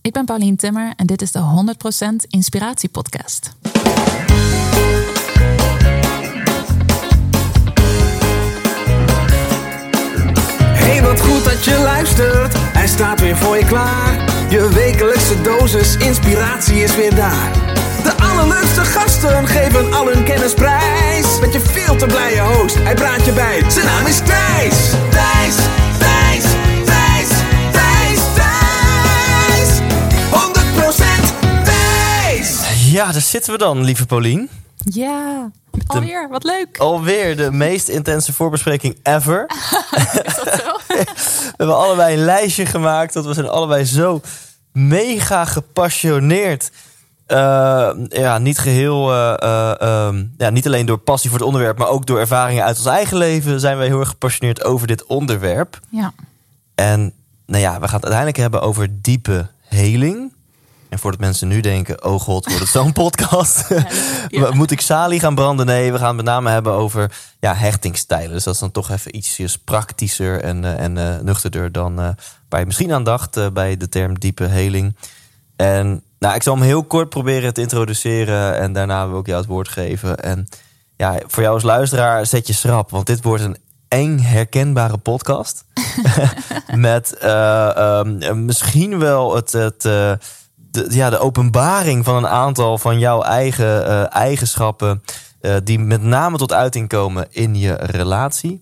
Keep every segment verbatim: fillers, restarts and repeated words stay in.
Ik ben Paulien Timmer en dit is de honderd procent Inspiratie Podcast. Hey, wat goed dat je luistert. Hij staat weer voor je klaar. Je wekelijkse dosis inspiratie is weer daar. De allerleukste gasten geven al hun kennis prijs. Met je veel te blije host, hij praat je bij. Zijn naam is Thijs. Thijs, Thijs, Thijs, Thijs, Thijs. honderd procent Thijs. Ja, daar zitten we dan, lieve Paulien. Ja, alweer, wat leuk. Alweer de meest intense voorbespreking ever. Is dat zo? We hebben allebei een lijstje gemaakt. Dat we zijn allebei zo mega gepassioneerd. Uh, ja, niet geheel... Uh, uh, um, ja, niet alleen door passie voor het onderwerp, maar ook door ervaringen uit ons eigen leven zijn wij heel erg gepassioneerd over dit onderwerp. Ja. En nou ja, we gaan het uiteindelijk hebben over diepe heling. En voordat mensen nu denken, oh god, wordt het zo'n podcast? Ja. Moet ik salie gaan branden? Nee, we gaan het met name hebben over ja, hechtingsstijlen. Dus dat is dan toch even ietsjes praktischer en, uh, en uh, nuchterder dan uh, waar je misschien aan dacht uh, bij de term diepe heling. En nou, ik zal hem heel kort proberen te introduceren en daarna wil ik jou het woord geven. En ja, voor jou als luisteraar zet je schrap, want dit wordt een eng herkenbare podcast. Met uh, um, misschien wel het... het uh, De, ja, de openbaring van een aantal van jouw eigen uh, eigenschappen uh, die met name tot uiting komen in je relatie.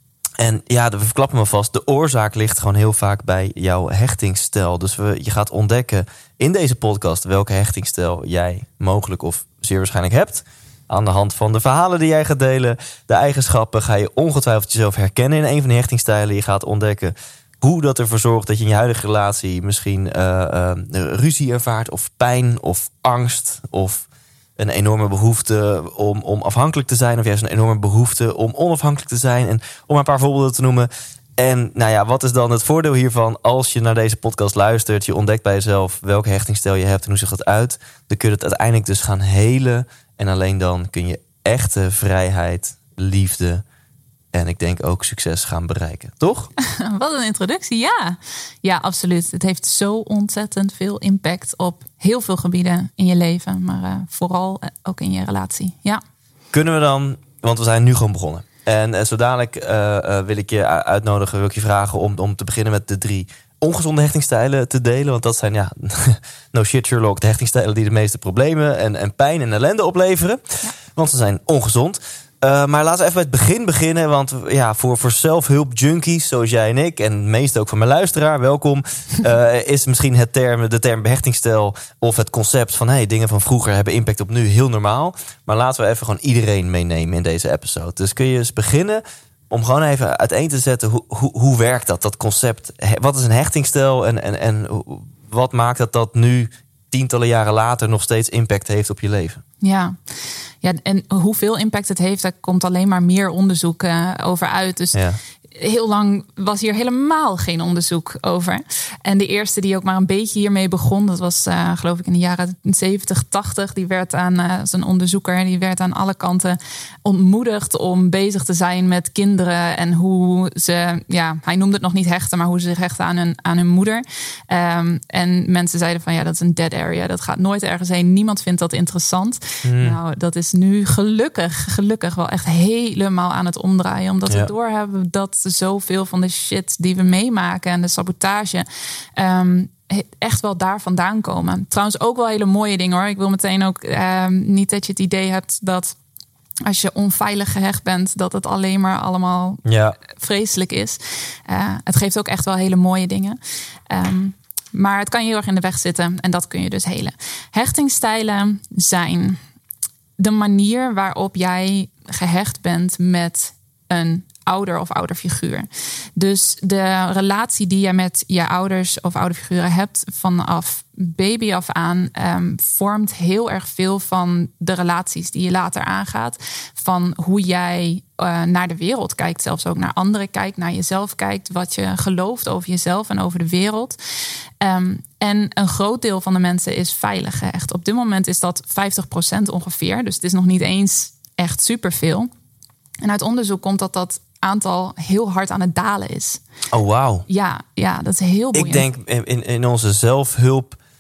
En ja, we verklappen me vast, de oorzaak ligt gewoon heel vaak bij jouw hechtingsstijl. Dus we, je gaat ontdekken in deze podcast welke hechtingsstijl jij mogelijk of zeer waarschijnlijk hebt. Aan de hand van de verhalen die jij gaat delen, de eigenschappen, ga je ongetwijfeld jezelf herkennen in een van die hechtingsstijlen. Je gaat ontdekken hoe dat ervoor zorgt dat je in je huidige relatie misschien uh, uh, ruzie ervaart, of pijn, of angst, of een enorme behoefte om, om afhankelijk te zijn, of juist een enorme behoefte om onafhankelijk te zijn. En om een paar voorbeelden te noemen. En nou ja, wat is dan het voordeel hiervan als je naar deze podcast luistert? Je ontdekt bij jezelf welke hechtingsstijl je hebt en hoe ziet dat uit. Dan kun je het uiteindelijk dus gaan helen. En alleen dan kun je echte vrijheid, liefde en ik denk ook succes gaan bereiken, toch? Wat een introductie, ja. Ja, absoluut. Het heeft zo ontzettend veel impact op heel veel gebieden in je leven. Maar uh, vooral ook in je relatie, ja. Kunnen we dan, want we zijn nu gewoon begonnen. En uh, zo dadelijk uh, uh, wil ik je uitnodigen, wil ik je vragen om, om te beginnen met de drie ongezonde hechtingsstijlen te delen. Want dat zijn, ja, no shit Sherlock, de hechtingsstijlen die de meeste problemen en, en pijn en ellende opleveren. Ja. Want ze zijn ongezond. Uh, maar laten we even bij het begin beginnen. Want ja, voor, voor zelfhulp junkies zoals jij en ik, en de meeste ook van mijn luisteraar, welkom. Uh, is misschien het term, de term hechtingsstijl of het concept van hey, dingen van vroeger hebben impact op nu heel normaal. Maar laten we even gewoon iedereen meenemen in deze episode. Dus kun je eens beginnen om gewoon even uiteen te zetten hoe, hoe, hoe werkt dat, dat concept? Wat is een hechtingsstijl en, en, en wat maakt dat dat nu tientallen jaren later nog steeds impact heeft op je leven? Ja. Ja, en hoeveel impact het heeft, daar komt alleen maar meer onderzoek uh, over uit. Dus ja. Heel lang was hier helemaal geen onderzoek over. En de eerste die ook maar een beetje hiermee begon, dat was uh, geloof ik in de jaren zeventig, tachtig. Die werd aan, uh, als een onderzoeker, die werd aan alle kanten ontmoedigd om bezig te zijn met kinderen. En hoe ze, ja, hij noemde het nog niet hechten, maar hoe ze zich hechten aan hun, aan hun moeder. Um, en mensen zeiden van ja, dat is een dead area. Dat gaat nooit ergens heen. Niemand vindt dat interessant. Mm. Nou, dat is nu gelukkig, gelukkig wel echt helemaal aan het omdraaien. Omdat ja. we doorhebben dat zoveel van de shit die we meemaken en de sabotage um, echt wel daar vandaan komen. Trouwens ook wel hele mooie dingen hoor. Ik wil meteen ook um, niet dat je het idee hebt dat als je onveilig gehecht bent, dat het alleen maar allemaal ja. vreselijk is. Uh, het geeft ook echt wel hele mooie dingen. Um, maar het kan je heel erg in de weg zitten en dat kun je dus helen. Hechtingsstijlen zijn de manier waarop jij gehecht bent met een ouder of ouderfiguur. Dus de relatie die je met je ouders of ouderfiguren hebt vanaf baby af aan um, vormt heel erg veel van de relaties die je later aangaat. Van hoe jij uh, naar de wereld kijkt, zelfs ook naar anderen kijkt, naar jezelf kijkt, wat je gelooft over jezelf en over de wereld. Um, en een groot deel van de mensen is veilig gehecht. Op dit moment is dat vijftig procent ongeveer. Dus het is nog niet eens echt superveel. En uit onderzoek komt dat dat aantal heel hard aan het dalen is. Oh, wauw. Ja, ja, dat is heel boeiend. Ik denk in, in onze zelfhulp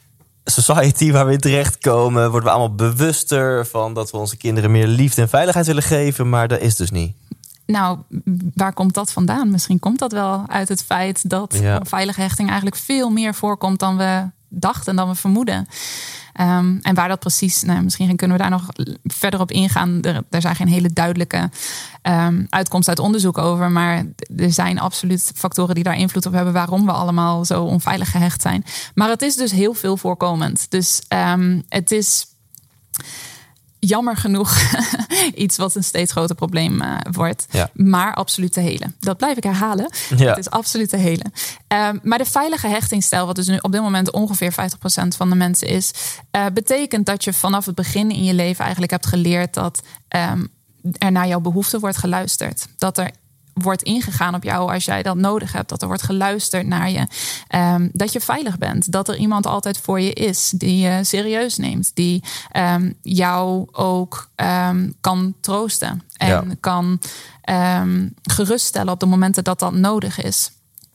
society waar we in terechtkomen, worden we allemaal bewuster van dat we onze kinderen meer liefde en veiligheid willen geven, maar dat is dus niet. Nou, waar komt dat vandaan? Misschien komt dat wel uit het feit dat ja. onveilige hechting eigenlijk veel meer voorkomt dan we dachten, dan we vermoeden. Um, en waar dat precies, nou, misschien kunnen we daar nog verder op ingaan. Er, er zijn geen hele duidelijke um, uitkomsten uit onderzoek over. Maar er zijn absoluut factoren die daar invloed op hebben waarom we allemaal zo onveilig gehecht zijn. Maar het is dus heel veel voorkomend. Dus um, het is jammer genoeg iets wat een steeds groter probleem uh, wordt. Ja. Maar absoluut te helen. Dat blijf ik herhalen. Ja. Het is absoluut te helen. Um, maar de veilige hechtingsstijl, wat dus nu op dit moment ongeveer vijftig procent van de mensen is, uh, betekent dat je vanaf het begin in je leven eigenlijk hebt geleerd dat um, er naar jouw behoeften wordt geluisterd. Dat er wordt ingegaan op jou als jij dat nodig hebt. Dat er wordt geluisterd naar je. Um, dat je veilig bent. Dat er iemand altijd voor je is die je serieus neemt. Die um, jou ook um, kan troosten. En ja. kan um, geruststellen op de momenten dat dat nodig is.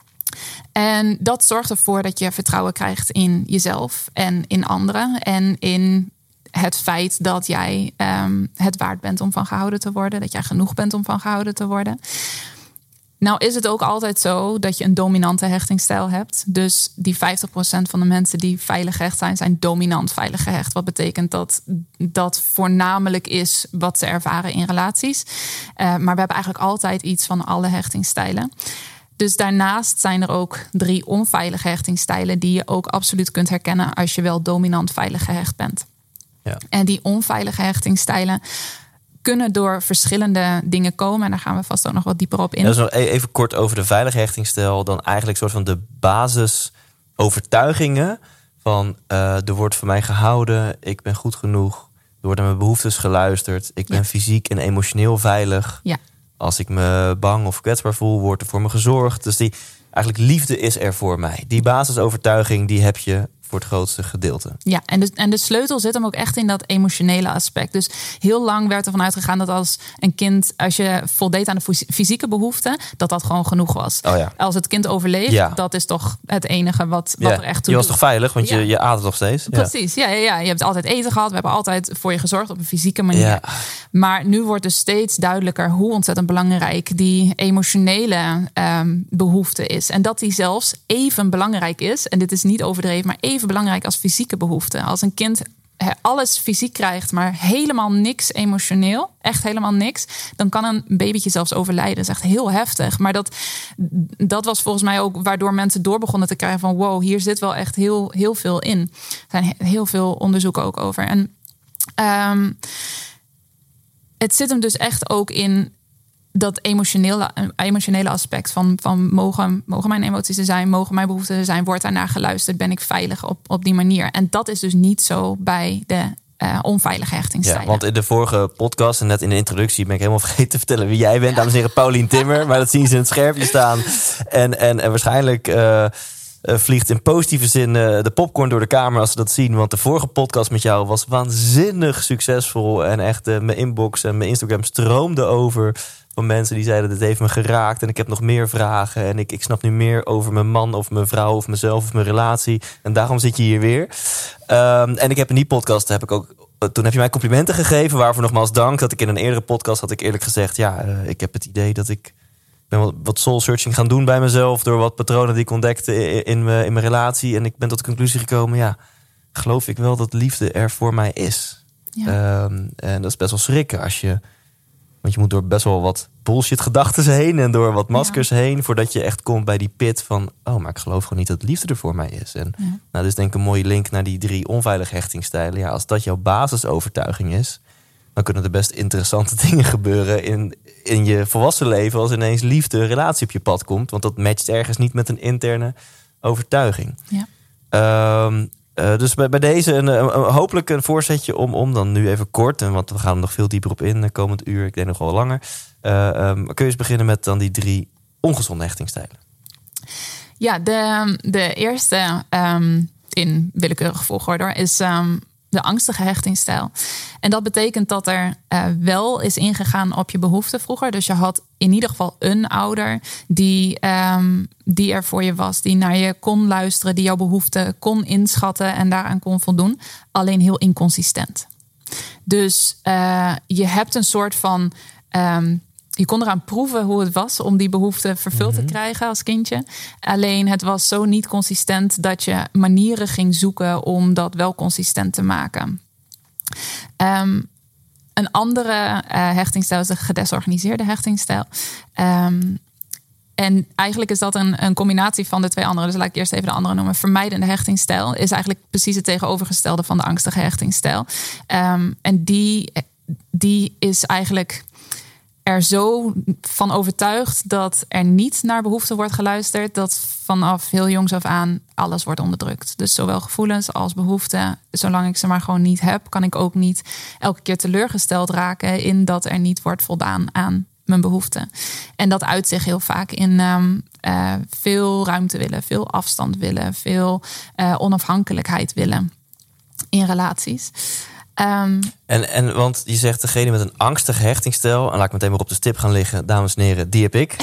En dat zorgt ervoor dat je vertrouwen krijgt in jezelf en in anderen. En in het feit dat jij um, het waard bent om van gehouden te worden. Dat jij genoeg bent om van gehouden te worden. Nou is het ook altijd zo dat je een dominante hechtingsstijl hebt. Dus die vijftig procent van de mensen die veilig gehecht zijn, zijn dominant veilig gehecht. Wat betekent dat dat voornamelijk is wat ze ervaren in relaties. Uh, maar we hebben eigenlijk altijd iets van alle hechtingsstijlen. Dus daarnaast zijn er ook drie onveilige hechtingsstijlen die je ook absoluut kunt herkennen als je wel dominant veilig gehecht bent. Ja. En die onveilige hechtingsstijlen kunnen door verschillende dingen komen. En daar gaan we vast ook nog wat dieper op in. Ja, dus nog even kort over de veilige hechtingsstijl. Dan eigenlijk soort van de basisovertuigingen van uh, er wordt voor mij gehouden, ik ben goed genoeg, er wordt naar mijn behoeftes geluisterd, ik ben ja. fysiek en emotioneel veilig. Ja. Als ik me bang of kwetsbaar voel, wordt er voor me gezorgd. Dus die eigenlijk liefde is er voor mij. Die basisovertuiging die heb je voor het grootste gedeelte. Ja, en de, en de sleutel zit hem ook echt in dat emotionele aspect. Dus heel lang werd ervan uitgegaan dat als een kind, als je voldeed aan de fysieke behoeften, dat dat gewoon genoeg was. Oh ja. Als het kind overleeft, ja. dat is toch het enige wat, wat ja. er echt toe Je was doet. toch veilig, want ja. je, je ademt nog steeds. Precies, ja. Ja, ja, ja. Je hebt altijd eten gehad. We hebben altijd voor je gezorgd op een fysieke manier. Ja. Maar nu wordt dus steeds duidelijker hoe ontzettend belangrijk die emotionele um, behoefte is. En dat die zelfs even belangrijk is. En dit is niet overdreven, maar even belangrijk als fysieke behoeften. Als een kind alles fysiek krijgt, maar helemaal niks emotioneel, echt helemaal niks, dan kan een babytje zelfs overlijden. Dat is echt heel heftig. Maar dat, dat was volgens mij ook waardoor mensen door begonnen te krijgen van wow, hier zit wel echt heel, heel veel in. Er zijn heel veel onderzoeken ook over. En um, het zit hem dus echt ook in dat emotionele, emotionele aspect van, van mogen, mogen mijn emoties er zijn, mogen mijn behoeften er zijn, wordt daarnaar geluisterd, ben ik veilig op, op die manier. En dat is dus niet zo bij de uh, onveilige hechtingsstijlen. Ja, want in de vorige podcast en net in de introductie ben ik helemaal vergeten te vertellen wie jij bent. Ja. Dames en heren, Paulien Timmer, maar dat zien ze in het schermpje staan. En, en, en waarschijnlijk Uh, Uh, vliegt in positieve zin uh, de popcorn door de kamer als ze dat zien. Want de vorige podcast met jou was waanzinnig succesvol. En echt uh, mijn inbox en mijn Instagram stroomde over van mensen die zeiden, dit heeft me geraakt. En ik heb nog meer vragen. En ik, ik snap nu meer over mijn man of mijn vrouw of mezelf of mijn relatie. En daarom zit je hier weer. Um, en ik heb in die podcast, heb ik ook, uh, toen heb je mij complimenten gegeven. Waarvoor nogmaals dank. Dat ik in een eerdere podcast had ik eerlijk gezegd, ja, uh, ik heb het idee dat ik ben wat soul-searching gaan doen bij mezelf door wat patronen die ik ontdekte in mijn, in mijn relatie. En ik ben tot de conclusie gekomen, ja, geloof ik wel dat liefde er voor mij is. Ja. Um, en dat is best wel schrikken als je, want je moet door best wel wat bullshit gedachten heen en door wat maskers ja. heen, voordat je echt komt bij die pit van, oh, maar ik geloof gewoon niet dat liefde er voor mij is. En ja. nou, dus denk ik een mooie link naar die drie onveilige hechtingsstijlen. Ja, als dat jouw basisovertuiging is, dan kunnen er best interessante dingen gebeuren in, in je volwassen leven als ineens liefde, een relatie op je pad komt. Want dat matcht ergens niet met een interne overtuiging. Ja. Um, uh, dus bij, bij deze een, een, een, hopelijk een voorzetje om, om dan nu even kort, en want we gaan er nog veel dieper op in de komend uur, ik denk nog wel langer. Uh, um, kun je eens beginnen met dan die drie ongezonde hechtingsstijlen? Ja, de, de eerste um, in willekeurige volgorde is Um, de angstige hechtingsstijl. En dat betekent dat er uh, wel is ingegaan op je behoeften vroeger. Dus je had in ieder geval een ouder die, um, die er voor je was. Die naar je kon luisteren, die jouw behoeften kon inschatten en daaraan kon voldoen. Alleen heel inconsistent. Dus uh, je hebt een soort van... Um, je kon eraan proeven hoe het was om die behoefte vervuld mm-hmm. te krijgen als kindje. Alleen het was zo niet consistent dat je manieren ging zoeken om dat wel consistent te maken. Um, een andere uh, hechtingsstijl is de gedesorganiseerde hechtingsstijl. Um, en eigenlijk is dat een, een combinatie van de twee andere. Dus laat ik eerst even de andere noemen. Vermijdende hechtingsstijl is eigenlijk precies het tegenovergestelde van de angstige hechtingsstijl. Um, en die, die is eigenlijk er zo van overtuigd dat er niet naar behoeften wordt geluisterd, dat vanaf heel jongs af aan alles wordt onderdrukt. Dus zowel gevoelens als behoeften. Zolang ik ze maar gewoon niet heb, kan ik ook niet elke keer teleurgesteld raken in dat er niet wordt voldaan aan mijn behoeften. En dat uit zich heel vaak in um, uh, veel ruimte willen, veel afstand willen, veel uh, onafhankelijkheid willen in relaties. Um, en, en want je zegt degene met een angstige hechtingsstijl, en laat ik meteen maar op de stip gaan liggen, dames en heren, die heb ik.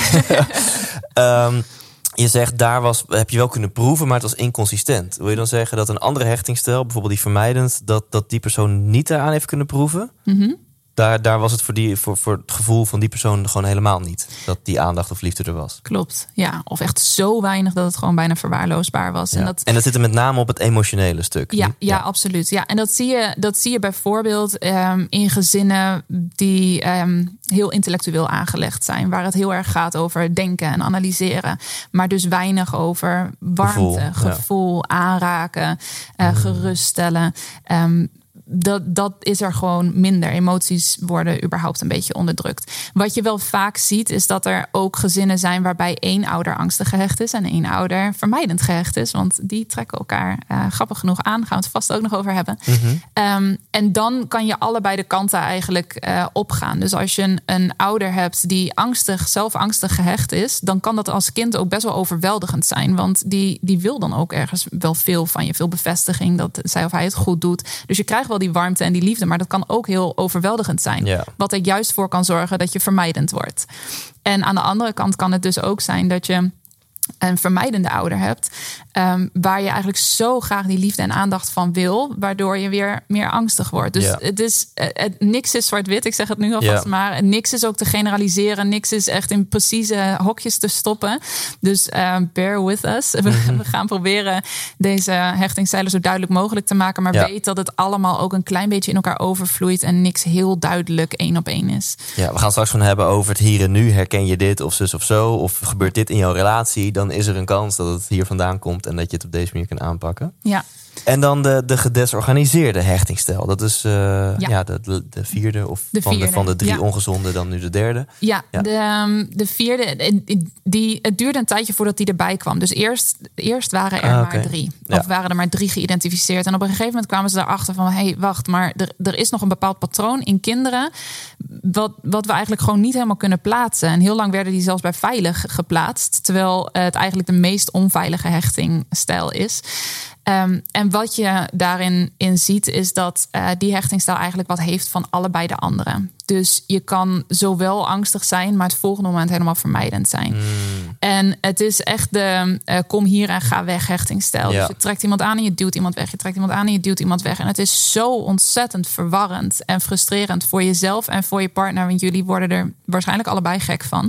um, je zegt daar was, heb je wel kunnen proeven, maar het was inconsistent. Wil je dan zeggen dat een andere hechtingsstijl, bijvoorbeeld die vermijdend, dat, dat die persoon niet daaraan heeft kunnen proeven? Mm-hmm. Daar, daar was het voor, die, voor, voor het gevoel van die persoon gewoon helemaal niet. Dat die aandacht of liefde er was. Klopt, ja. Of echt zo weinig dat het gewoon bijna verwaarloosbaar was. Ja. En, dat, en dat zit er met name op het emotionele stuk. Ja, ja, ja. absoluut. Ja, en dat zie je, dat zie je bijvoorbeeld um, in gezinnen die um, heel intellectueel aangelegd zijn. Waar het heel erg gaat over denken en analyseren. Maar dus weinig over warmte, gevoel, gevoel ja. aanraken, uh, mm. geruststellen. Um, Dat, dat is er gewoon minder. Emoties worden überhaupt een beetje onderdrukt. Wat je wel vaak ziet is dat er ook gezinnen zijn waarbij één ouder angstig gehecht is en één ouder vermijdend gehecht is. Want die trekken elkaar uh, grappig genoeg aan. Gaan we het vast ook nog over hebben. Mm-hmm. Um, en dan kan je allebei de kanten eigenlijk uh, opgaan. Dus als je een, een ouder hebt die angstig, zelf angstig gehecht is, dan kan dat als kind ook best wel overweldigend zijn. Want die, die wil dan ook ergens wel veel van je. Veel bevestiging dat zij of hij het goed doet. Dus je krijgt wel die warmte en die liefde, maar dat kan ook heel overweldigend zijn. Ja. Wat er juist voor kan zorgen dat je vermijdend wordt. En aan de andere kant kan het dus ook zijn dat je een vermijdende ouder hebt, um, waar je eigenlijk zo graag die liefde en aandacht van wil, waardoor je weer meer angstig wordt. Dus ja. het is het, niks is zwart-wit. Ik zeg het nu alvast ja. maar. Niks is ook te generaliseren. Niks is echt in precieze hokjes te stoppen. Dus uh, bear with us. We, mm-hmm. we gaan proberen deze hechtingsstijlen zo duidelijk mogelijk te maken, maar ja. weet dat het allemaal ook een klein beetje in elkaar overvloeit en niks heel duidelijk één op één is. Ja, we gaan straks van hebben over het hier en nu. Herken je dit of zus of zo? Of gebeurt dit in jouw relatie? Dan is er een kans dat het hier vandaan komt en dat je het op deze manier kan aanpakken. Ja. En dan de, de gedesorganiseerde hechtingsstijl. Dat is uh, ja. Ja, de, de vierde of de vierde. Van, de, van de drie ja. ongezonde dan nu de derde. Ja, ja. De, um, de vierde. Die, het duurde een tijdje voordat die erbij kwam. Dus eerst, eerst waren er ah, okay. maar drie. Ja. Of waren er maar drie geïdentificeerd. En op een gegeven moment kwamen ze erachter van, hé, hey, wacht, maar er, er is nog een bepaald patroon in kinderen wat, wat we eigenlijk gewoon niet helemaal kunnen plaatsen. En heel lang werden die zelfs bij veilig geplaatst. Terwijl het eigenlijk de meest onveilige hechtingstijl is. Um, en wat je daarin in ziet is dat uh, die hechtingstijl eigenlijk wat heeft van allebei de anderen. Dus je kan zowel angstig zijn, maar het volgende moment helemaal vermijdend zijn. Mm. En het is echt de uh, kom hier en ga weg hechtingstijl. Ja. Dus je trekt iemand aan en je duwt iemand weg. Je trekt iemand aan en je duwt iemand weg. En het is zo ontzettend verwarrend en frustrerend voor jezelf en voor je partner. Want jullie worden er waarschijnlijk allebei gek van.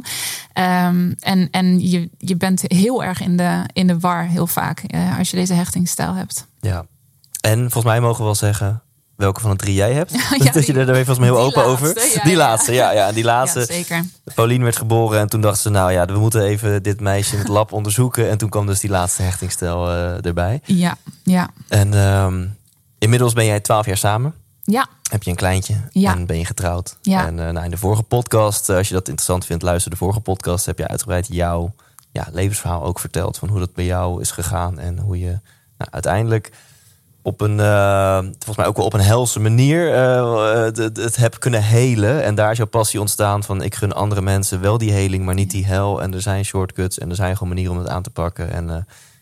Um, en en je, je bent heel erg in de, in de war heel vaak uh, als je deze hechtingstijl hebt. Ja, en volgens mij mogen we wel zeggen welke van de drie jij hebt. Ja, dat die, je er volgens mij heel open laatste, over. Ja, die ja. laatste, ja, ja. Die laatste. Ja, zeker. Pauline werd geboren en toen dachten ze, nou ja, we moeten even dit meisje in het lab onderzoeken. En toen kwam dus die laatste hechtingstijl uh, erbij. Ja, ja. En um, inmiddels ben jij twaalf jaar samen. Ja. Heb je een kleintje ja. en ben je getrouwd. Ja. En uh, nou, in de vorige podcast, als je dat interessant vindt, luister de vorige podcast. Heb je uitgebreid jouw ja, levensverhaal ook verteld. Van hoe dat bij jou is gegaan en hoe je nou, uiteindelijk op een, uh, volgens mij ook wel op een helse manier uh, het, het heb kunnen helen. En daar is jouw passie ontstaan van ik gun andere mensen wel die heling, maar niet die hel. En er zijn shortcuts en er zijn gewoon manieren om het aan te pakken. En uh,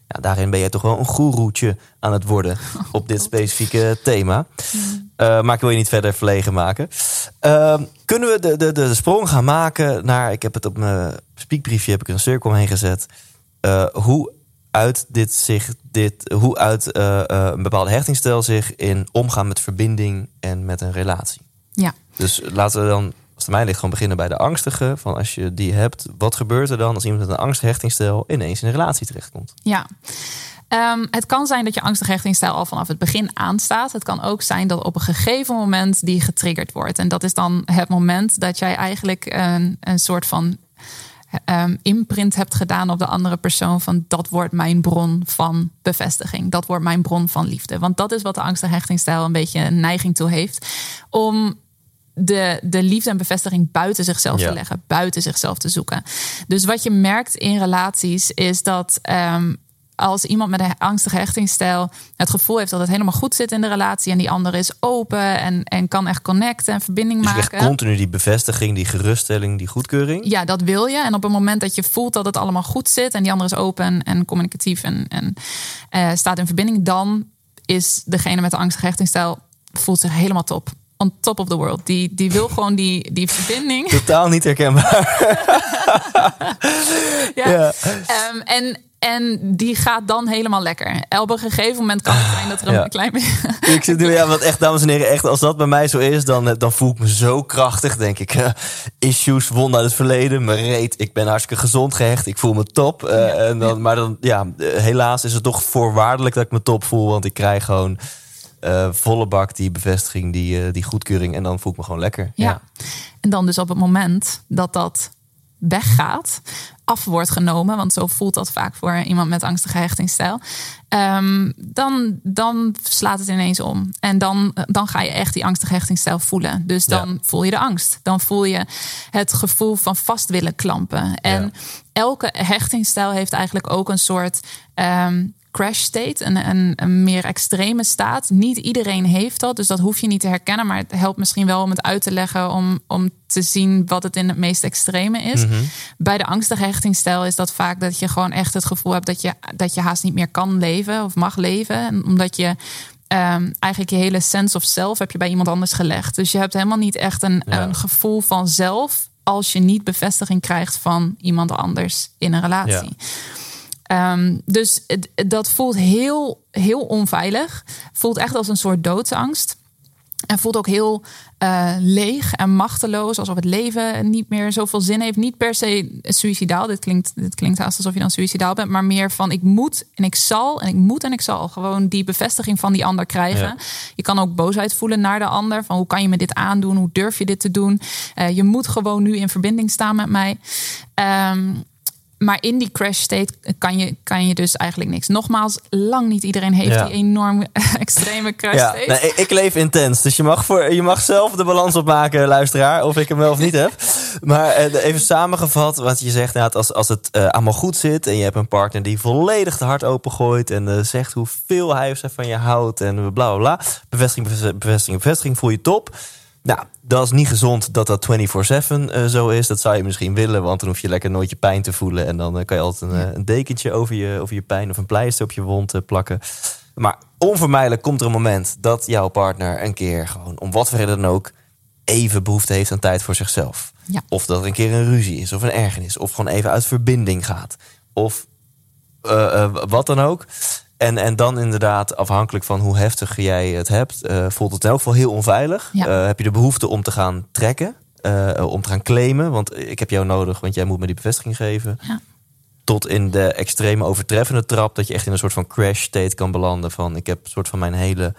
Ja, daarin ben je toch wel een goeroetje aan het worden op dit specifieke thema. Uh, maar ik wil je niet verder verlegen maken. Uh, kunnen we de, de, de sprong gaan maken naar... Ik heb het op mijn speakbriefje, heb ik er een cirkel heen gezet. Uh, hoe uit dit zich, dit, hoe uit uh, uh, een bepaalde hechtingsstijl zich in omgaan met verbinding en met een relatie. Ja. Dus laten we dan, als het aan mij ligt, gewoon beginnen bij de angstige. Van als je die hebt, wat gebeurt er dan als iemand met een angstige hechtingsstijl ineens in een relatie terechtkomt? Ja. Um, het kan zijn dat je angstige hechtingsstijl al vanaf het begin aanstaat. Het kan ook zijn dat op een gegeven moment die getriggerd wordt. En dat is dan het moment dat jij eigenlijk een, een soort van um, imprint hebt gedaan op de andere persoon. Van dat wordt mijn bron van bevestiging. Dat wordt mijn bron van liefde. Want dat is wat de angstige hechtingsstijl een beetje een neiging toe heeft. Om de, de liefde en bevestiging buiten zichzelf ja. te leggen. Buiten zichzelf te zoeken. Dus wat je merkt in relaties is dat... Um, als iemand met een angstige hechtingsstijl het gevoel heeft dat het helemaal goed zit in de relatie en die ander is open en, en kan echt connecten en verbinding dus maken. Dus continu die bevestiging, die geruststelling, die goedkeuring? Ja, dat wil je. En op het moment dat je voelt dat het allemaal goed zit en die ander is open en communicatief en, en uh, staat in verbinding, dan is degene met de angstige hechtingsstijl voelt zich helemaal top. On top of the world. Die, die wil gewoon die, die verbinding. Totaal niet herkenbaar. ja. ja. Um, en En die gaat dan helemaal lekker. Op een gegeven moment kan het zijn dat er een ja. klein beetje... Ik zit nu, ja, want echt, dames en heren, echt, als dat bij mij zo is, dan, dan voel ik me zo krachtig, denk ik. Uh, issues, won uit het verleden, me reet. Ik ben hartstikke gezond gehecht, ik voel me top. Uh, ja. en dan, maar dan, ja, helaas is het toch voorwaardelijk dat ik me top voel, want ik krijg gewoon uh, volle bak die bevestiging, die, uh, die goedkeuring. En dan voel ik me gewoon lekker. Ja. ja. En dan dus op het moment dat dat weggaat, af wordt genomen, want zo voelt dat vaak voor iemand met angstige hechtingsstijl, um, dan, dan slaat het ineens om. En dan, dan ga je echt die angstige hechtingsstijl voelen. Dus dan ja. voel je de angst. Dan voel je het gevoel van vast willen klampen. En ja. elke hechtingsstijl heeft eigenlijk ook een soort um, crash state, een, een, een meer extreme staat. Niet iedereen heeft dat, dus dat hoef je niet te herkennen, maar het helpt misschien wel om het uit te leggen, om, om te zien wat het in het meest extreme is. Mm-hmm. Bij de angstige hechtingsstijl is dat vaak dat je gewoon echt het gevoel hebt dat je, dat je haast niet meer kan leven of mag leven, omdat je Um, eigenlijk je hele sense of self heb je bij iemand anders gelegd. Dus je hebt helemaal niet echt een, ja. een gevoel van zelf als je niet bevestiging krijgt van iemand anders in een relatie. Ja. Um, dus het, dat voelt heel, heel onveilig. Voelt echt als een soort doodsangst. En voelt ook heel uh, leeg en machteloos. Alsof het leven niet meer zoveel zin heeft. Niet per se suïcidaal. Dit klinkt, dit klinkt haast alsof je dan suïcidaal bent. Maar meer van ik moet en ik zal. En ik moet en ik zal. Gewoon die bevestiging van die ander krijgen. Ja. Je kan ook boosheid voelen naar de ander. Van hoe kan je me dit aandoen? Hoe durf je dit te doen? Uh, je moet gewoon nu in verbinding staan met mij. Um, Maar in die crash state kan je, kan je dus eigenlijk niks. Nogmaals, lang niet iedereen heeft ja. die enorm extreme crash ja. state. Nee, ik leef intens. Dus je mag, voor, je mag zelf de balans opmaken, luisteraar. Of ik hem wel of niet heb. Maar even samengevat, wat je zegt. Nou, als, als het uh, allemaal goed zit. En je hebt een partner die volledig de hart opengooit. En uh, zegt hoeveel hij of zij van je houdt. En bla bla bla. Bevestiging, bevestiging, bevestiging. Voel je top. Nou, dat is niet gezond dat dat vierentwintig zeven uh, zo is. Dat zou je misschien willen, want dan hoef je lekker nooit je pijn te voelen. En dan uh, kan je altijd een, uh, een dekentje over je, over je pijn of een pleister op je wond uh, plakken. Maar onvermijdelijk komt er een moment dat jouw partner een keer gewoon, om wat voor reden dan ook, even behoefte heeft aan tijd voor zichzelf. Ja. Of dat er een keer een ruzie is of een ergernis. Of gewoon even uit verbinding gaat. Of uh, uh, wat dan ook. En, en dan inderdaad, afhankelijk van hoe heftig jij het hebt, uh, voelt het in elk geval heel onveilig. Ja. Uh, heb je de behoefte om te gaan trekken, uh, om te gaan claimen. Want ik heb jou nodig, want jij moet me die bevestiging geven. Ja. Tot in de extreme overtreffende trap, dat je echt in een soort van crash state kan belanden. Van ik heb een soort van mijn hele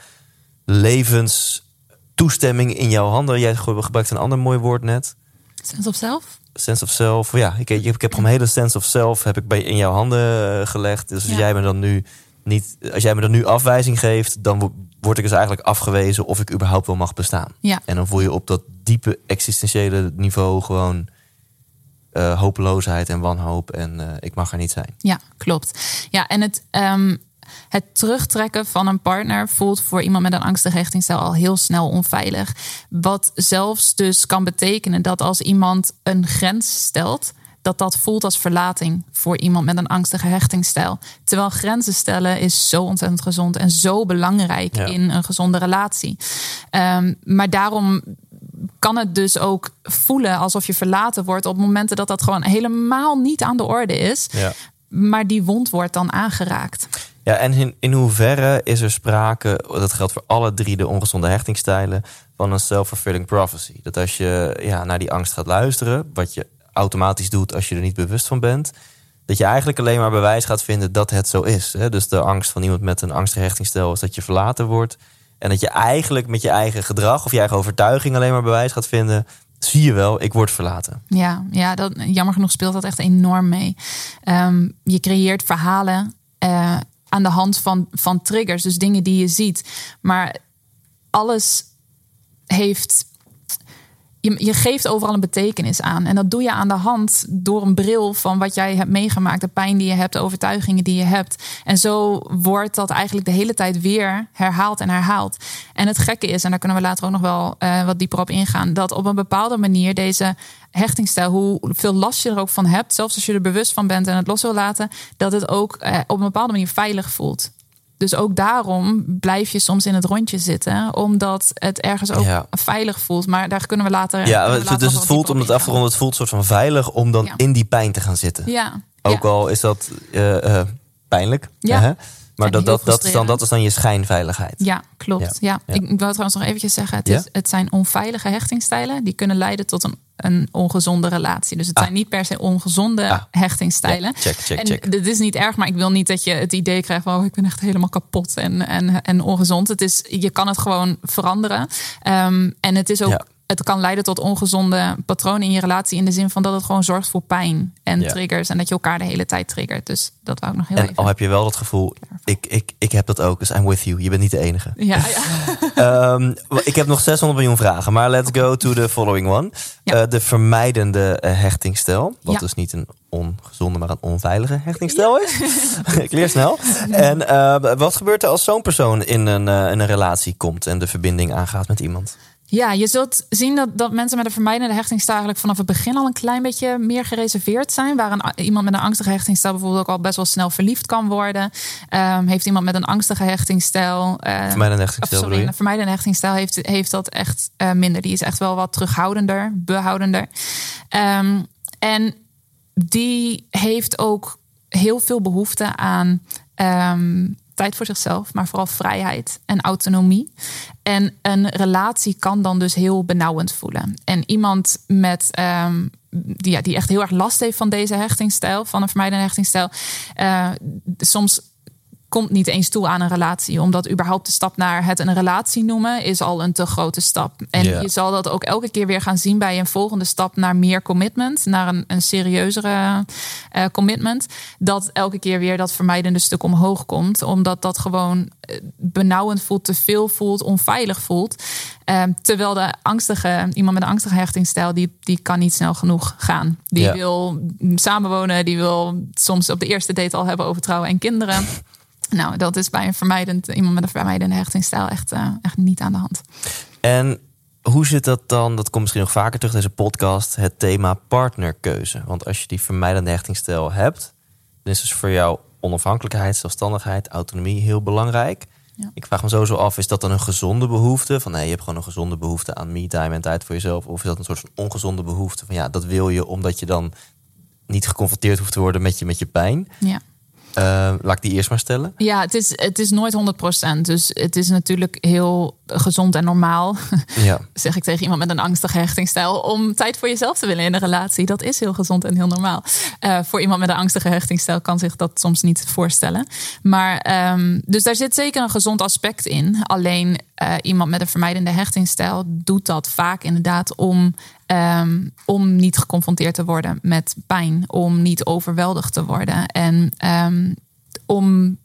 levenstoestemming in jouw handen. Jij gebruikt een ander mooi woord net. Sense of self? Sense of self, ja. Ik, ik heb gewoon een hele sense of self heb ik bij, in jouw handen gelegd. Dus als ja. jij me dan nu... Niet, als jij me dan nu afwijzing geeft, dan word ik dus eigenlijk afgewezen of ik überhaupt wel mag bestaan. Ja. En dan voel je op dat diepe existentiële niveau gewoon uh, hopeloosheid en wanhoop en uh, ik mag er niet zijn. Ja, klopt. Ja, en het, um, het terugtrekken van een partner voelt voor iemand met een angstige hechtingsstijl al heel snel onveilig. Wat zelfs dus kan betekenen dat als iemand een grens stelt, dat dat voelt als verlating voor iemand met een angstige hechtingsstijl. Terwijl grenzen stellen is zo ontzettend gezond en zo belangrijk ja. in een gezonde relatie. Um, maar daarom kan het dus ook voelen alsof je verlaten wordt op momenten dat dat gewoon helemaal niet aan de orde is. Ja. Maar die wond wordt dan aangeraakt. Ja, en in, in hoeverre is er sprake, dat geldt voor alle drie de ongezonde hechtingsstijlen, van een self-fulfilling prophecy? Dat als je ja, naar die angst gaat luisteren, wat je automatisch doet als je er niet bewust van bent, dat je eigenlijk alleen maar bewijs gaat vinden dat het zo is. Hè? Dus de angst van iemand met een angstige hechtingsstijl is dat je verlaten wordt. En dat je eigenlijk met je eigen gedrag of je eigen overtuiging alleen maar bewijs gaat vinden. Zie je wel, ik word verlaten. Ja, ja dat, jammer genoeg speelt dat echt enorm mee. Um, je creëert verhalen uh, aan de hand van, van triggers. Dus dingen die je ziet. Maar alles heeft... Je, je geeft overal een betekenis aan. En dat doe je aan de hand door een bril van wat jij hebt meegemaakt. De pijn die je hebt, de overtuigingen die je hebt. En zo wordt dat eigenlijk de hele tijd weer herhaald en herhaald. En het gekke is, en daar kunnen we later ook nog wel uh, wat dieper op ingaan, dat op een bepaalde manier deze hechtingsstijl, hoe veel last je er ook van hebt, zelfs als je er bewust van bent en het los wil laten, dat het ook uh, op een bepaalde manier veilig voelt. Dus ook daarom blijf je soms in het rondje zitten, omdat het ergens ook ja. veilig voelt. Maar daar kunnen we later. Ja, we dus later het voelt om het af te ronden, het voelt soort van veilig om dan ja. in die pijn te gaan zitten. Ja. Ook ja. al is dat uh, uh, pijnlijk. Ja. Hè? Maar dat, dat, dat, is dan, dat is dan je schijnveiligheid. Ja, klopt. Ja. Ja. Ja. Ik wil trouwens nog eventjes zeggen, het, is, ja? het zijn onveilige hechtingsstijlen die kunnen leiden tot een, een ongezonde relatie. Dus het ah. zijn niet per se ongezonde ah. hechtingsstijlen. Ja, check, check, check. En dit is niet erg, maar ik wil niet dat je het idee krijgt van, oh, ik ben echt helemaal kapot en, en, en ongezond. Het is, je kan het gewoon veranderen. Um, en het is ook... Ja. Het kan leiden tot ongezonde patronen in je relatie, in de zin van dat het gewoon zorgt voor pijn en ja. triggers. En dat je elkaar de hele tijd triggert. Dus dat wou ik nog heel en even. Al heb je wel het gevoel, ik, ik, ik heb dat ook, dus I'm with you. Je bent niet de enige. Ja, ja. um, ik heb nog zeshonderd miljoen vragen, maar let's go to the following one. Ja. Uh, de vermijdende uh, hechtingsstijl. Wat ja. dus niet een ongezonde, maar een onveilige hechtingsstijl is. Ik leer snel. En uh, wat gebeurt er als zo'n persoon in een, uh, in een relatie komt en de verbinding aangaat met iemand? Ja, je zult zien dat, dat mensen met een vermijdende hechtingsstijl eigenlijk vanaf het begin al een klein beetje meer gereserveerd zijn. Waar een, iemand met een angstige hechtingsstijl bijvoorbeeld ook al best wel snel verliefd kan worden. Um, heeft iemand met een angstige hechtingsstijl... Uh, vermijdende hechtingsstijl sorry, een vermijdende hechtingsstijl heeft, heeft dat echt uh, minder. Die is echt wel wat terughoudender, behoudender. Um, en die heeft ook heel veel behoefte aan... Um, tijd voor zichzelf, maar vooral vrijheid en autonomie. En een relatie kan dan dus heel benauwend voelen. En iemand met um, die, ja, die echt heel erg last heeft van deze hechtingsstijl, van een vermijdende hechtingsstijl, uh, soms komt niet eens toe aan een relatie. Omdat überhaupt de stap naar het een relatie noemen is al een te grote stap. En yeah. je zal dat ook elke keer weer gaan zien bij een volgende stap naar meer commitment. Naar een, een serieuzere uh, commitment. Dat elke keer weer dat vermijdende stuk omhoog komt. Omdat dat gewoon benauwend voelt, te veel voelt, onveilig voelt. Uh, terwijl de angstige, iemand met een angstige hechtingsstijl, die, die kan niet snel genoeg gaan. Die yeah. wil samenwonen, die wil soms op de eerste date al hebben over trouwen en kinderen. Nou, dat is bij een vermijdend, iemand met een vermijdende hechtingsstijl echt, uh, echt niet aan de hand. En hoe zit dat dan, dat komt misschien nog vaker terug in deze podcast, het thema partnerkeuze? Want als je die vermijdende hechtingsstijl hebt, dan is dus voor jou onafhankelijkheid, zelfstandigheid, autonomie heel belangrijk. Ja. Ik vraag me sowieso af, is dat dan een gezonde behoefte? Van nee, je hebt gewoon een gezonde behoefte aan me-time en tijd voor jezelf. Of is dat een soort van ongezonde behoefte? Van ja, dat wil je omdat je dan niet geconfronteerd hoeft te worden met je, met je pijn. Ja. Uh, laat ik die eerst maar stellen. Ja, het is, het is nooit honderd procent. Dus het is natuurlijk heel gezond en normaal. Ja. Zeg ik tegen iemand met een angstige hechtingsstijl, om tijd voor jezelf te willen in een relatie. Dat is heel gezond en heel normaal. Uh, voor iemand met een angstige hechtingsstijl kan zich dat soms niet voorstellen. Maar um, dus daar zit zeker een gezond aspect in. Alleen uh, iemand met een vermijdende hechtingsstijl doet dat vaak inderdaad om... Um, om niet geconfronteerd te worden met pijn. Om niet overweldigd te worden. En um, om,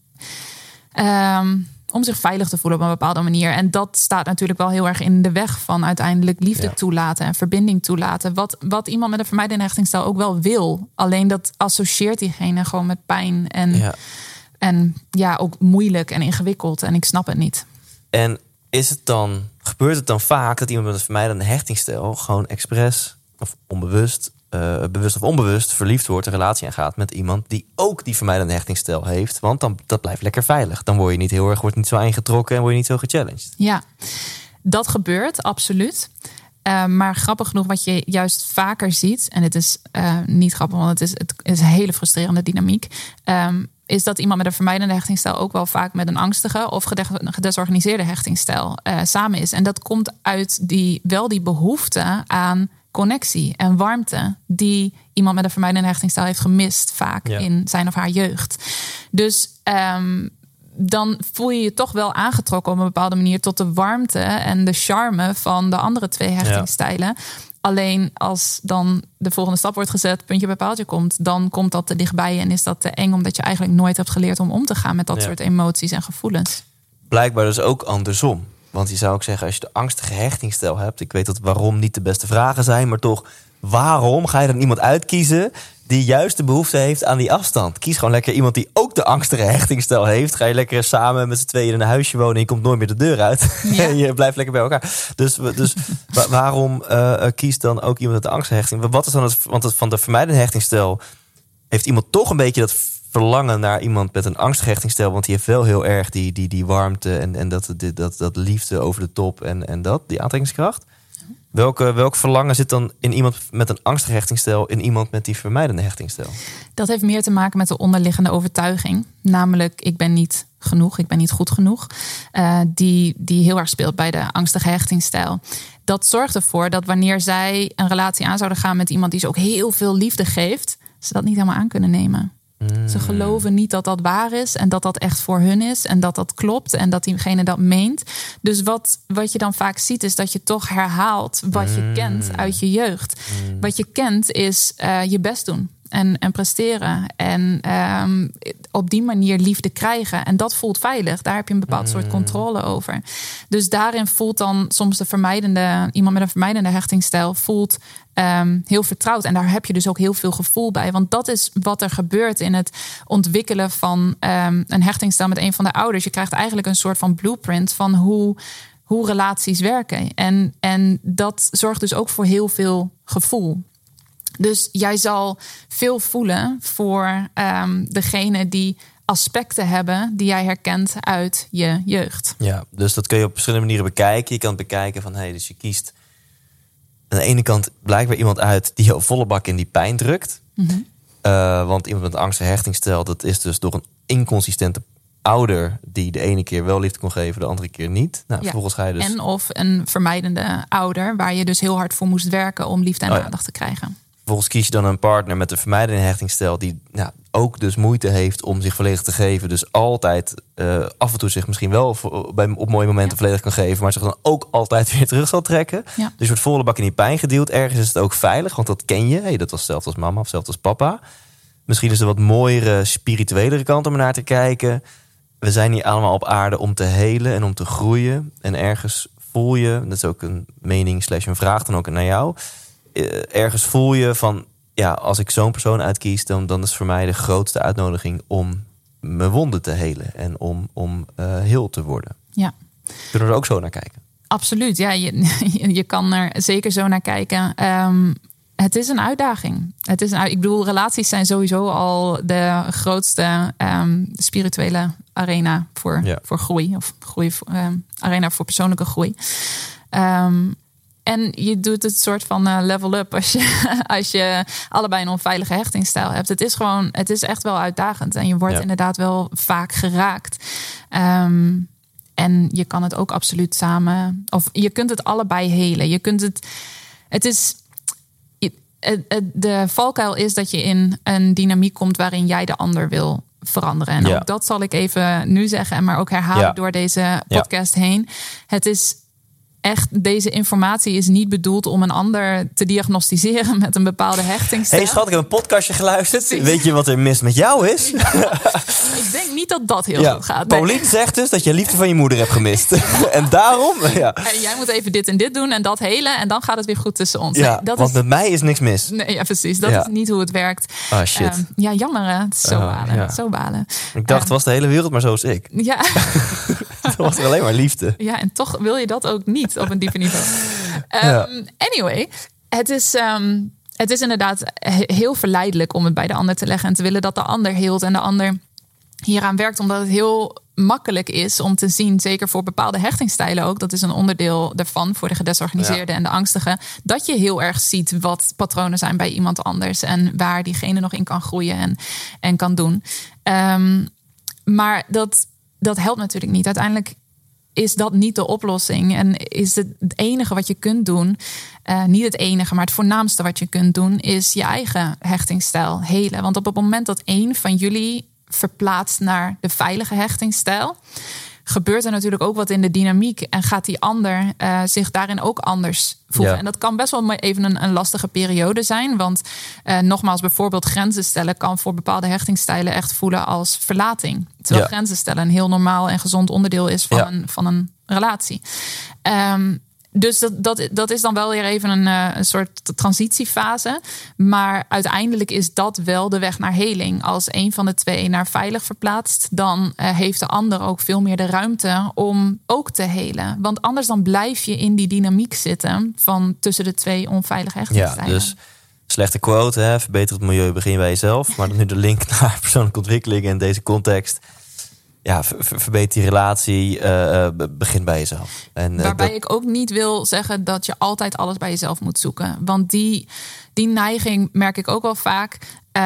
um, om zich veilig te voelen op een bepaalde manier. En dat staat natuurlijk wel heel erg in de weg van uiteindelijk liefde ja. toelaten en verbinding toelaten. Wat, wat iemand met een vermijdende hechtingsstijl ook wel wil. Alleen dat associeert diegene gewoon met pijn. En ja, en ja ook moeilijk en ingewikkeld. En ik snap het niet. En is het dan, gebeurt het dan vaak dat iemand met een vermijdende hechtingsstijl gewoon expres of onbewust uh, bewust of onbewust verliefd wordt, een relatie aangaat met iemand die ook die vermijdende hechtingsstijl heeft. Want dan dat blijft lekker veilig. Dan word je niet heel erg, wordt niet zo ingetrokken en word je niet zo gechallenged. Ja, dat gebeurt absoluut. Uh, maar grappig genoeg, wat je juist vaker ziet, en het is uh, niet grappig, want het is, het is een hele frustrerende dynamiek. Um, is dat iemand met een vermijdende hechtingsstijl ook wel vaak met een angstige of gedesorganiseerde hechtingsstijl uh, samen is. En dat komt uit die, wel die behoefte aan connectie en warmte die iemand met een vermijdende hechtingsstijl heeft gemist vaak ja. in zijn of haar jeugd. Dus um, dan voel je je toch wel aangetrokken op een bepaalde manier tot de warmte en de charme van de andere twee hechtingsstijlen. Ja. Alleen als dan de volgende stap wordt gezet, puntje bij paaltje komt, dan komt dat te dichtbij en is dat te eng, omdat je eigenlijk nooit hebt geleerd om om te gaan met dat ja. soort emoties en gevoelens. Blijkbaar dus ook andersom. Want je zou ook zeggen, als je de angstige hechtingsstijl hebt, ik weet dat waarom niet de beste vragen zijn, maar toch, waarom ga je dan iemand uitkiezen die juist de behoefte heeft aan die afstand? Kies gewoon lekker iemand die ook de angstige hechtingsstijl heeft. Ga je lekker samen met z'n tweeën in een huisje wonen en je komt nooit meer de deur uit. Ja. Je blijft lekker bij elkaar. Dus, dus waarom uh, kiest dan ook iemand met de angstige hechting? Wat is dan het, want het, van de vermijdende hechtingsstijl heeft iemand toch een beetje dat verlangen naar iemand met een angstige hechtingsstijl, want die heeft wel heel erg die, die, die warmte en, en dat, dat, dat, dat liefde over de top en, en dat, die aantrekkingskracht. Welke, welk verlangen zit dan in iemand met een angstige hechtingsstijl in iemand met die vermijdende hechtingsstijl? Dat heeft meer te maken met de onderliggende overtuiging. Namelijk, ik ben niet genoeg, ik ben niet goed genoeg. Uh, die, die heel erg speelt bij de angstige hechtingsstijl. Dat zorgt ervoor dat wanneer zij een relatie aan zouden gaan met iemand die ze ook heel veel liefde geeft, ze dat niet helemaal aan kunnen nemen. Mm. Ze geloven niet dat dat waar is en dat dat echt voor hun is en dat dat klopt en dat diegene dat meent. Dus wat, wat je dan vaak ziet is dat je toch herhaalt wat je mm. kent uit je jeugd. Mm. Wat je kent is uh, je best doen en, en presteren en um, op die manier liefde krijgen. En dat voelt veilig. Daar heb je een bepaald mm. soort controle over. Dus daarin voelt dan soms de vermijdende, iemand met een vermijdende hechtingsstijl voelt Um, heel vertrouwd. En daar heb je dus ook heel veel gevoel bij. Want dat is wat er gebeurt in het ontwikkelen van um, een hechtingsstijl met een van de ouders. Je krijgt eigenlijk een soort van blueprint van hoe, hoe relaties werken. En, en dat zorgt dus ook voor heel veel gevoel. Dus jij zal veel voelen voor um, degene die aspecten hebben die jij herkent uit je jeugd. Ja, dus dat kun je op verschillende manieren bekijken. Je kan het bekijken van, hey, dus je kiest aan de ene kant blijkbaar iemand uit die jou volle bak in die pijn drukt. Mm-hmm. Uh, want iemand met een angstige hechtingsstijl, dat is dus door een inconsistente ouder die de ene keer wel liefde kon geven, de andere keer niet. Nou, ja. vervolgens ga je dus... En of een vermijdende ouder waar je dus heel hard voor moest werken om liefde en oh ja. aandacht te krijgen. Vervolgens kies je dan een partner met een vermijdende hechtingsstijl die nou, ook dus moeite heeft om zich volledig te geven. Dus altijd uh, af en toe zich misschien wel bij, op mooie momenten ja. volledig kan geven, maar zich dan ook altijd weer terug zal trekken. Ja. Dus je wordt volle bak in die pijn gedeeld. Ergens is het ook veilig, want dat ken je. Hey, dat was hetzelfde als mama of hetzelfde als papa. Misschien is er wat mooiere, spirituelere kant om naar te kijken. We zijn hier allemaal op aarde om te helen en om te groeien. En ergens voel je, dat is ook een mening slash een vraag dan ook naar jou. Ergens voel je van, ja, als ik zo'n persoon uitkies, dan, dan is voor mij de grootste uitnodiging om mijn wonden te helen en om, om uh, heel te worden. Ja. Kunnen we er ook zo naar kijken? Absoluut, ja, je, je kan er zeker zo naar kijken. Um, het is een uitdaging. Het is een, ik bedoel, relaties zijn sowieso al de grootste um, spirituele arena voor, ja. voor groei. Of groei, um, arena voor persoonlijke groei. Um, En je doet het soort van uh, level up als je, als je allebei een onveilige hechtingsstijl hebt. Het is gewoon, het is echt wel uitdagend. En je wordt ja. inderdaad wel vaak geraakt. Um, en je kan het ook absoluut samen, of je kunt het allebei helen. Je kunt het, het is, de valkuil is dat je in een dynamiek komt waarin jij de ander wil veranderen. En ja. ook dat zal ik even nu zeggen, maar ook herhalen ja. door deze podcast ja. heen. Het is echt, deze informatie is niet bedoeld om een ander te diagnosticeren met een bepaalde hechtingsstijl. Hé hey, schat, ik heb een podcastje geluisterd. Precies. Weet je wat er mis met jou is? Ja. Ik denk niet dat dat heel ja. goed gaat. Nee. Pauline zegt dus dat je liefde van je moeder hebt gemist. En daarom... Ja. En jij moet even dit en dit doen en dat helen en dan gaat het weer goed tussen ons. Ja, nee, dat want is, met mij is niks mis. Nee, ja, precies. Dat ja. is niet hoe het werkt. Ah, shit. Um, ja, jammer hè. Het is zo uh, balen. Ja. Zo balen. Ik dacht, um, was de hele wereld maar zoals ik. Ja. Dan was er alleen maar liefde. Ja, en toch wil je dat ook niet op een diepe niveau. Um, ja. Anyway, het is... Um, het is inderdaad heel verleidelijk om het bij de ander te leggen en te willen dat de ander heelt en de ander hieraan werkt, omdat het heel makkelijk is om te zien, zeker voor bepaalde hechtingsstijlen ook, dat is een onderdeel daarvan voor de gedesorganiseerde ja. en de angstige, dat je heel erg ziet wat patronen zijn bij iemand anders en waar diegene nog in kan groeien en, en kan doen. Um, maar dat, dat helpt natuurlijk niet. Uiteindelijk is dat niet de oplossing en is het, het enige wat je kunt doen, uh, niet het enige, maar het voornaamste wat je kunt doen, is je eigen hechtingsstijl helen. Want op het moment dat één van jullie verplaatst naar de veilige hechtingsstijl, gebeurt er natuurlijk ook wat in de dynamiek en gaat die ander uh, zich daarin ook anders voelen. Ja. En dat kan best wel even een, een lastige periode zijn, want uh, nogmaals, bijvoorbeeld grenzen stellen kan voor bepaalde hechtingsstijlen echt voelen als verlating. Terwijl ja. grenzen stellen een heel normaal en gezond onderdeel is van, ja. een, van een relatie. Um, Dus dat, dat, dat is dan wel weer even een, uh, een soort transitiefase. Maar uiteindelijk is dat wel de weg naar heling. Als een van de twee naar veilig verplaatst, dan uh, heeft de ander ook veel meer de ruimte om ook te helen. Want anders dan blijf je in die dynamiek zitten van tussen de twee onveilige hechtingsstijlen. Ja, dus slechte quote, hè? Verbeter het milieu, begin bij jezelf. Maar dan nu de link naar persoonlijke ontwikkeling in deze context. Ja, ver, verbeter die relatie, uh, begin bij jezelf. En, uh, Waarbij dat... ik ook niet wil zeggen dat je altijd alles bij jezelf moet zoeken. Want die, die neiging merk ik ook wel vaak.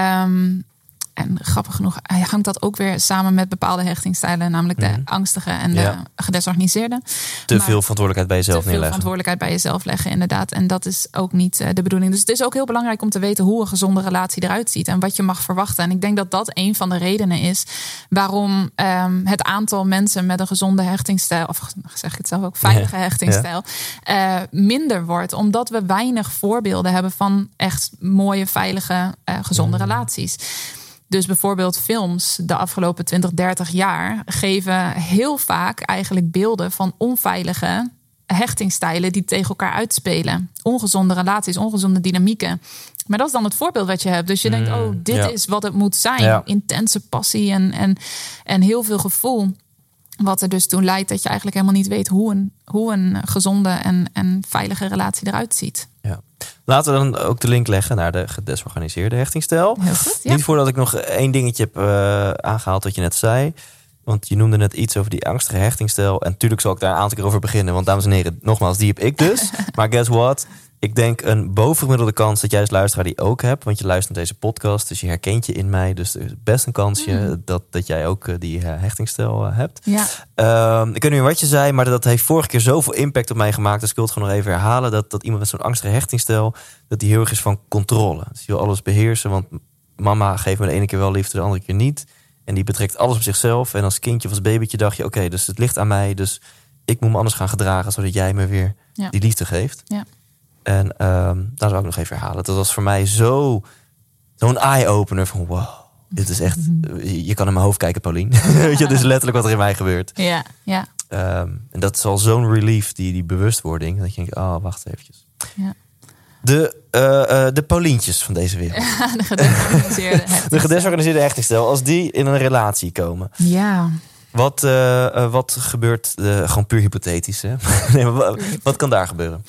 Um, en grappig genoeg hangt dat ook weer samen met bepaalde hechtingsstijlen. Namelijk de mm. angstige en de ja. gedesorganiseerde. Te maar veel verantwoordelijkheid bij jezelf te veel neerleggen. verantwoordelijkheid bij jezelf leggen, inderdaad. En dat is ook niet uh, de bedoeling. Dus het is ook heel belangrijk om te weten hoe een gezonde relatie eruit ziet. En wat je mag verwachten. En ik denk dat dat een van de redenen is waarom um, het aantal mensen met een gezonde hechtingsstijl, of zeg ik het zelf ook, veilige ja. hechtingsstijl, ja. uh, minder wordt. Omdat we weinig voorbeelden hebben van echt mooie, veilige, uh, gezonde mm. relaties. Dus bijvoorbeeld films de afgelopen twintig, dertig jaar geven heel vaak eigenlijk beelden van onveilige hechtingsstijlen die tegen elkaar uitspelen. Ongezonde relaties, ongezonde dynamieken. Maar dat is dan het voorbeeld wat je hebt. Dus je mm, denkt, oh, dit ja. is wat het moet zijn. Ja. Intense passie en, en, en heel veel gevoel. Wat er dus toe leidt dat je eigenlijk helemaal niet weet hoe een, hoe een gezonde en, en veilige relatie eruit ziet. Ja. Laten we dan ook de link leggen naar de gedesorganiseerde hechtingsstijl. Heel goed, ja. Niet voordat ik nog één dingetje heb uh, aangehaald wat je net zei. Want je noemde net iets over die angstige hechtingsstijl. En natuurlijk zal ik daar een aantal keer over beginnen. Want dames en heren, nogmaals, die heb ik dus. Maar guess what? Ik denk een bovengemiddelde kans dat jij als luisteraar die ook hebt. Want je luistert naar deze podcast, dus je herkent je in mij. Dus er is best een kansje mm. dat, dat jij ook uh, die uh, hechtingsstijl uh, hebt. Ja. Uh, ik weet niet meer wat je zei, maar dat heeft vorige keer zoveel impact op mij gemaakt. Dus ik wil het gewoon nog even herhalen. Dat, dat iemand met zo'n angstige hechtingsstijl, dat die heel erg is van controle. Dus die wil alles beheersen, want mama geeft me de ene keer wel liefde, de andere keer niet. En die betrekt alles op zichzelf. En als kindje of als babytje dacht je, oké, okay, dus het ligt aan mij. Dus ik moet me anders gaan gedragen, zodat jij me weer ja. die liefde geeft. Ja. En um, daar zou ik nog even herhalen. Dat was voor mij zo zo'n eye-opener van wow, dit is echt. Je kan in mijn hoofd kijken, Paulien. Weet je, dit is letterlijk wat er in mij gebeurt. Ja, ja. Um, en dat is al zo'n relief, die, die bewustwording. Dat je denkt, oh, wacht eventjes. Ja. De, uh, uh, de Paulientjes van deze wereld. Ja, de gedesorganiseerde hechtingsstijl. De gedesorganiseerde hechtingsstijl, als die in een relatie komen. Ja. Wat, uh, uh, wat gebeurt, uh, gewoon puur hypothetisch, hè? Nee, maar wat, wat kan daar gebeuren?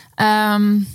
Um,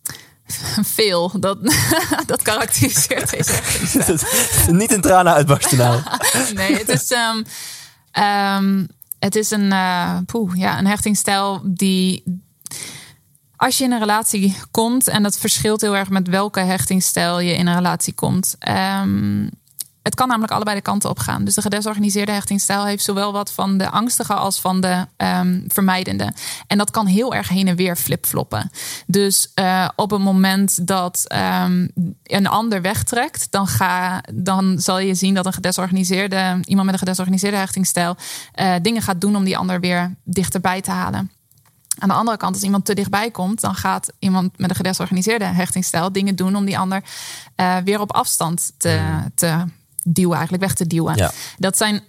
veel. Dat, dat karakteriseert deze hechtingsstijl. Niet in tranen uitbarsten nou. Nee, het is, um, um, het is een, uh, poeh, ja, een hechtingsstijl die, als je in een relatie komt, en dat verschilt heel erg met welke hechtingsstijl je in een relatie komt. Um, Het kan namelijk allebei de kanten op gaan. Dus de gedesorganiseerde hechtingsstijl heeft zowel wat van de angstige als van de um, vermijdende. En dat kan heel erg heen en weer flipfloppen. Dus uh, op het moment dat um, een ander wegtrekt, dan, ga, dan zal je zien dat een gedesorganiseerde, iemand met een gedesorganiseerde hechtingsstijl uh, dingen gaat doen om die ander weer dichterbij te halen. Aan de andere kant, als iemand te dichtbij komt, dan gaat iemand met een gedesorganiseerde hechtingsstijl dingen doen om die ander uh, weer op afstand te, te duwen, eigenlijk weg te duwen. Ja. Dat zijn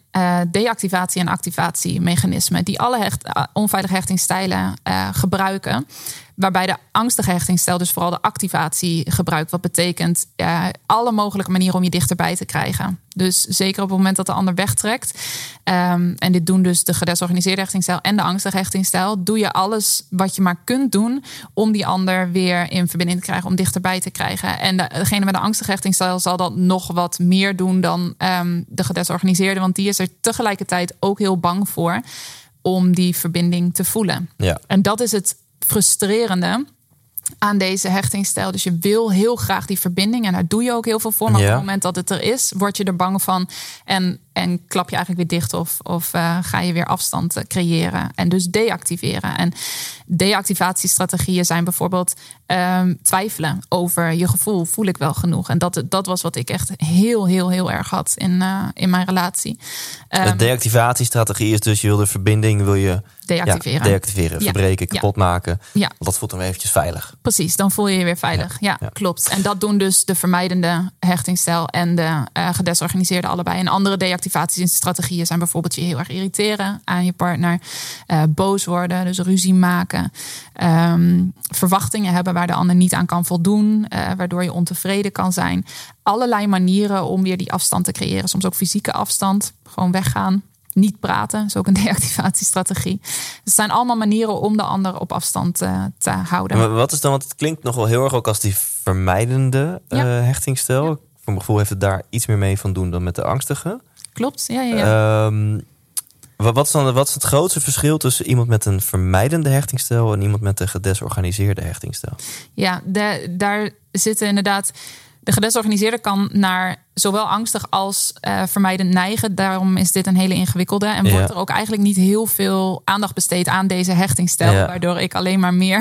uh, deactivatie- en activatiemechanismen die alle hecht, uh, onveilige hechtingsstijlen uh, gebruiken. Waarbij de angstige hechtingsstijl dus vooral de activatie gebruikt. Wat betekent uh, alle mogelijke manieren om je dichterbij te krijgen. Dus zeker op het moment dat de ander wegtrekt. Um, en dit doen dus de gedesorganiseerde hechtingsstijl en de angstige hechtingsstijl. Doe je alles wat je maar kunt doen om die ander weer in verbinding te krijgen. Om dichterbij te krijgen. En de, degene met de angstige hechtingsstijl zal dat nog wat meer doen dan um, de gedesorganiseerde. Want die is er tegelijkertijd ook heel bang voor om die verbinding te voelen. Ja. En dat is het frustrerende aan deze hechtingsstijl. Dus je wil heel graag die verbinding en daar doe je ook heel veel voor. Maar ja. op het moment dat het er is, word je er bang van en, en klap je eigenlijk weer dicht of, of uh, ga je weer afstand creëren en dus deactiveren. En deactivatiestrategieën zijn bijvoorbeeld um, twijfelen over je gevoel. Voel ik wel genoeg? En dat, dat was wat ik echt heel, heel, heel erg had in, uh, in mijn relatie. Um, de deactivatiestrategie is dus je wil de verbinding wil je deactiveren, ja, deactiveren, ja. verbreken, kapot ja. maken. Ja. Want dat voelt dan weer eventjes veilig. Precies, dan voel je je weer veilig. Ja, ja, ja, klopt. En dat doen dus de vermijdende hechtingsstijl en de uh, gedesorganiseerde allebei. En andere deactivatiestrategieën zijn bijvoorbeeld je heel erg irriteren aan je partner, uh, boos worden, dus ruzie maken, um, verwachtingen hebben waar de ander niet aan kan voldoen, uh, waardoor je ontevreden kan zijn. Allerlei manieren om weer die afstand te creëren. Soms ook fysieke afstand, gewoon weggaan. Niet praten, is ook een deactivatiestrategie. Het zijn allemaal manieren om de ander op afstand uh, te houden. Maar wat is dan, want het klinkt nog wel heel erg ook als die vermijdende uh, ja. hechtingsstijl. Ja. Voor mijn gevoel heeft het daar iets meer mee van doen dan met de angstige. Klopt, ja, ja, ja. Um, wat, is dan, wat is het grootste verschil tussen iemand met een vermijdende hechtingsstijl en iemand met een gedesorganiseerde hechtingsstijl? Ja, de, daar zitten inderdaad. De gedesorganiseerde kan naar zowel angstig als uh, vermijdend neigen. Daarom is dit een hele ingewikkelde. En wordt ja. er ook eigenlijk niet heel veel aandacht besteed aan deze hechtingsstijl. Ja. Waardoor ik alleen maar meer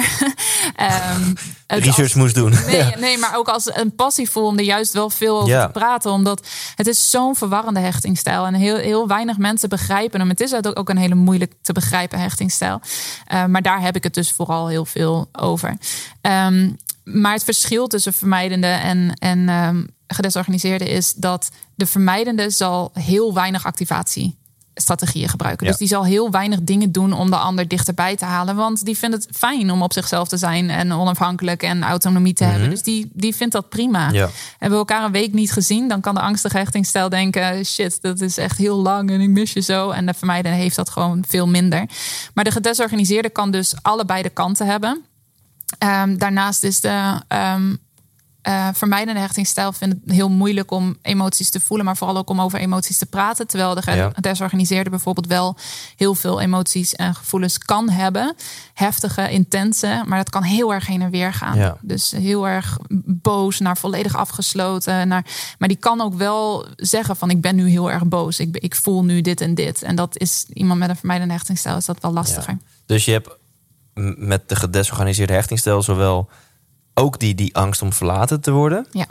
um, research als, moest doen. Nee, ja. nee, maar ook als een passie voel om er juist wel veel over ja. te praten. Omdat het is zo'n verwarrende hechtingsstijl. En heel, heel weinig mensen begrijpen hem. Het is ook een hele moeilijk te begrijpen hechtingsstijl. Uh, maar daar heb ik het dus vooral heel veel over. Um, Maar het verschil tussen vermijdende en, en um, gedesorganiseerde is dat de vermijdende zal heel weinig activatiestrategieën gebruiken. Ja. Dus die zal heel weinig dingen doen om de ander dichterbij te halen. Want die vindt het fijn om op zichzelf te zijn en onafhankelijk en autonomie te mm-hmm. hebben. Dus die, die vindt dat prima. Ja. Hebben we elkaar een week niet gezien, dan kan de angstige hechtingsstijl denken, shit, dat is echt heel lang en ik mis je zo. En de vermijdende heeft dat gewoon veel minder. Maar de gedesorganiseerde kan dus allebei de kanten hebben. Um, daarnaast is de um, uh, vermijdende hechtingsstijl vindt het heel moeilijk om emoties te voelen, maar vooral ook om over emoties te praten. Terwijl de gedesorganiseerde bijvoorbeeld wel heel veel emoties en gevoelens kan hebben. Heftige, intense, maar dat kan heel erg heen en weer gaan. Ja. Dus heel erg boos naar volledig afgesloten. Naar, maar die kan ook wel zeggen van ik ben nu heel erg boos. Ik, ik voel nu dit en dit. En dat is iemand met een vermijdende hechtingsstijl is dat wel lastiger. Ja. Dus je hebt met de gedesorganiseerde hechtingsstijl zowel ook die, die angst om verlaten te worden. Ja.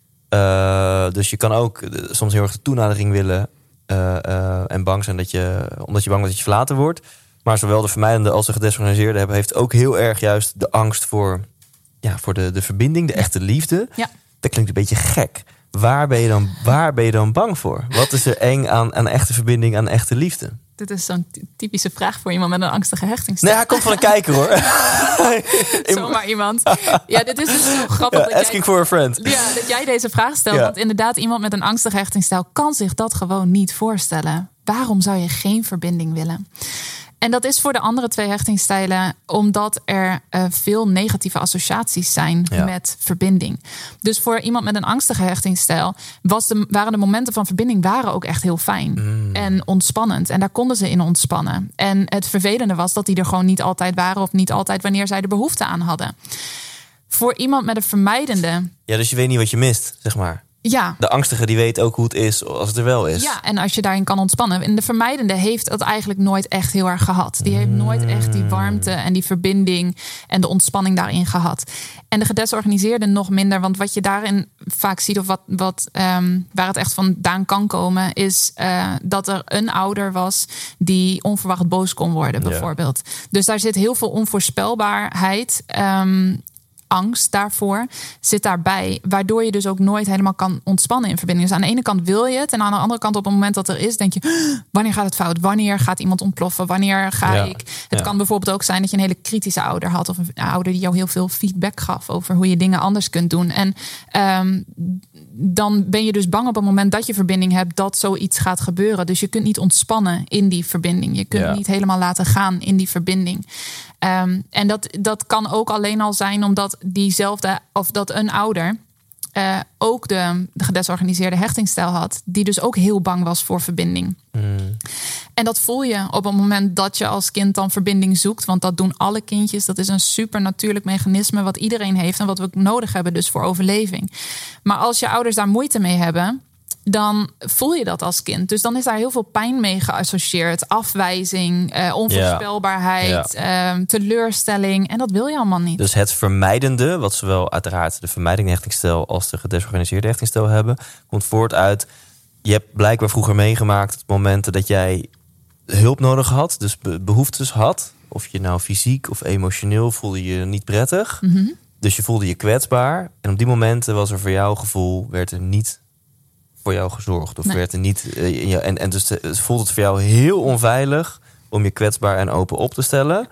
Uh, dus je kan ook soms heel erg de toenadering willen uh, uh, en bang zijn dat je, omdat je bang bent dat je verlaten wordt. Maar zowel de vermijdende als de gedesorganiseerde hebben, heeft ook heel erg juist de angst voor, ja, voor de, de verbinding, de ja. echte liefde. Ja. Dat klinkt een beetje gek. Waar ben je dan, waar ben je dan bang voor? Wat is er eng aan, aan echte verbinding, aan echte liefde? Dit is zo'n typische vraag voor iemand met een angstige hechtingsstijl. Nee, hij komt van een kijker hoor. Zomaar iemand. Ja, dit is dus zo grappig. Ja, dat asking jij, for a friend. Ja, dat jij deze vraag stelt. Ja. Want inderdaad, iemand met een angstige hechtingsstijl kan zich dat gewoon niet voorstellen. Waarom zou je geen verbinding willen? En dat is voor de andere twee hechtingsstijlen omdat er uh, veel negatieve associaties zijn ja. met verbinding. Dus voor iemand met een angstige hechtingsstijl was de, waren de momenten van verbinding waren ook echt heel fijn mm. en ontspannend. En daar konden ze in ontspannen. En het vervelende was dat die er gewoon niet altijd waren of niet altijd wanneer zij de behoefte aan hadden. Voor iemand met een vermijdende... Ja, dus je weet niet wat je mist, zeg maar. Ja. De angstige die weet ook hoe het is als het er wel is. Ja, en als je daarin kan ontspannen. En de vermijdende heeft dat eigenlijk nooit echt heel erg gehad. Die heeft nooit echt die warmte en die verbinding en de ontspanning daarin gehad. En de gedesorganiseerde nog minder. Want wat je daarin vaak ziet of wat, wat, um, waar het echt vandaan kan komen, is uh, dat er een ouder was die onverwacht boos kon worden bijvoorbeeld. Ja. Dus daar zit heel veel onvoorspelbaarheid. Um, angst daarvoor zit daarbij. Waardoor je dus ook nooit helemaal kan ontspannen in verbinding. Dus aan de ene kant wil je het. En aan de andere kant op het moment dat er is, denk je, wanneer gaat het fout? Wanneer gaat iemand ontploffen? Wanneer ga ja. ik? Het ja. kan bijvoorbeeld ook zijn dat je een hele kritische ouder had. Of een ouder die jou heel veel feedback gaf over hoe je dingen anders kunt doen. En um, dan ben je dus bang op het moment dat je verbinding hebt dat zoiets gaat gebeuren. Dus je kunt niet ontspannen in die verbinding. Je kunt ja. niet helemaal laten gaan in die verbinding. Um, en dat, dat kan ook alleen al zijn omdat diezelfde, of dat een ouder uh, ook de, de gedesorganiseerde hechtingsstijl had, die dus ook heel bang was voor verbinding. Mm. En dat voel je op het moment dat je als kind dan verbinding zoekt, want dat doen alle kindjes. Dat is een super natuurlijk mechanisme wat iedereen heeft en wat we nodig hebben dus voor overleving. Maar als je ouders daar moeite mee hebben, dan voel je dat als kind. Dus dan is daar heel veel pijn mee geassocieerd. Afwijzing, uh, onvoorspelbaarheid, ja. Ja. Uh, teleurstelling. En dat wil je allemaal niet. Dus het vermijdende, wat zowel uiteraard de vermijding hechtingsstijl als de gedesorganiseerde hechtingsstijl hebben, komt voort uit, je hebt blijkbaar vroeger meegemaakt op momenten dat jij hulp nodig had, dus behoeftes had. Of je nou fysiek of emotioneel voelde je niet prettig. Mm-hmm. Dus je voelde je kwetsbaar. En op die momenten was er voor jouw gevoel, werd er niet voor jou gezorgd. Of nee. werd er niet. Uh, in je, en, en dus het voelt het voor jou heel onveilig om je kwetsbaar en open op te stellen.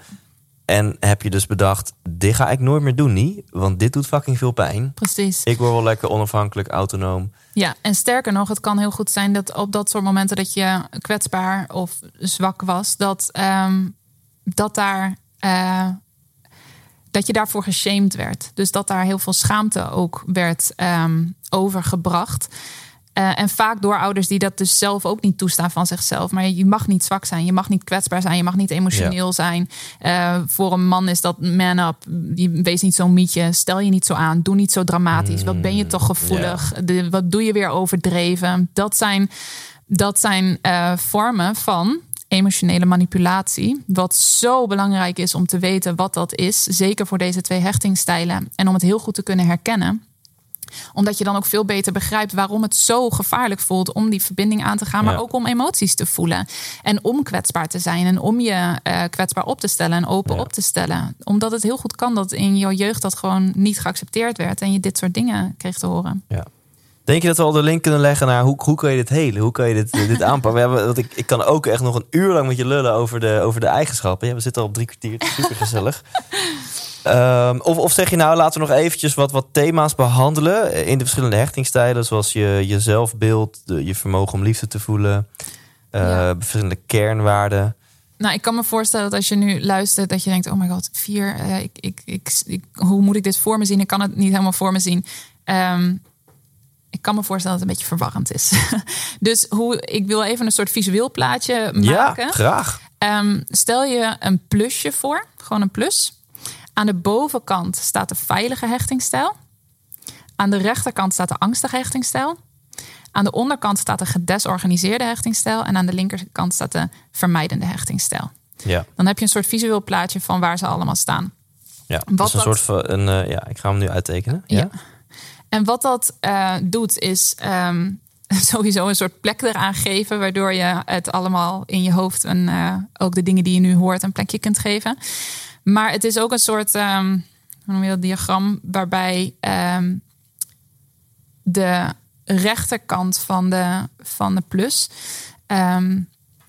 En heb je dus bedacht, dit ga ik nooit meer doen, niet? Want dit doet fucking veel pijn. Precies. Ik word wel lekker onafhankelijk, autonoom. Ja, en sterker nog, het kan heel goed zijn dat op dat soort momenten dat je kwetsbaar of zwak was, dat, um, dat daar uh, dat je daarvoor geshamed werd. Dus dat daar heel veel schaamte ook werd um, overgebracht. Uh, en vaak door ouders die dat dus zelf ook niet toestaan van zichzelf. Maar je mag niet zwak zijn, je mag niet kwetsbaar zijn, je mag niet emotioneel ja. zijn. Uh, voor een man is dat man up. Wees niet zo'n mietje, stel je niet zo aan, doe niet zo dramatisch. Mm, wat ben je toch gevoelig? Ja. De, wat doe je weer overdreven? Dat zijn, dat zijn uh, vormen van emotionele manipulatie. Wat zo belangrijk is om te weten wat dat is. Zeker voor deze twee hechtingsstijlen. En om het heel goed te kunnen herkennen. Omdat je dan ook veel beter begrijpt waarom het zo gevaarlijk voelt om die verbinding aan te gaan. Maar ja. ook om emoties te voelen. En om kwetsbaar te zijn. En om je uh, kwetsbaar op te stellen en open ja. op te stellen. Omdat het heel goed kan dat in jouw jeugd dat gewoon niet geaccepteerd werd. En je dit soort dingen kreeg te horen. Ja. Denk je dat we al de link kunnen leggen naar hoe, hoe kan je dit helen? Hoe kan je dit, dit aanpakken? We hebben, want ik, ik kan ook echt nog een uur lang met je lullen over de, over de eigenschappen. Ja, we zitten al op drie kwartier. Super gezellig. Um, of, of zeg je nou, laten we nog eventjes wat, wat thema's behandelen in de verschillende hechtingsstijlen, zoals je, je zelfbeeld, de, je vermogen om liefde te voelen, uh, ja. verschillende kernwaarden. Nou, ik kan me voorstellen dat als je nu luistert, dat je denkt, oh my god, vier, uh, ik, ik, ik, ik, hoe moet ik dit voor me zien? Ik kan het niet helemaal voor me zien. Um, ik kan me voorstellen dat het een beetje verwarrend is. Dus hoe, ik wil even een soort visueel plaatje maken. Ja, graag. Um, stel je een plusje voor, gewoon een plus. Aan de bovenkant staat de veilige hechtingsstijl. Aan de rechterkant staat de angstige hechtingsstijl. Aan de onderkant staat de gedesorganiseerde hechtingsstijl. En aan de linkerkant staat de vermijdende hechtingsstijl. Ja. Dan heb je een soort visueel plaatje van waar ze allemaal staan. Ja, wat dat is een dat... soort van een. Uh, ja, ik ga hem nu uittekenen. Ja. ja. En wat dat uh, doet is um, sowieso een soort plek eraan geven, waardoor je het allemaal in je hoofd en uh, ook de dingen die je nu hoort een plekje kunt geven. Maar het is ook een soort um, hoe noem je dat, diagram waarbij um, de rechterkant van de, van de plus um,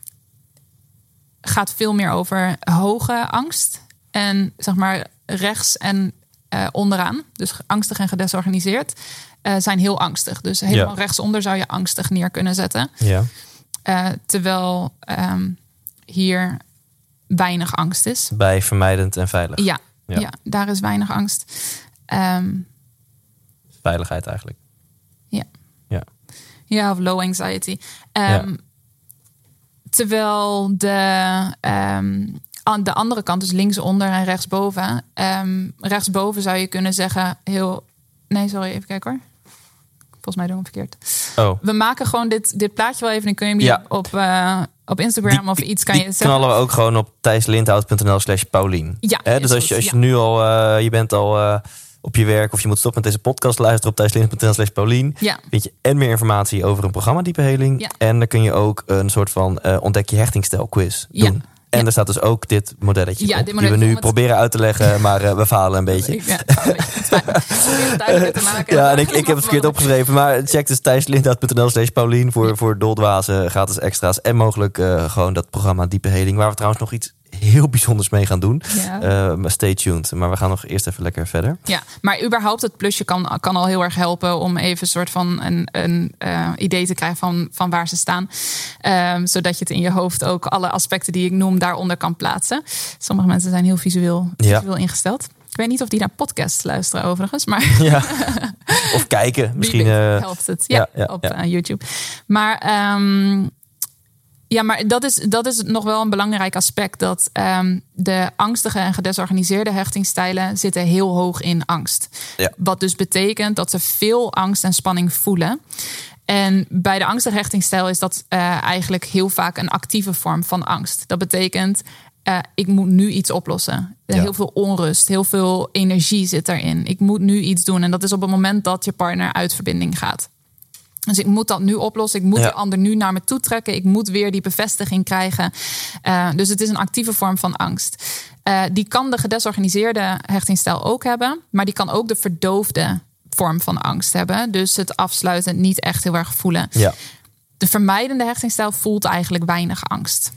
gaat veel meer over hoge angst. En zeg maar rechts en uh, onderaan, dus angstig en gedesorganiseerd, uh, zijn heel angstig. Dus helemaal ja. rechtsonder zou je angstig neer kunnen zetten. Ja. Uh, terwijl um, hier weinig angst is. Bij vermijdend en veilig. Ja, ja. ja daar is weinig angst. Um, Veiligheid eigenlijk. Ja. Ja, ja of low anxiety. Um, ja. Terwijl de, um, aan de andere kant, dus linksonder en rechtsboven. Um, rechtsboven zou je kunnen zeggen heel... Nee, sorry, even kijken hoor. Volgens mij doen we het verkeerd. Oh. We maken gewoon dit, dit plaatje wel even. Dan kun je hem ja. op... Uh, Op Instagram die, of iets kan die je zeggen. knallen we ook gewoon op thijslindhout.nl slash Paulien. Ja, He, dus als je, als je ja. nu al, uh, je bent al uh, op je werk of je moet stoppen met deze podcast, luisteren op thijslindhout.nl slash Paulien. Ja. Vind je en meer informatie over een programma Diepe Heling. Ja. En dan kun je ook een soort van uh, ontdek je hechtingsstijl quiz doen. Ja. En ja. er staat dus ook dit modelletje ja, op, dit modelletje die we nu het... proberen uit te leggen, maar uh, we falen een beetje. Ja, een beetje. te maken. Ja, en ik, ik heb het verkeerd opgeschreven. Maar check dus thijslindaat punt n l slash Paulien voor, ja. voor doldwazen, gratis extra's. En mogelijk uh, gewoon dat programma Diepe Heling, waar we trouwens nog iets heel bijzonders mee gaan doen. Ja. Uh, stay tuned. Maar we gaan nog eerst even lekker verder. Ja, maar überhaupt het plusje kan, kan al heel erg helpen om even een soort van een, een uh, idee te krijgen van, van waar ze staan. Um, zodat je het in je hoofd ook alle aspecten die ik noem daaronder kan plaatsen. Sommige mensen zijn heel visueel, visueel ja. ingesteld. Ik weet niet of die naar podcasts luisteren overigens. Maar ja. Of kijken. Misschien uh... helpt het. Ja, ja, ja op ja. Uh, YouTube. Maar... Um, Ja, maar dat is, dat is nog wel een belangrijk aspect. Dat um, de angstige en gedesorganiseerde hechtingsstijlen zitten heel hoog in angst. Ja. Wat dus betekent dat ze veel angst en spanning voelen. En bij de angstige hechtingsstijl is dat uh, eigenlijk heel vaak een actieve vorm van angst. Dat betekent, uh, ik moet nu iets oplossen. Ja. Heel veel onrust, heel veel energie zit erin. Ik moet nu iets doen. En dat is op het moment dat je partner uit verbinding gaat. Dus ik moet dat nu oplossen. Ik moet ja. de ander nu naar me toe trekken. Ik moet weer die bevestiging krijgen. Uh, dus het is een actieve vorm van angst. Uh, die kan de gedesorganiseerde hechtingsstijl ook hebben. Maar die kan ook de verdoofde vorm van angst hebben. Dus het afsluiten, niet echt heel erg voelen. Ja. De vermijdende hechtingsstijl voelt eigenlijk weinig angst.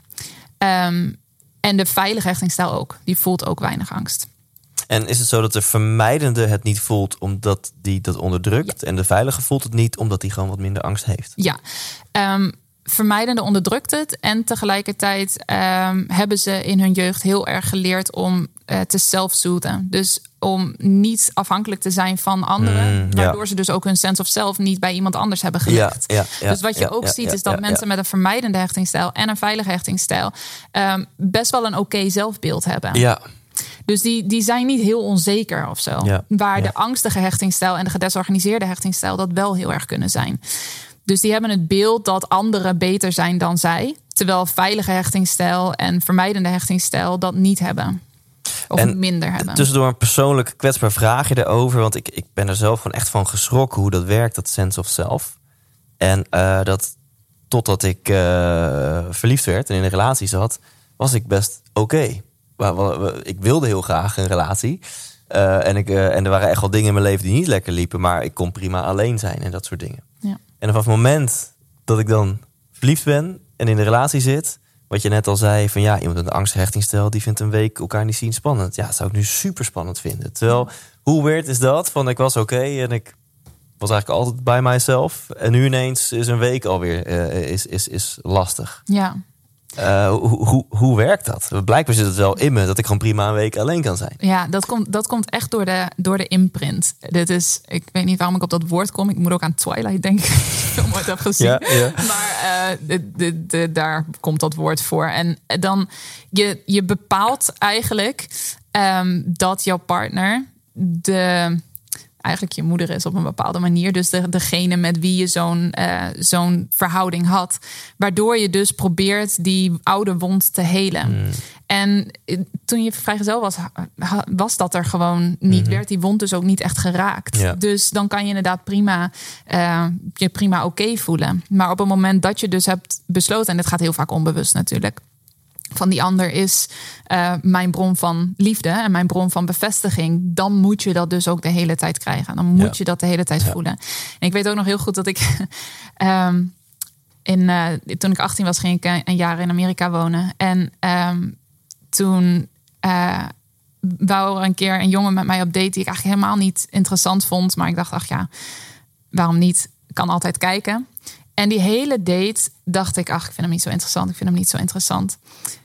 Um, en de veilige hechtingsstijl ook. Die voelt ook weinig angst. En is het zo dat de vermijdende het niet voelt omdat die dat onderdrukt? Ja. En de veilige voelt het niet omdat die gewoon wat minder angst heeft? Ja, um, vermijdende onderdrukt het. En tegelijkertijd um, hebben ze in hun jeugd heel erg geleerd om uh, te self-soothen. Dus om niet afhankelijk te zijn van anderen. Mm, waardoor ja. ze dus ook hun sense of self niet bij iemand anders hebben gelegd. Ja, ja, ja, dus wat je ja, ook ja, ziet ja, is dat ja, mensen ja. met een vermijdende hechtingsstijl en een veilige hechtingsstijl um, best wel een oké zelfbeeld hebben. Ja. Dus die, die zijn niet heel onzeker of zo. Ja, waar ja. de angstige hechtingsstijl en de gedesorganiseerde hechtingsstijl dat wel heel erg kunnen zijn. Dus die hebben het beeld dat anderen beter zijn dan zij. Terwijl veilige hechtingsstijl en vermijdende hechtingsstijl dat niet hebben. Of en minder hebben. Tussendoor een persoonlijk kwetsbaar vraagje erover. Want ik, ik ben er zelf gewoon echt van geschrokken hoe dat werkt, dat sense of self. En uh, dat totdat ik uh, verliefd werd en in een relatie zat, was ik best oké. Okay. Ik wilde heel graag een relatie. Uh, en, ik, uh, en er waren echt wel dingen in mijn leven die niet lekker liepen. Maar ik kon prima alleen zijn en dat soort dingen. Ja. En vanaf het moment dat ik dan verliefd ben en in een relatie zit, wat je net al zei, van ja, iemand met een angsthechtingsstijl die vindt een week elkaar niet zien spannend. Ja, dat zou ik nu super spannend vinden. Terwijl, hoe weird is dat? Van ik was oké okay en ik was eigenlijk altijd bij mijzelf. En nu ineens is een week alweer uh, is, is, is lastig. Ja. Uh, hoe, hoe, hoe werkt dat? Blijkbaar zit het wel in me dat ik gewoon prima een week alleen kan zijn. Ja, dat komt, dat komt echt door de, door de imprint. Dit is, ik weet niet waarom ik op dat woord kom. Ik moet ook aan Twilight denken. Als je film ooit heb gezien. Ja, ja. Maar uh, de, de, de, daar komt dat woord voor. En dan, je, je bepaalt eigenlijk um, dat jouw partner de... eigenlijk je moeder is op een bepaalde manier. Dus de, degene met wie je zo'n, uh, zo'n verhouding had. Waardoor je dus probeert die oude wond te helen. Mm. En toen je vrijgezel was, was dat er gewoon niet. Mm-hmm. Werd die wond dus ook niet echt geraakt. Ja. Dus dan kan je inderdaad prima uh, je prima oké okay voelen. Maar op het moment dat je dus hebt besloten, en dit gaat heel vaak onbewust natuurlijk, van die ander is uh, mijn bron van liefde en mijn bron van bevestiging, dan moet je dat dus ook de hele tijd krijgen. Dan moet ja. je dat de hele tijd ja. voelen. En ik weet ook nog heel goed dat ik um, in, uh, toen ik achttien was, ging ik een jaar in Amerika wonen. En um, toen uh, wou er een keer een jongen met mij op date die ik eigenlijk helemaal niet interessant vond. Maar ik dacht, ach ja, waarom niet? Ik kan altijd kijken. En die hele date dacht ik, ach, ik vind hem niet zo interessant. Ik vind hem niet zo interessant.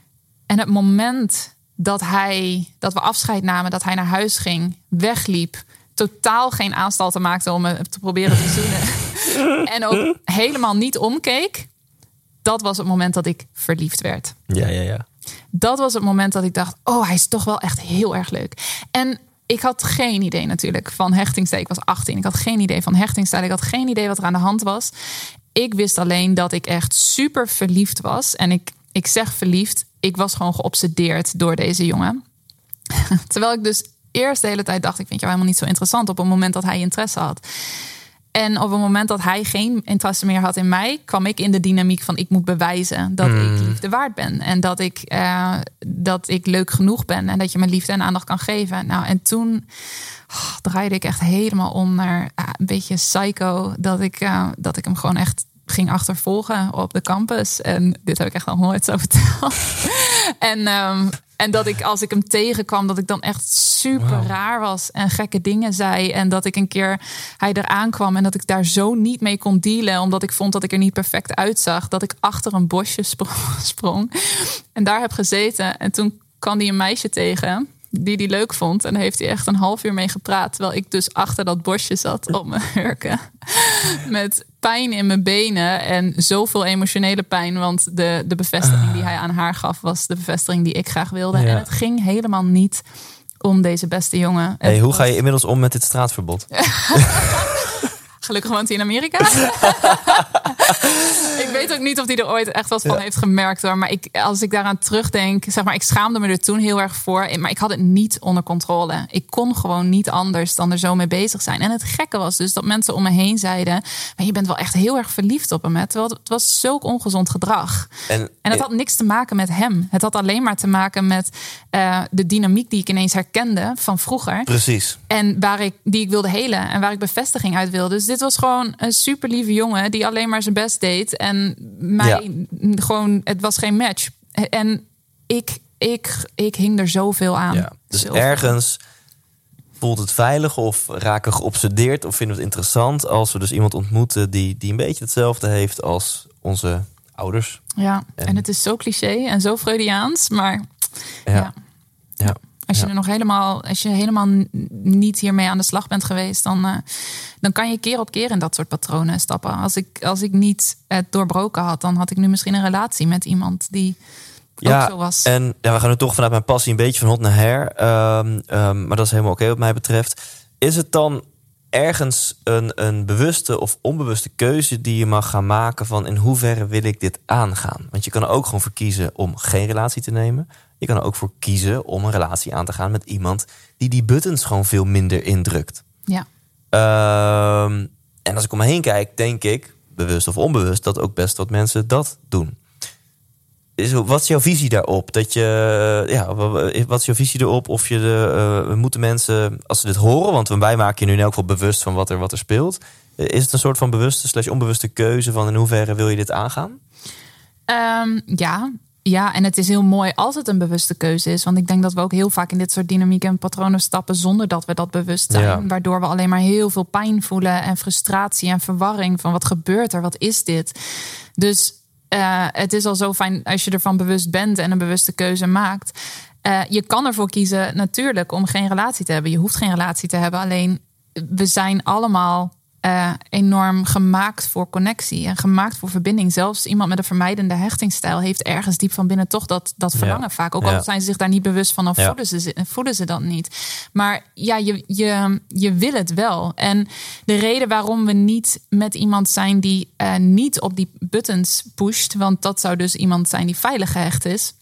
En het moment dat hij, dat we afscheid namen, dat hij naar huis ging, wegliep, totaal geen aanstalten maakte om me te proberen te zoenen. En ook helemaal niet omkeek. Dat was het moment dat ik verliefd werd. Ja, ja, ja. Dat was het moment dat ik dacht, oh, hij is toch wel echt heel erg leuk. En ik had geen idee natuurlijk van hechtingsstijl. Ik was achttien. Ik had geen idee van hechtingsstijl. Ik had geen idee wat er aan de hand was. Ik wist alleen dat ik echt super verliefd was. En ik, ik zeg verliefd. Ik was gewoon geobsedeerd door deze jongen. Terwijl ik dus eerst de hele tijd dacht, ik vind jou helemaal niet zo interessant op het moment dat hij interesse had. En op het moment dat hij geen interesse meer had in mij, kwam ik in de dynamiek van ik moet bewijzen dat mm. ik liefde waard ben. En dat ik, uh, dat ik leuk genoeg ben. En dat je me liefde en aandacht kan geven. Nou, en toen oh, draaide ik echt helemaal om naar uh, een beetje psycho. Dat ik, uh, dat ik hem gewoon echt ging achtervolgen op de campus. En dit heb ik echt nog nooit zo verteld. en... Um, En dat ik, als ik hem tegenkwam, dat ik dan echt super wow. raar was en gekke dingen zei. En dat ik een keer hij eraan kwam en dat ik daar zo niet mee kon dealen. Omdat ik vond dat ik er niet perfect uitzag. Dat ik achter een bosje sprong. En daar heb gezeten. En toen kwam hij een meisje tegen die hij leuk vond. En daar heeft hij echt een half uur mee gepraat. Terwijl ik dus achter dat bosje zat op mijn hurken. Met pijn in mijn benen en zoveel emotionele pijn. Want de, de bevestiging die hij aan haar gaf was de bevestiging die ik graag wilde. Ja. En het ging helemaal niet om deze beste jongen. Hey, hoe was... ga je inmiddels om met dit straatverbod? Gelukkig woont hij in Amerika. Ik weet ook niet of hij er ooit echt wat van ja. heeft gemerkt hoor. Maar ik, als ik daaraan terugdenk, zeg maar, ik schaamde me er toen heel erg voor. Maar ik had het niet onder controle. Ik kon gewoon niet anders dan er zo mee bezig zijn. En het gekke was dus dat mensen om me heen zeiden, maar je bent wel echt heel erg verliefd op hem. Hè? Terwijl het was zulk ongezond gedrag. En, en het had niks te maken met hem. Het had alleen maar te maken met uh, de dynamiek die ik ineens herkende van vroeger. Precies. En waar ik, die ik wilde helen en waar ik bevestiging uit wilde. Dus dit was gewoon een super lieve jongen die alleen maar zijn best deed. En mij ja. gewoon, het was geen match. En ik, ik, ik hing er zoveel aan. Ja, dus zoveel. Ergens voelt het veilig of raken geobsedeerd of vinden we het interessant als we dus iemand ontmoeten die, die een beetje hetzelfde heeft als onze ouders. Ja, en, en het is zo cliché en zo Freudiaans, maar ja. ja. ja. Als je ja. er nog helemaal, als je helemaal niet hiermee aan de slag bent geweest, dan, uh, dan kan je keer op keer in dat soort patronen stappen. Als ik, als ik niet het doorbroken had, dan had ik nu misschien een relatie met iemand die ja, ook zo was. En ja, we gaan nu toch vanuit mijn passie een beetje van hot naar her. Um, um, maar dat is helemaal oké wat mij betreft. Is het dan ergens een, een bewuste of onbewuste keuze die je mag gaan maken van in hoeverre wil ik dit aangaan? Want je kan er ook gewoon voor kiezen om geen relatie te nemen. Je kan er ook voor kiezen om een relatie aan te gaan met iemand die die buttons gewoon veel minder indrukt. Ja. Um, en als ik om me heen kijk, denk ik, bewust of onbewust, dat ook best wat mensen dat doen. Is, wat is jouw visie daarop? Dat je, ja, wat is jouw visie erop? Of je de, uh, moeten mensen, als ze dit horen, want wij maken je nu in elk geval bewust van wat er, wat er speelt. Is het een soort van bewuste slash onbewuste keuze van in hoeverre wil je dit aangaan? Um, ja. Ja, en het is heel mooi als het een bewuste keuze is. Want ik denk dat we ook heel vaak in dit soort dynamieken en patronen stappen zonder dat we dat bewust zijn. Ja. Waardoor we alleen maar heel veel pijn voelen en frustratie en verwarring van wat gebeurt er, wat is dit? Dus uh, het is al zo fijn als je ervan bewust bent en een bewuste keuze maakt. Uh, je kan ervoor kiezen natuurlijk om geen relatie te hebben. Je hoeft geen relatie te hebben. Alleen we zijn allemaal Uh, enorm gemaakt voor connectie en gemaakt voor verbinding. Zelfs iemand met een vermijdende hechtingsstijl heeft ergens diep van binnen toch dat, dat verlangen ja. vaak. Ook al ja. zijn ze zich daar niet bewust van of ja. voelen, ze, voelen ze dat niet. Maar ja, je, je, je wil het wel. En de reden waarom we niet met iemand zijn die uh, niet op die buttons pusht, want dat zou dus iemand zijn die veilig gehecht is,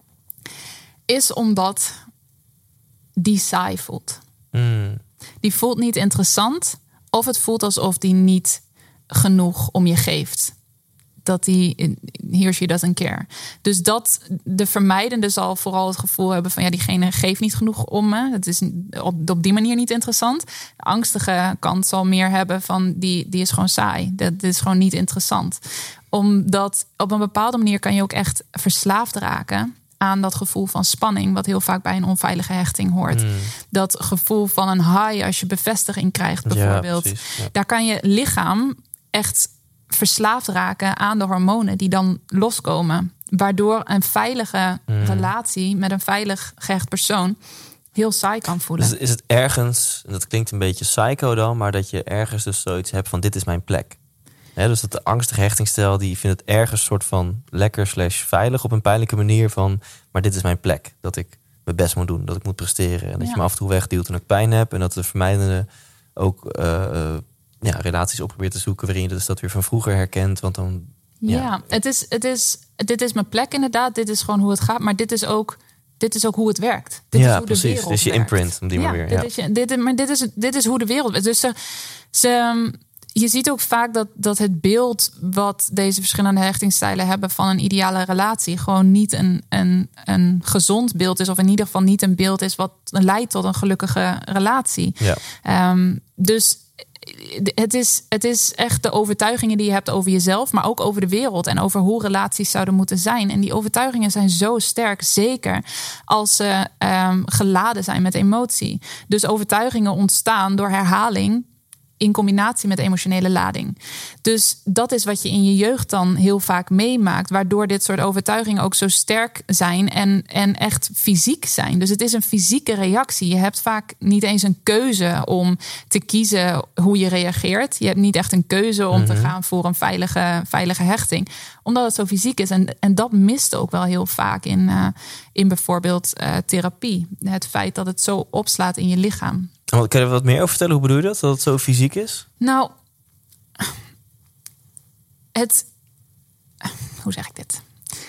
is omdat die saai voelt. Mm. Die voelt niet interessant. Of het voelt alsof die niet genoeg om je geeft. Dat die, he or she doesn't care. Dus dat de vermijdende zal vooral het gevoel hebben van ja, diegene geeft niet genoeg om me. Het is op, op die manier niet interessant. De angstige kant zal meer hebben van die, die is gewoon saai. Dat is gewoon niet interessant. Omdat op een bepaalde manier kan je ook echt verslaafd raken aan dat gevoel van spanning, wat heel vaak bij een onveilige hechting hoort. Mm. Dat gevoel van een high als je bevestiging krijgt, bijvoorbeeld. Ja, precies, ja. Daar kan je lichaam echt verslaafd raken aan de hormonen die dan loskomen. Waardoor een veilige mm. relatie met een veilig gehecht persoon heel saai kan voelen. Dus is het ergens, en dat klinkt een beetje psycho dan, maar dat je ergens dus zoiets hebt van dit is mijn plek. He, dus dat de angstige hechtingsstijl, die vindt het ergens soort van lekker slash veilig op een pijnlijke manier van, maar dit is mijn plek. Dat ik mijn best moet doen, dat ik moet presteren. En dat ja. je me af en toe wegduwt en ik pijn heb. En dat de vermijdende ook uh, uh, ja, relaties op probeert te zoeken waarin je dus dat weer van vroeger herkent. Want dan, ja, ja het is, het is, dit is mijn plek inderdaad. Dit is gewoon hoe het gaat. Maar dit is ook, dit is ook hoe het werkt. Dit ja, is hoe precies. de wereld Dit is je werkt. imprint. Om die ja, maar weer, dit ja. is je, dit, maar dit is, dit is hoe de wereld werkt. Dus ze... ze je ziet ook vaak dat, dat het beeld wat deze verschillende hechtingsstijlen hebben van een ideale relatie gewoon niet een, een, een gezond beeld is. Of in ieder geval niet een beeld is wat leidt tot een gelukkige relatie. Ja. Um, dus het is, het is echt de overtuigingen die je hebt over jezelf, maar ook over de wereld en over hoe relaties zouden moeten zijn. En die overtuigingen zijn zo sterk, zeker als ze um, geladen zijn met emotie. Dus overtuigingen ontstaan door herhaling in combinatie met emotionele lading. Dus dat is wat je in je jeugd dan heel vaak meemaakt, waardoor dit soort overtuigingen ook zo sterk zijn en, en echt fysiek zijn. Dus het is een fysieke reactie. Je hebt vaak niet eens een keuze om te kiezen hoe je reageert. Je hebt niet echt een keuze om mm-hmm. te gaan voor een veilige, veilige hechting, omdat het zo fysiek is. En, en dat mist ook wel heel vaak in, uh, in bijvoorbeeld uh, therapie. Het feit dat het zo opslaat in je lichaam. Kan je er wat meer over vertellen? Hoe bedoel je dat? Dat het zo fysiek is? Nou, het... Hoe zeg ik dit?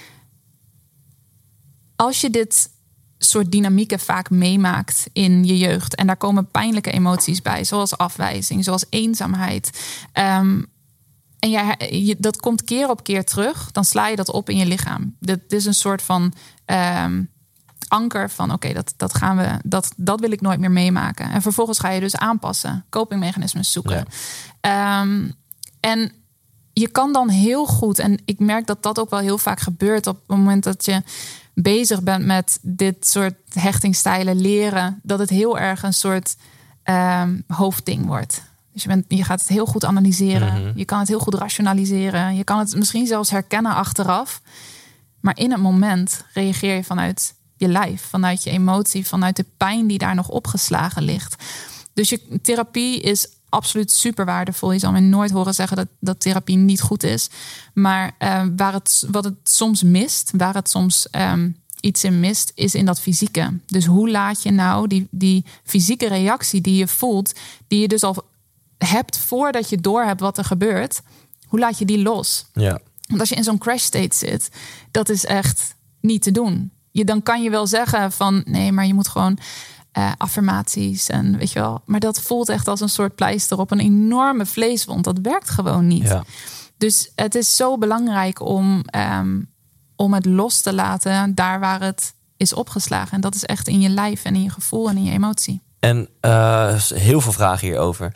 Als je dit soort dynamieken vaak meemaakt in je jeugd, en daar komen pijnlijke emoties bij, zoals afwijzing, zoals eenzaamheid. Um, en ja, je, dat komt keer op keer terug, dan sla je dat op in je lichaam. Dat is een soort van Um, anker van oké, okay, dat, dat gaan we, dat, dat wil ik nooit meer meemaken. En vervolgens ga je dus aanpassen, copingmechanismes zoeken. Ja. Um, en je kan dan heel goed, en ik merk dat dat ook wel heel vaak gebeurt op het moment dat je bezig bent met dit soort hechtingsstijlen leren, dat het heel erg een soort um, hoofdding wordt. Dus je, bent, je gaat het heel goed analyseren. Mm-hmm. Je kan het heel goed rationaliseren. Je kan het misschien zelfs herkennen achteraf. Maar in het moment reageer je vanuit je lijf, vanuit je emotie, vanuit de pijn die daar nog opgeslagen ligt. Dus je therapie is absoluut super waardevol. Je zal mij nooit horen zeggen dat, dat therapie niet goed is. Maar uh, waar het, wat het soms mist, waar het soms um, iets in mist, is in dat fysieke. Dus hoe laat je nou die, die fysieke reactie die je voelt, die je dus al hebt voordat je doorhebt wat er gebeurt, hoe laat je die los? Ja. Want als je in zo'n crash state zit, dat is echt niet te doen. Je, dan kan je wel zeggen van nee, maar je moet gewoon uh, affirmaties en weet je wel. Maar dat voelt echt als een soort pleister op een enorme vleeswond. Dat werkt gewoon niet. Ja. Dus het is zo belangrijk om, um, om het los te laten daar waar het is opgeslagen. En dat is echt in je lijf en in je gevoel en in je emotie. En uh, heel veel vragen hierover.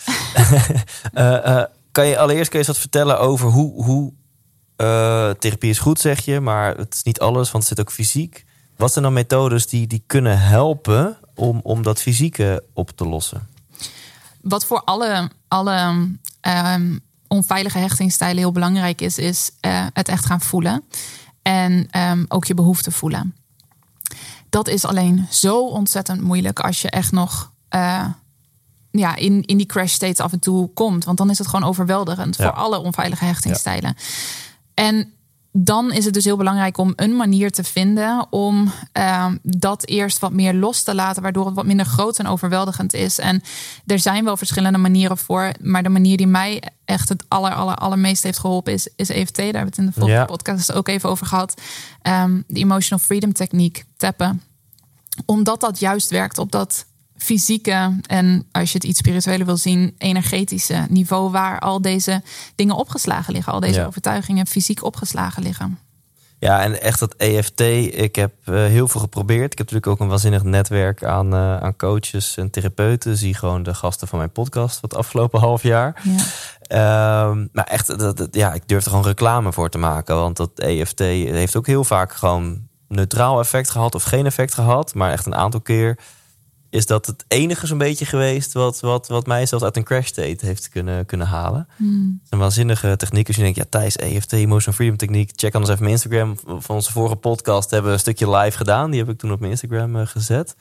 uh, uh, kan je allereerst kun je eens wat vertellen over hoe, hoe uh, therapie is goed, zeg je, maar het is niet alles, want het zit ook fysiek. Wat zijn dan methodes die, die kunnen helpen om, om dat fysieke op te lossen? Wat voor alle, alle um, onveilige hechtingsstijlen heel belangrijk is, is uh, het echt gaan voelen. En um, ook je behoeften voelen. Dat is alleen zo ontzettend moeilijk als je echt nog uh, ja, in, in die crash states af en toe komt. Want dan is het gewoon overweldigend ja. voor alle onveilige hechtingsstijlen. Ja. En dan is het dus heel belangrijk om een manier te vinden om uh, dat eerst wat meer los te laten, waardoor het wat minder groot en overweldigend is. En er zijn wel verschillende manieren voor, maar de manier die mij echt het aller, aller, allermeest heeft geholpen is, is E F T. Daar hebben we het in de vorige ja. podcast ook even over gehad. Um, de Emotional Freedom Techniek, tappen. Omdat dat juist werkt op dat fysieke en, als je het iets spiritueler wil zien, energetische niveau waar al deze dingen opgeslagen liggen. Al deze ja. overtuigingen fysiek opgeslagen liggen. Ja, en echt dat E F T, ik heb uh, heel veel geprobeerd. Ik heb natuurlijk ook een waanzinnig netwerk aan, uh, aan coaches en therapeuten. Zie gewoon de gasten van mijn podcast wat afgelopen half jaar. Ja. Um, maar echt, dat, dat, ja, ik durf er gewoon reclame voor te maken. Want dat E F T heeft ook heel vaak gewoon neutraal effect gehad of geen effect gehad. Maar echt een aantal keer is dat het enige zo'n beetje geweest wat, wat, wat mij zelfs uit een crash state heeft kunnen, kunnen halen. Hmm. Een waanzinnige techniek. Als je denkt, ja, Thijs, E F T, Emotional Freedom Techniek. Check anders even mijn Instagram. Van onze vorige podcast hebben we een stukje live gedaan. Die heb ik toen op mijn Instagram uh, gezet.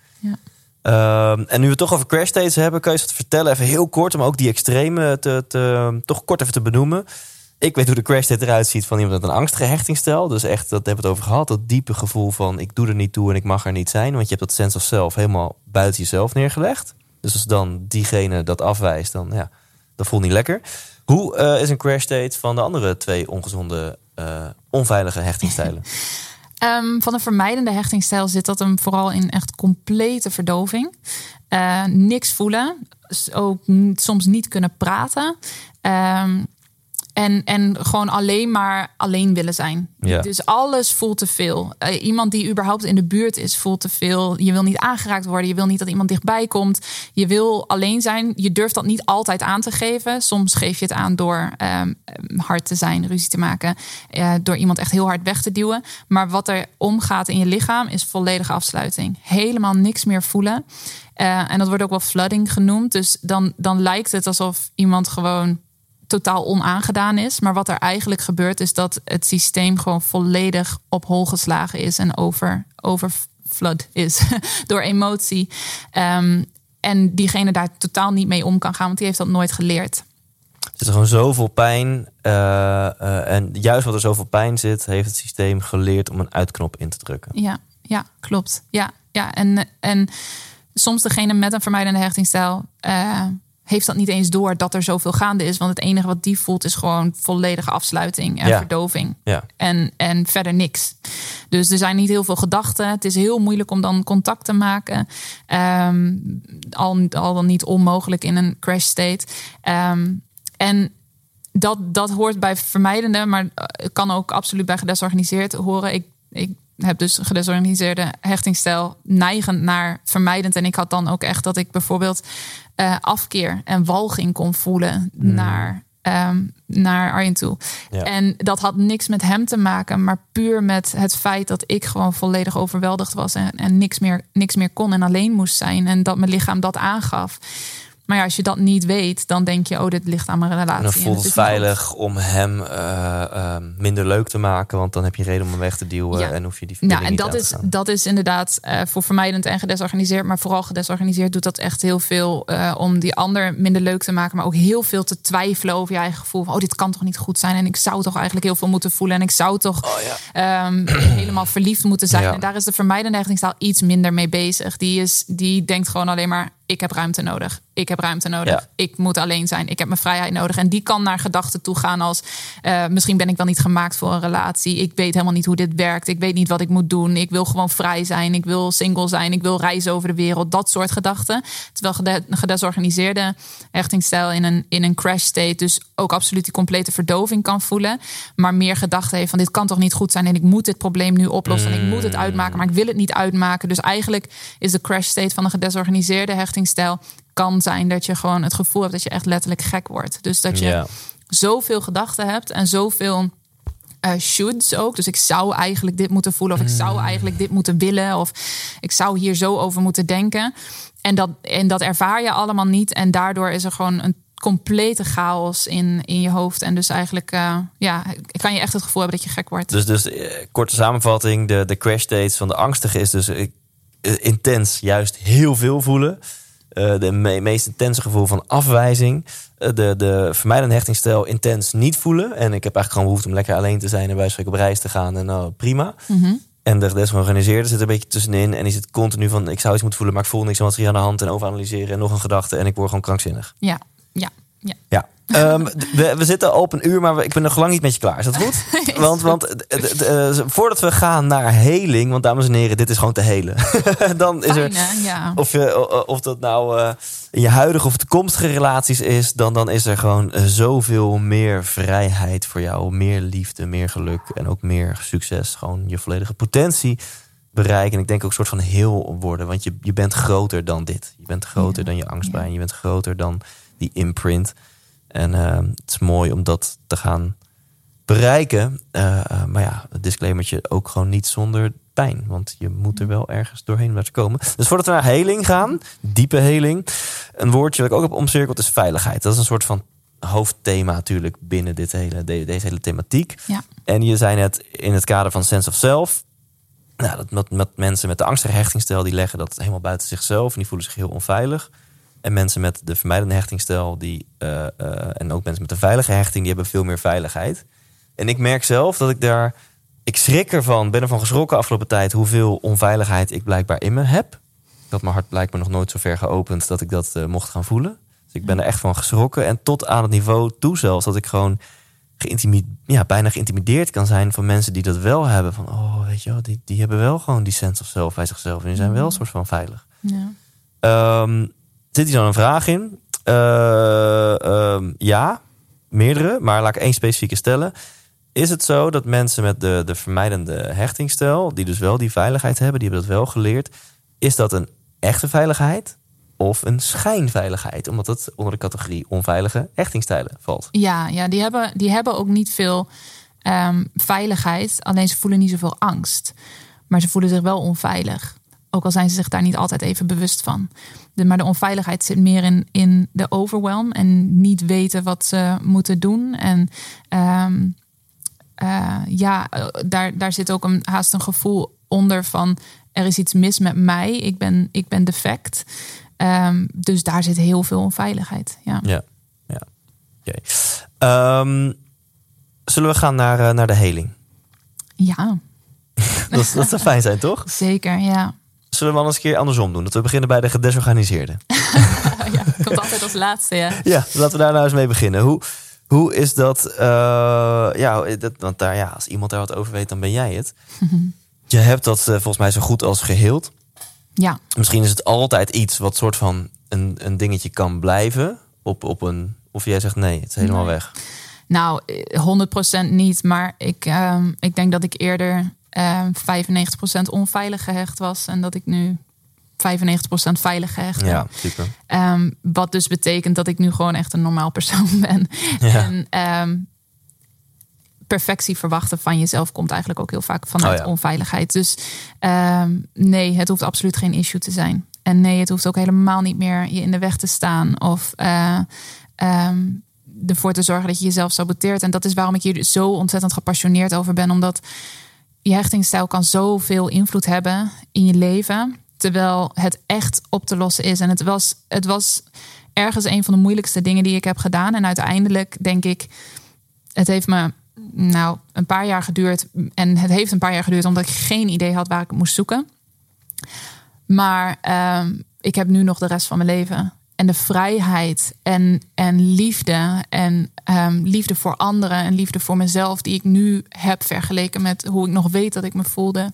Ja. Um, en nu we het toch over crash states hebben, kan je eens wat vertellen? Even heel kort, om ook die extreme te, te, toch kort even te benoemen. Ik weet hoe de crash state eruit ziet van iemand met een angstige hechtingsstijl. Dus echt, dat hebben we het over gehad. Dat diepe gevoel van ik doe er niet toe en ik mag er niet zijn. Want je hebt dat sense of self helemaal buiten jezelf neergelegd. Dus als dan diegene dat afwijst, dan ja, dat voelt niet lekker. Hoe uh, is een crash state van de andere twee ongezonde, uh, onveilige hechtingsstijlen? Um, van een vermijdende hechtingsstijl zit dat hem vooral in echt complete verdoving. Uh, niks voelen. Ook soms niet kunnen praten. Um, En, en gewoon alleen maar alleen willen zijn. Ja. Dus alles voelt te veel. Uh, iemand die überhaupt in de buurt is, voelt te veel. Je wil niet aangeraakt worden. Je wil niet dat iemand dichtbij komt. Je wil alleen zijn. Je durft dat niet altijd aan te geven. Soms geef je het aan door um, hard te zijn, ruzie te maken. Uh, door iemand echt heel hard weg te duwen. Maar wat er omgaat in je lichaam is volledige afsluiting. Helemaal niks meer voelen. Uh, en dat wordt ook wel flooding genoemd. Dus dan, dan lijkt het alsof iemand gewoon totaal onaangedaan is. Maar wat er eigenlijk gebeurt is dat het systeem gewoon volledig op hol geslagen is en over, overflood is door emotie. Um, en diegene daar totaal niet mee om kan gaan, want die heeft dat nooit geleerd. Er zit gewoon zoveel pijn. Uh, uh, en juist wat er zoveel pijn zit, heeft het systeem geleerd om een uitknop in te drukken. Ja, ja, klopt. Ja, ja. En, en soms degene met een vermijdende hechtingsstijl Uh, heeft dat niet eens door dat er zoveel gaande is. Want het enige wat die voelt is gewoon volledige afsluiting en ja. verdoving. Ja. En, en verder niks. Dus er zijn niet heel veel gedachten. Het is heel moeilijk om dan contact te maken. Um, al, al dan niet onmogelijk in een crash state. Um, en dat, dat hoort bij vermijdende, maar het kan ook absoluut bij gedesorganiseerd horen. Ik, ik heb dus een gedesorganiseerde hechtingsstijl neigend naar vermijdend. En ik had dan ook echt dat ik bijvoorbeeld Uh, afkeer en walging kon voelen mm. naar, um, naar Arjen toe. Ja. En dat had niks met hem te maken, maar puur met het feit dat ik gewoon volledig overweldigd was en, en niks meer, niks meer kon en alleen moest zijn. En dat mijn lichaam dat aangaf. Maar ja, als je dat niet weet, dan denk je, oh, dit ligt aan mijn relatie. En dan voelt het veilig om hem uh, uh, minder leuk te maken, want dan heb je reden om hem weg te duwen ja. en hoef je die verbinding ja, en dat niet aan is, dat is inderdaad uh, voor vermijdend en gedesorganiseerd, maar vooral gedesorganiseerd doet dat echt heel veel uh, om die ander minder leuk te maken, maar ook heel veel te twijfelen over je eigen gevoel. Oh, dit kan toch niet goed zijn en ik zou toch eigenlijk heel veel moeten voelen en ik zou toch oh, ja. um, helemaal verliefd moeten zijn. Ja. En daar is de vermijdende hechtingstaal iets minder mee bezig. Die, is, die denkt gewoon alleen maar, ik heb ruimte nodig. Ik heb ruimte nodig. Ja. Ik moet alleen zijn. Ik heb mijn vrijheid nodig. En die kan naar gedachten toe gaan als Uh, misschien ben ik wel niet gemaakt voor een relatie. Ik weet helemaal niet hoe dit werkt. Ik weet niet wat ik moet doen. Ik wil gewoon vrij zijn. Ik wil single zijn. Ik wil reizen over de wereld. Dat soort gedachten. Terwijl een gedesorganiseerde hechtingsstijl in een, in een crash state dus ook absoluut die complete verdoving kan voelen. Maar meer gedachten heeft van dit kan toch niet goed zijn. En ik moet dit probleem nu oplossen. Mm. En ik moet het uitmaken. Maar ik wil het niet uitmaken. Dus eigenlijk is de crash state van een gedesorganiseerde hechtingsstijl kan zijn dat je gewoon het gevoel hebt dat je echt letterlijk gek wordt. Dus dat je yeah. zoveel gedachten hebt en zoveel uh, shoulds ook. Dus ik zou eigenlijk dit moeten voelen of ik zou eigenlijk dit moeten willen of ik zou hier zo over moeten denken. En dat, en dat ervaar je allemaal niet. En daardoor is er gewoon een complete chaos in, in je hoofd. En dus eigenlijk uh, ja, kan je echt het gevoel hebben dat je gek wordt. Dus, dus uh, korte samenvatting, de, de crash states van de angstige is dus uh, intens juist heel veel voelen. Uh, de me- meest intense gevoel van afwijzing. Uh, de, de vermijdende hechtingsstijl intens niet voelen. En ik heb eigenlijk gewoon behoefte om lekker alleen te zijn en bij spreken op reis te gaan. En nou, prima. Mm-hmm. En de gedesorganiseerde zit een beetje tussenin. En die zit continu van, ik zou iets moeten voelen, maar ik voel niks. En wat is hier aan de hand? En overanalyseren en nog een gedachte. En ik word gewoon krankzinnig. Ja, ja, ja. Ja. Um, we, we zitten op een uur, maar ik ben nog lang niet met je klaar. Is dat goed? Want, want de, de, de, voordat we gaan naar heling, want dames en heren, dit is gewoon te helen. Dan is er, Fijn, ja. of, je, of dat nou uh, in je huidige of toekomstige relaties is, dan, dan is er gewoon uh, zoveel meer vrijheid voor jou. Meer liefde, meer geluk en ook meer succes. Gewoon je volledige potentie bereiken. En ik denk ook een soort van heel worden, want je, je bent groter dan dit. Je bent groter ja. dan je angstpijn. Ja. Je bent groter dan die imprint. En uh, het is mooi om dat te gaan bereiken. Uh, uh, maar ja, het disclaimertje ook gewoon niet zonder pijn. Want je moet er wel ergens doorheen laten komen. Dus voordat we naar heling gaan, diepe heling. Een woordje dat ik ook heb omcirkeld is veiligheid. Dat is een soort van hoofdthema natuurlijk binnen dit hele, de, deze hele thematiek. Ja. En je zei net in het kader van sense of self. Nou, dat met, met mensen met de angstige hechtingsstijl die leggen dat helemaal buiten zichzelf. En die voelen zich heel onveilig. En mensen met de vermijdende hechtingsstijl, die, uh, uh, en ook mensen met de veilige hechting, die hebben veel meer veiligheid. En ik merk zelf dat ik daar, ik schrik ervan, ben ervan geschrokken afgelopen tijd, hoeveel onveiligheid ik blijkbaar in me heb. Ik had mijn hart blijkbaar nog nooit zo ver geopend dat ik dat uh, mocht gaan voelen. Dus ik ben er echt van geschrokken. En tot aan het niveau toe zelfs, dat ik gewoon geïntimide- ja, bijna geïntimideerd kan zijn van mensen die dat wel hebben. Van, oh, weet je wel, die, die hebben wel gewoon die sense of self bij zichzelf. En die zijn wel een soort van veilig. Ja. Um, zit hier dan een vraag in? Uh, um, ja, meerdere, maar laat ik één specifieke stellen. Is het zo dat mensen met de, de vermijdende hechtingsstijl, die dus wel die veiligheid hebben, die hebben dat wel geleerd, is dat een echte veiligheid of een schijnveiligheid? Omdat het onder de categorie onveilige hechtingsstijlen valt. Ja, ja die, hebben, die hebben ook niet veel um, veiligheid. Alleen ze voelen niet zoveel angst. Maar ze voelen zich wel onveilig. Ook al zijn ze zich daar niet altijd even bewust van. De, maar de onveiligheid zit meer in, in de overwhelm. En niet weten wat ze moeten doen. En um, uh, ja, daar, daar zit ook een, haast een gevoel onder van, er is iets mis met mij. Ik ben, ik ben defect. Um, dus daar zit heel veel onveiligheid. Ja, ja, ja. Oké. Okay. Um, zullen we gaan naar, uh, naar de heling? Ja. dat, dat zou fijn zijn, toch? Zeker, ja. Zullen we anders een keer andersom doen? Dat we beginnen bij de gedesorganiseerde. Ja, komt altijd als laatste, ja. Ja, laten we daar nou eens mee beginnen. Hoe, hoe is dat? Uh, ja, dat, want daar, ja, als iemand daar wat over weet, dan ben jij het. Mm-hmm. Je hebt dat uh, volgens mij zo goed als geheeld. Ja. Misschien is het altijd iets wat soort van een, een dingetje kan blijven. Op, op een, of jij zegt nee, het is helemaal nee. weg. Nou, honderd procent niet. Maar ik, um, ik denk dat ik eerder um, vijfennegentig procent onveilig gehecht was. En dat ik nu vijfennegentig procent veilig gehecht ben. Ja, super. Um, wat dus betekent dat ik nu gewoon echt een normaal persoon ben. Ja. En um, perfectie verwachten van jezelf komt eigenlijk ook heel vaak vanuit oh ja. onveiligheid. Dus um, nee, het hoeft absoluut geen issue te zijn. En nee, het hoeft ook helemaal niet meer je in de weg te staan. Of uh, um, ervoor te zorgen dat je jezelf saboteert. En dat is waarom ik hier zo ontzettend gepassioneerd over ben. Omdat je hechtingsstijl kan zoveel invloed hebben in je leven. Terwijl het echt op te lossen is. En het was, het was ergens een van de moeilijkste dingen die ik heb gedaan. En uiteindelijk denk ik, het heeft me nou een paar jaar geduurd. En het heeft een paar jaar geduurd omdat ik geen idee had waar ik het moest zoeken. Maar um, ik heb nu nog de rest van mijn leven. En de vrijheid en, en liefde. En um, liefde voor anderen en liefde voor mezelf. Die ik nu heb vergeleken met hoe ik nog weet dat ik me voelde.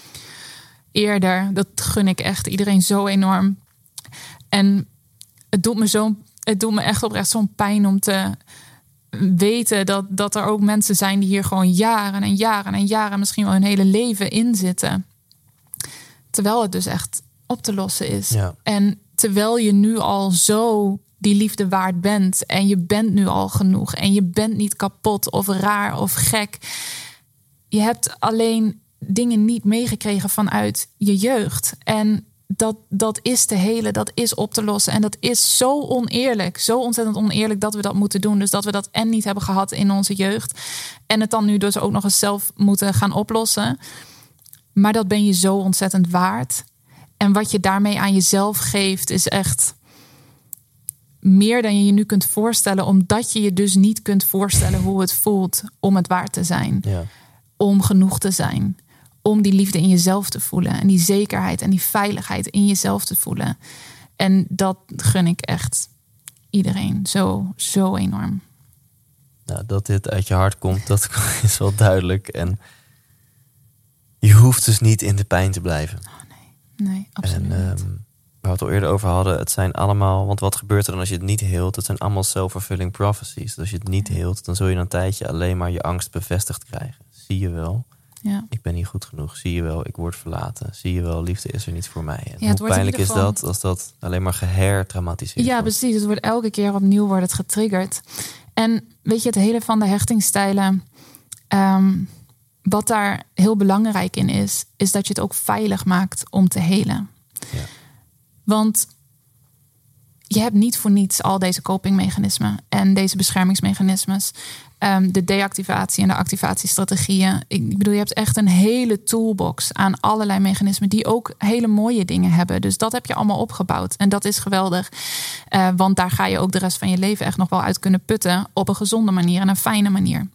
Eerder, dat gun ik echt iedereen zo enorm. En het doet me, zo, het doet me echt oprecht zo'n pijn om te weten dat, dat er ook mensen zijn die hier gewoon jaren en jaren en jaren, misschien wel hun hele leven in zitten. Terwijl het dus echt op te lossen is. Ja. En terwijl je nu al zo die liefde waard bent. En je bent nu al genoeg. En je bent niet kapot of raar of gek. Je hebt alleen dingen niet meegekregen vanuit je jeugd. En dat, dat is te helen, dat is op te lossen. En dat is zo oneerlijk, zo ontzettend oneerlijk dat we dat moeten doen. Dus dat we dat en niet hebben gehad in onze jeugd. En het dan nu dus ook nog eens zelf moeten gaan oplossen. Maar dat ben je zo ontzettend waard. En wat je daarmee aan jezelf geeft is echt meer dan je je nu kunt voorstellen. Omdat je je dus niet kunt voorstellen hoe het voelt om het waard te zijn. Ja. Om genoeg te zijn. Om die liefde in jezelf te voelen. En die zekerheid en die veiligheid in jezelf te voelen. En dat gun ik echt iedereen zo, zo enorm. Nou, dat dit uit je hart komt, dat is wel duidelijk. En je hoeft dus niet in de pijn te blijven. Oh, nee. Nee, absoluut en, niet. Um, waar we het al eerder over hadden, het zijn allemaal, want wat gebeurt er dan als je het niet heelt? Het zijn allemaal self-fulfilling prophecies. Dus als je het niet heelt, dan zul je een tijdje alleen maar je angst bevestigd krijgen. Zie je wel. Ja. Ik ben niet goed genoeg. Zie je wel, ik word verlaten. Zie je wel, liefde is er niet voor mij. En ja, hoe pijnlijk is geval dat als dat alleen maar gehertraumatiseerd Ja, wordt? precies. Het wordt elke keer opnieuw wordt het getriggerd. En weet je, het hele van de hechtingsstijlen, Um, wat daar heel belangrijk in is, is dat je het ook veilig maakt om te helen. Ja. Want je hebt niet voor niets al deze copingmechanismen en deze beschermingsmechanismes. Um, de deactivatie en de activatiestrategieën. Ik bedoel, je hebt echt een hele toolbox aan allerlei mechanismen die ook hele mooie dingen hebben. Dus dat heb je allemaal opgebouwd. En dat is geweldig. Uh, want daar ga je ook de rest van je leven echt nog wel uit kunnen putten op een gezonde manier en een fijne manier.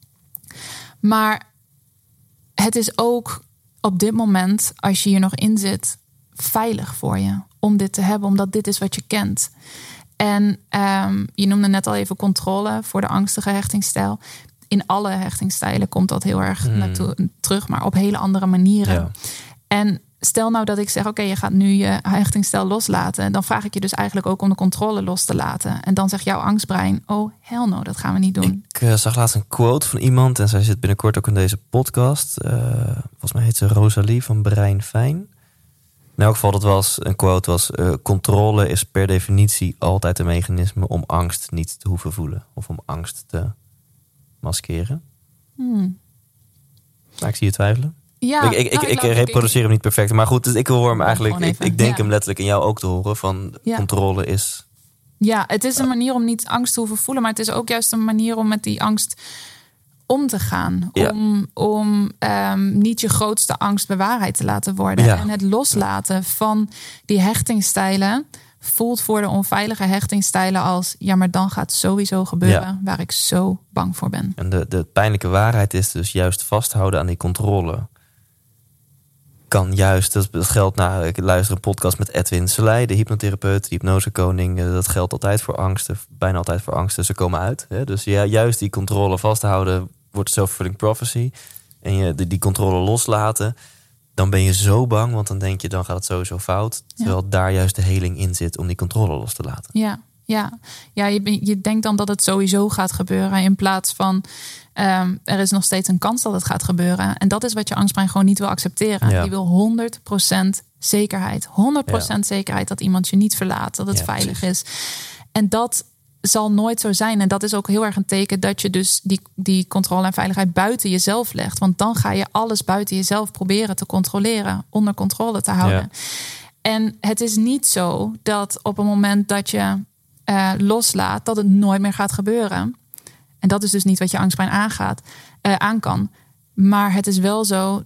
Maar het is ook op dit moment, als je hier nog in zit, veilig voor je om dit te hebben, omdat dit is wat je kent. En um, je noemde net al even controle voor de angstige hechtingsstijl. In alle hechtingsstijlen komt dat heel erg mm. naartoe terug, maar op hele andere manieren. Ja. En stel nou dat ik zeg, oké, okay, je gaat nu je hechtingsstijl loslaten. Dan vraag ik je dus eigenlijk ook om de controle los te laten. En dan zegt jouw angstbrein, oh hell no, dat gaan we niet doen. Ik uh, zag laatst een quote van iemand en zij zit binnenkort ook in deze podcast. Uh, volgens mij heet ze Rosalie van Brein Fijn. In elk geval, dat was een quote was, uh, controle is per definitie altijd een mechanisme om angst niet te hoeven voelen. Of om angst te maskeren. Hmm. Maar ik zie je twijfelen. Ja, ik ik, nou, ik, ik ik reproduceer ik, hem niet perfect. Maar goed, dus ik hoor hem eigenlijk. Ik, ik denk ja. hem letterlijk in jou ook te horen. Van ja. controle is. Ja, het is een manier om niet angst te hoeven voelen. Maar het is ook juist een manier om met die angst om te gaan. Ja. Om, om um, niet je grootste angst bewaarheid te laten worden. Ja. En het loslaten van die hechtingsstijlen voelt voor de onveilige hechtingsstijlen als, ja, maar dan gaat sowieso gebeuren ja. waar ik zo bang voor ben. En de, de pijnlijke waarheid is dus juist vasthouden aan die controle. Kan juist, dat geldt, nou, ik luister een podcast met Edwin Selei, de hypnotherapeut, de hypnosekoning. Dat geldt altijd voor angsten, bijna altijd voor angsten. Ze komen uit. Hè? Dus ja, juist die controle vasthouden wordt self-fulfilling prophecy. En je die, die controle loslaten, dan ben je zo bang, want dan denk je, dan gaat het sowieso fout. Terwijl ja. daar juist de heling in zit om die controle los te laten. Ja, ja. ja je, je denkt dan dat het sowieso gaat gebeuren in plaats van Um, er is nog steeds een kans dat het gaat gebeuren. En dat is wat je angstbrein gewoon niet wil accepteren. Ja. Die wil honderd procent zekerheid. honderd procent ja. zekerheid dat iemand je niet verlaat. Dat het ja, veilig precies. is. En dat zal nooit zo zijn. En dat is ook heel erg een teken dat je dus die, die controle en veiligheid buiten jezelf legt. Want dan ga je alles buiten jezelf proberen te controleren. Onder controle te houden. Ja. En het is niet zo dat op het moment dat je uh, loslaat, dat het nooit meer gaat gebeuren. En dat is dus niet wat je angstbrein aangaat, uh, aan kan. Maar het is wel zo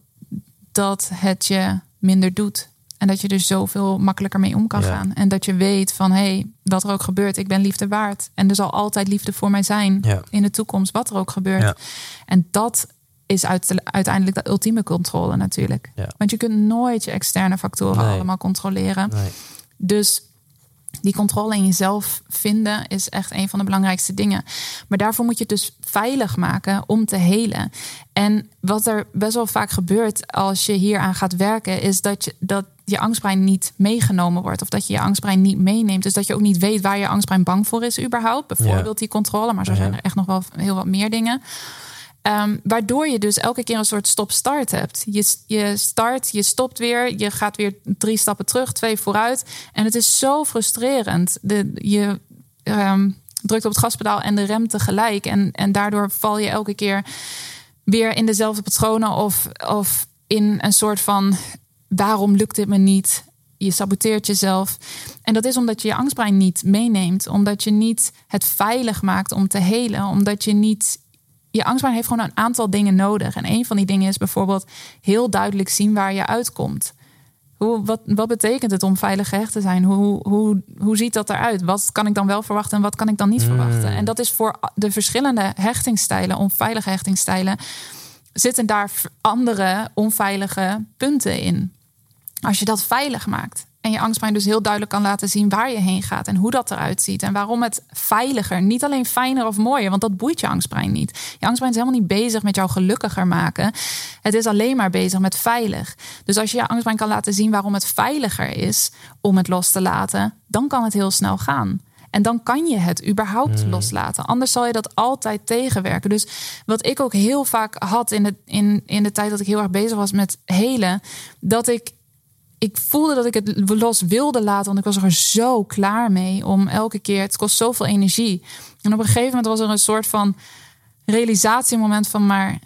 dat het je minder doet. En dat je er zoveel makkelijker mee om kan ja. gaan. En dat je weet van, hé, hey, wat er ook gebeurt, ik ben liefde waard. En er zal altijd liefde voor mij zijn ja. in de toekomst, wat er ook gebeurt. Ja. En dat is uiteindelijk de ultieme controle natuurlijk. Ja. Want je kunt nooit je externe factoren nee. allemaal controleren. Nee. Dus die controle in jezelf vinden is echt een van de belangrijkste dingen. Maar daarvoor moet je het dus veilig maken om te helen. En wat er best wel vaak gebeurt als je hieraan gaat werken, is dat je, dat je angstbrein niet meegenomen wordt. Of dat je je angstbrein niet meeneemt. Dus dat je ook niet weet waar je angstbrein bang voor is überhaupt. Bijvoorbeeld ja. die controle. Maar zo zijn er echt nog wel heel wat meer dingen. Um, waardoor je dus elke keer een soort stop-start hebt. Je, je start, je stopt weer, je gaat weer drie stappen terug, twee vooruit. En het is zo frustrerend. De, je um, drukt op het gaspedaal en de rem tegelijk. En, en daardoor val je elke keer weer in dezelfde patronen of, of in een soort van, waarom lukt dit me niet? Je saboteert jezelf. En dat is omdat je je angstbrein niet meeneemt. Omdat je niet het veilig maakt om te helen. Omdat je niet... Je angstbrein heeft gewoon een aantal dingen nodig. En een van die dingen is bijvoorbeeld heel duidelijk zien waar je uitkomt. Hoe, wat, wat betekent het om veilig gehecht te zijn? Hoe, hoe, hoe ziet dat eruit? Wat kan ik dan wel verwachten en wat kan ik dan niet mm. verwachten? En dat is voor de verschillende hechtingsstijlen, onveilige hechtingsstijlen, zitten daar andere onveilige punten in. Als je dat veilig maakt en je angstbrein dus heel duidelijk kan laten zien waar je heen gaat en hoe dat eruit ziet en waarom het veiliger, niet alleen fijner of mooier, want dat boeit je angstbrein niet. Je angstbrein is helemaal niet bezig met jou gelukkiger maken. Het is alleen maar bezig met veilig. Dus als je je angstbrein kan laten zien waarom het veiliger is om het los te laten, dan kan het heel snel gaan. En dan kan je het überhaupt hmm. loslaten. Anders zal je dat altijd tegenwerken. Dus wat ik ook heel vaak had in de, in, in de tijd dat ik heel erg bezig was met helen, dat ik Ik voelde dat ik het los wilde laten, want ik was er zo klaar mee om elke keer. Het kost zoveel energie. En op een gegeven moment was er een soort van realisatiemoment van, maar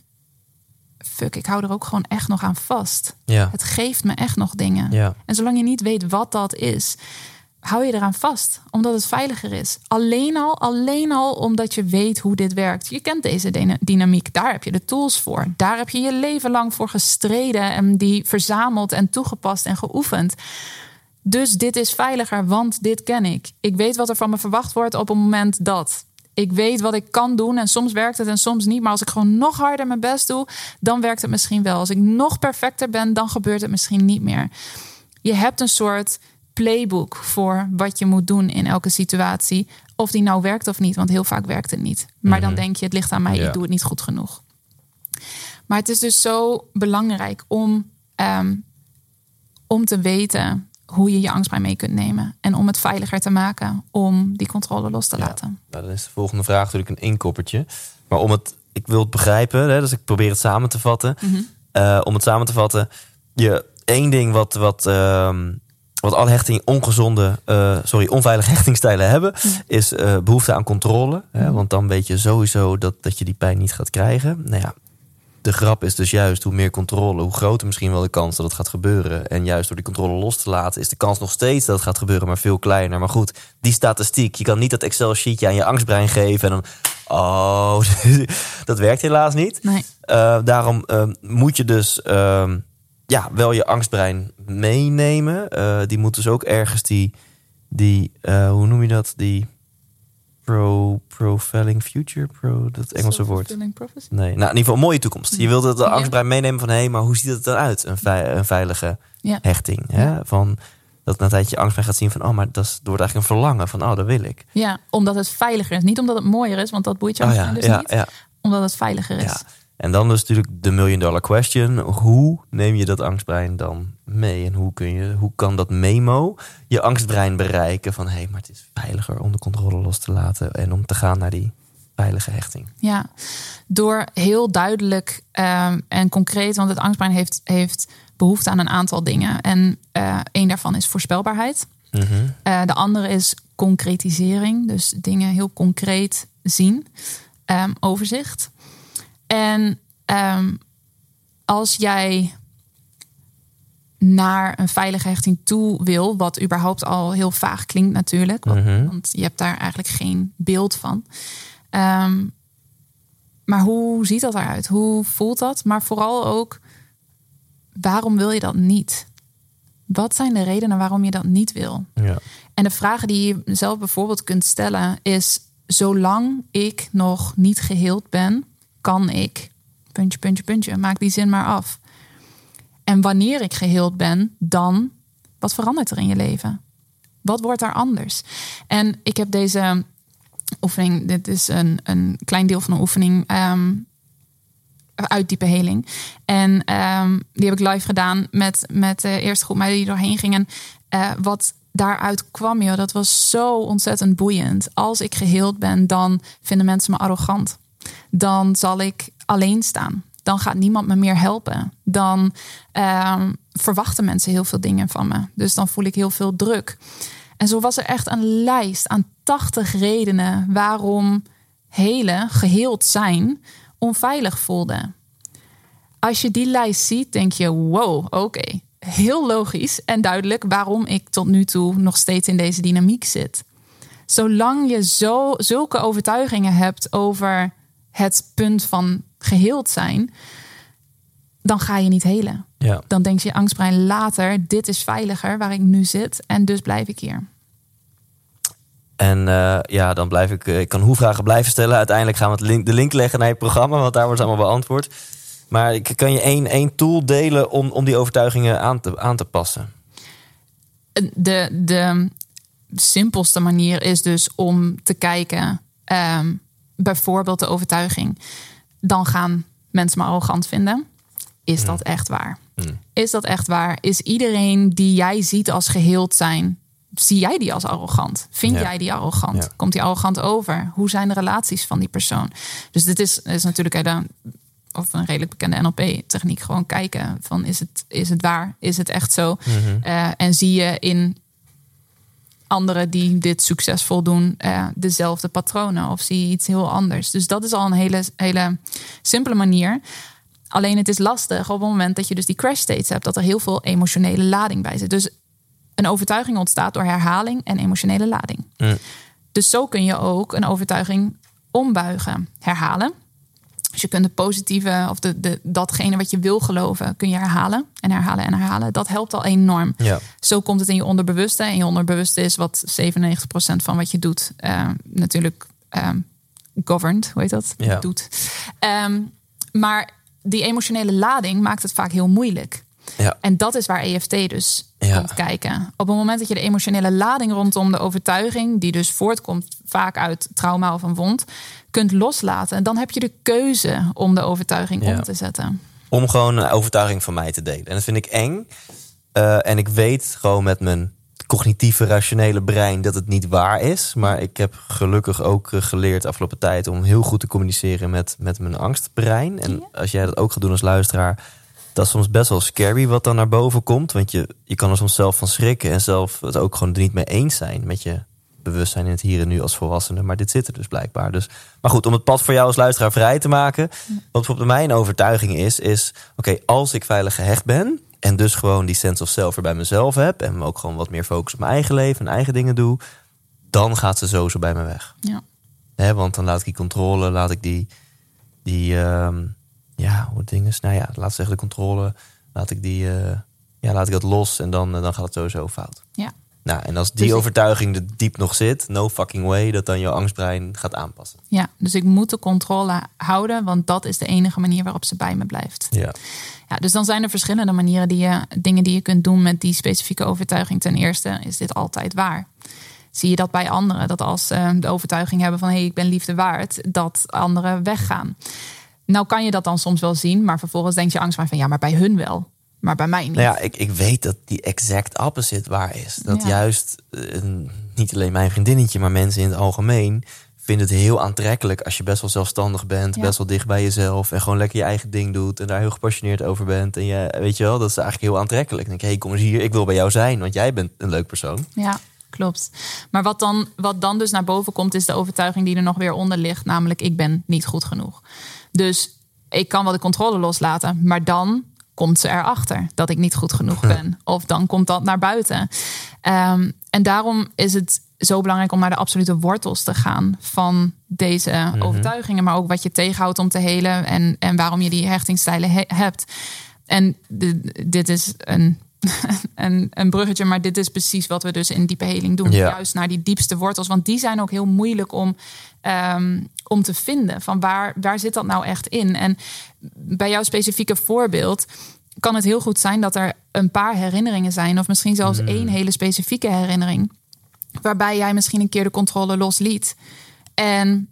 fuck, ik hou er ook gewoon echt nog aan vast. Ja. Het geeft me echt nog dingen. Ja. En zolang je niet weet wat dat is, hou je eraan vast, omdat het veiliger is. Alleen al, alleen al omdat je weet hoe dit werkt. Je kent deze dynamiek, daar heb je de tools voor. Daar heb je je leven lang voor gestreden en die verzameld en toegepast en geoefend. Dus dit is veiliger, want dit ken ik. Ik weet wat er van me verwacht wordt op het moment dat. Ik weet wat ik kan doen en soms werkt het en soms niet. Maar als ik gewoon nog harder mijn best doe, dan werkt het misschien wel. Als ik nog perfecter ben, dan gebeurt het misschien niet meer. Je hebt een soort playbook voor wat je moet doen in elke situatie. Of die nou werkt of niet, want heel vaak werkt het niet. Maar mm-hmm. dan denk je, het ligt aan mij, ja. ik doe het niet goed genoeg. Maar het is dus zo belangrijk om, um, om te weten hoe je je angstbrein mee kunt nemen. En om het veiliger te maken om die controle los te ja. laten. Nou, dan is de volgende vraag natuurlijk een inkoppertje. Maar om het, ik wil het begrijpen, hè, dus ik probeer het samen te vatten. Mm-hmm. Uh, om het samen te vatten. Je, één ding wat, wat, uh, wat alle hechting ongezonde, uh, sorry, onveilige hechtingstijlen hebben, ja. is uh, behoefte aan controle. Hè, mm-hmm. Want dan weet je sowieso dat, dat je die pijn niet gaat krijgen. Nou ja. De grap is dus juist, hoe meer controle, hoe groter misschien wel de kans dat het gaat gebeuren. En juist door die controle los te laten, is de kans nog steeds dat het gaat gebeuren, maar veel kleiner. Maar goed, die statistiek, je kan niet dat Excel-sheetje aan je angstbrein geven en dan, oh, dat werkt helaas niet. Nee. Uh, daarom uh, moet je dus uh, ja, wel je angstbrein meenemen. Uh, die moet dus ook ergens die, die uh, hoe noem je dat, die... Pro, profiling future, pro, dat Engelse woord. Nee, nou, in ieder geval een mooie toekomst. Je wilt de angstbrein meenemen van, hé, hey, maar hoe ziet het er dan uit? Een, vei- een veilige ja. hechting. Hè? Ja. Van, dat na een tijdje je angstbrein gaat zien van, oh, maar dat wordt eigenlijk een verlangen van, oh, dat wil ik. Ja, omdat het veiliger is. Niet omdat het mooier is, want dat boeit je angstbrein oh, ja, dus ja, niet. Ja. Omdat het veiliger is. Ja. En dan dus natuurlijk de million dollar question. Hoe neem je dat angstbrein dan mee? En hoe, kun je, hoe kan dat memo je angstbrein bereiken? Van hé, hey, maar het is veiliger om de controle los te laten. En om te gaan naar die veilige hechting. Ja, door heel duidelijk um, en concreet. Want het angstbrein heeft, heeft behoefte aan een aantal dingen. En uh, één daarvan is voorspelbaarheid. Mm-hmm. Uh, de andere is concretisering. Dus dingen heel concreet zien. Um, overzicht. En um, als jij naar een veilige hechting toe wil, wat überhaupt al heel vaag klinkt natuurlijk, want, mm-hmm. want je hebt daar eigenlijk geen beeld van. Um, maar hoe ziet dat eruit? Hoe voelt dat? Maar vooral ook, waarom wil je dat niet? Wat zijn de redenen waarom je dat niet wil? Ja. En de vragen die je zelf bijvoorbeeld kunt stellen is, zolang ik nog niet geheeld ben, kan ik, puntje, puntje, puntje, maak die zin maar af. En wanneer ik geheeld ben, dan, wat verandert er in je leven? Wat wordt er anders? En ik heb deze oefening, dit is een, een klein deel van een oefening um, uit diepe heling. En um, die heb ik live gedaan met, met de eerste groep meiden die doorheen gingen. Uh, wat daaruit kwam, joh, dat was zo ontzettend boeiend. Als ik geheeld ben, dan vinden mensen me arrogant. Dan zal ik alleen staan. Dan gaat niemand me meer helpen. Dan um, verwachten mensen heel veel dingen van me. Dus dan voel ik heel veel druk. En zo was er echt een lijst aan tachtig redenen waarom helen, geheeld zijn, onveilig voelde. Als je die lijst ziet, denk je, wow, oké. Okay. Heel logisch en duidelijk waarom ik tot nu toe nog steeds in deze dynamiek zit. Zolang je zo, zulke overtuigingen hebt over het punt van geheeld zijn, dan ga je niet helen. Ja. Dan denkt je angstbrein later, dit is veiliger waar ik nu zit en dus blijf ik hier. En uh, ja, dan blijf ik, ik kan hoe vragen blijven stellen. Uiteindelijk gaan we het link, de link leggen naar je programma, want daar wordt het allemaal beantwoord. Maar ik, kan je één, één tool delen om, om die overtuigingen aan te, aan te passen? De, de simpelste manier is dus om te kijken, um, bijvoorbeeld de overtuiging, dan gaan mensen me arrogant vinden. Is dat echt waar? Hmm. Is dat echt waar? Is iedereen die jij ziet als geheeld zijn, zie jij die als arrogant? Vind ja. jij die arrogant? Ja. Komt die arrogant over? Hoe zijn de relaties van die persoon? Dus dit is, is natuurlijk een, of een redelijk bekende N L P-techniek. Gewoon kijken van, is het, is het waar? Is het echt zo? Mm-hmm. Uh, en zie je in anderen die dit succesvol doen uh, dezelfde patronen, of zie je iets heel anders? Dus dat is al een hele, hele simpele manier. Alleen het is lastig op het moment dat je dus die crash states hebt, dat er heel veel emotionele lading bij zit. Dus een overtuiging ontstaat door herhaling en emotionele lading. Mm. Dus zo kun je ook een overtuiging ombuigen. Herhalen. Dus je kunt de positieve of de, de, datgene wat je wil geloven, kun je herhalen en herhalen en herhalen. Dat helpt al enorm. Ja. Zo komt het in je onderbewuste. En je onderbewuste is wat zevenennegentig procent van wat je doet. Uh, natuurlijk um, governed, hoe heet dat? Ja. Doet. Um, maar die emotionele lading maakt het vaak heel moeilijk. Ja. En dat is waar E F T dus ja. komt kijken. Op het moment dat je de emotionele lading rondom de overtuiging, die dus voortkomt vaak uit trauma of een wond, kunt loslaten, dan heb je de keuze om de overtuiging ja. om te zetten. Om gewoon een overtuiging van mij te delen. En dat vind ik eng. Uh, en ik weet gewoon met mijn cognitieve, rationele brein dat het niet waar is. Maar ik heb gelukkig ook geleerd de afgelopen tijd om heel goed te communiceren met, met mijn angstbrein. En als jij dat ook gaat doen als luisteraar, dat is soms best wel scary wat dan naar boven komt. Want je, je kan er soms zelf van schrikken en zelf het ook gewoon er niet mee eens zijn met je bewustzijn in het hier en nu als volwassene. Maar dit zit er dus blijkbaar. Dus, maar goed, om het pad voor jou als luisteraar vrij te maken. Wat bijvoorbeeld mijn overtuiging is, is oké, okay, als ik veilig gehecht ben en dus gewoon die sense of self er bij mezelf heb en me ook gewoon wat meer focus op mijn eigen leven en eigen dingen doe, dan gaat ze sowieso bij me weg. Ja. He, want dan laat ik die controle, laat ik die, die um, ja, hoe dingen is, nou ja, laat zeggen de controle, laat ik die, uh, ja, laat ik dat los en dan, uh, dan gaat het sowieso fout. Ja. Nou, en als die dus overtuiging er diep nog zit, no fucking way dat dan jouw angstbrein gaat aanpassen. Ja, dus ik moet de controle houden, want dat is de enige manier waarop ze bij me blijft. Ja. Ja, dus dan zijn er verschillende manieren, die je, dingen die je kunt doen met die specifieke overtuiging. Ten eerste is dit altijd waar. Zie je dat bij anderen, dat als ze de overtuiging hebben van hé, hey, ik ben liefde waard, dat anderen weggaan. Nou kan je dat dan soms wel zien, maar vervolgens denkt je angstbrein van ja, maar bij hun wel. Maar bij mij niet. Nou ja, ik, ik weet dat die exact opposite waar is. Dat ja. juist, uh, niet alleen mijn vriendinnetje, maar mensen in het algemeen vinden het heel aantrekkelijk als je best wel zelfstandig bent, ja. best wel dicht bij jezelf en gewoon lekker je eigen ding doet en daar heel gepassioneerd over bent. En je, weet je wel, dat is eigenlijk heel aantrekkelijk. Dan denk ik, hé, hey, kom eens hier, ik wil bij jou zijn, want jij bent een leuk persoon. Ja, klopt. Maar wat dan, wat dan dus naar boven komt, is de overtuiging die er nog weer onder ligt, namelijk ik ben niet goed genoeg. Dus ik kan wel de controle loslaten, maar dan komt ze erachter dat ik niet goed genoeg ben. Of dan komt dat naar buiten. Um, en daarom is het zo belangrijk om naar de absolute wortels te gaan van deze mm-hmm. overtuigingen, maar ook wat je tegenhoudt om te helen en, en waarom je die hechtingsstijlen he- hebt. En de, dit is een, een, een bruggetje, maar dit is precies wat we dus in diepe heling doen. Ja. Juist naar die diepste wortels, want die zijn ook heel moeilijk om, um, om te vinden. Van waar, waar zit dat nou echt in? En bij jouw specifieke voorbeeld kan het heel goed zijn dat er een paar herinneringen zijn, of misschien zelfs mm. één hele specifieke herinnering, waarbij jij misschien een keer de controle losliet. En,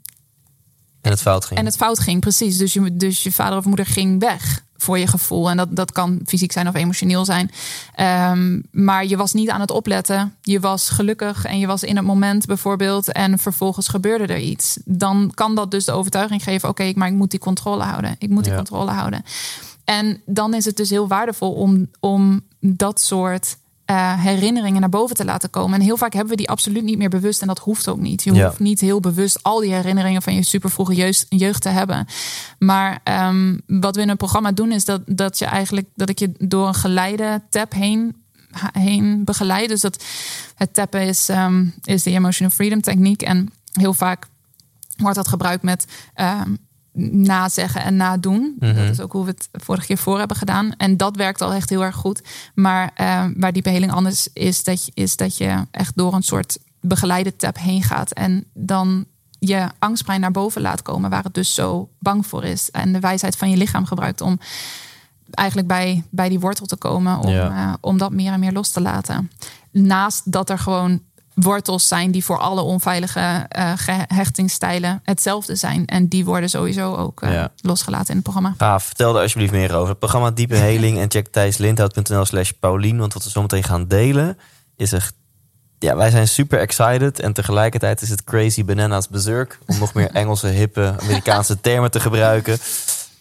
en het fout ging. En het fout ging, precies. Dus je, dus je vader of moeder ging weg voor je gevoel. En dat, dat kan fysiek zijn of emotioneel zijn. Um, maar je was niet aan het opletten. Je was gelukkig en je was in het moment bijvoorbeeld. En vervolgens gebeurde er iets. Dan kan dat dus de overtuiging geven, oké, okay, maar ik moet die controle houden. Ik moet die ja. controle houden. En dan is het dus heel waardevol om, om dat soort Uh, herinneringen naar boven te laten komen. En heel vaak hebben we die absoluut niet meer bewust. En dat hoeft ook niet. Je ja. hoeft niet heel bewust al die herinneringen van je supervroege jeugd, jeugd te hebben. Maar um, wat we in het programma doen is dat, dat je eigenlijk dat ik je door een geleide tap heen, heen begeleid. Dus dat het tappen is, um, is de emotional freedom techniek. En heel vaak wordt dat gebruikt met Um, nazeggen en nadoen. Mm-hmm. Dat is ook hoe we het vorige keer voor hebben gedaan. En dat werkt al echt heel erg goed. Maar uh, waar diepe heling anders is dat, je, is dat je echt door een soort begeleide tap heen gaat. En dan je angstbrein naar boven laat komen, waar het dus zo bang voor is. En de wijsheid van je lichaam gebruikt om eigenlijk bij, bij die wortel te komen. Om, ja. uh, om dat meer en meer los te laten. Naast dat er gewoon wortels zijn die voor alle onveilige uh, hechtingsstijlen hetzelfde zijn. En die worden sowieso ook uh, ja. losgelaten in het programma. Ah, vertel er alsjeblieft meer over. Het programma Diepe Heling. En check thijslindhout.nl slash Paulien. Want wat we zo meteen gaan delen is echt... Ja, wij zijn super excited. En tegelijkertijd is het crazy bananas berserk. Om nog meer Engelse, hippe, Amerikaanse termen te gebruiken. Uh,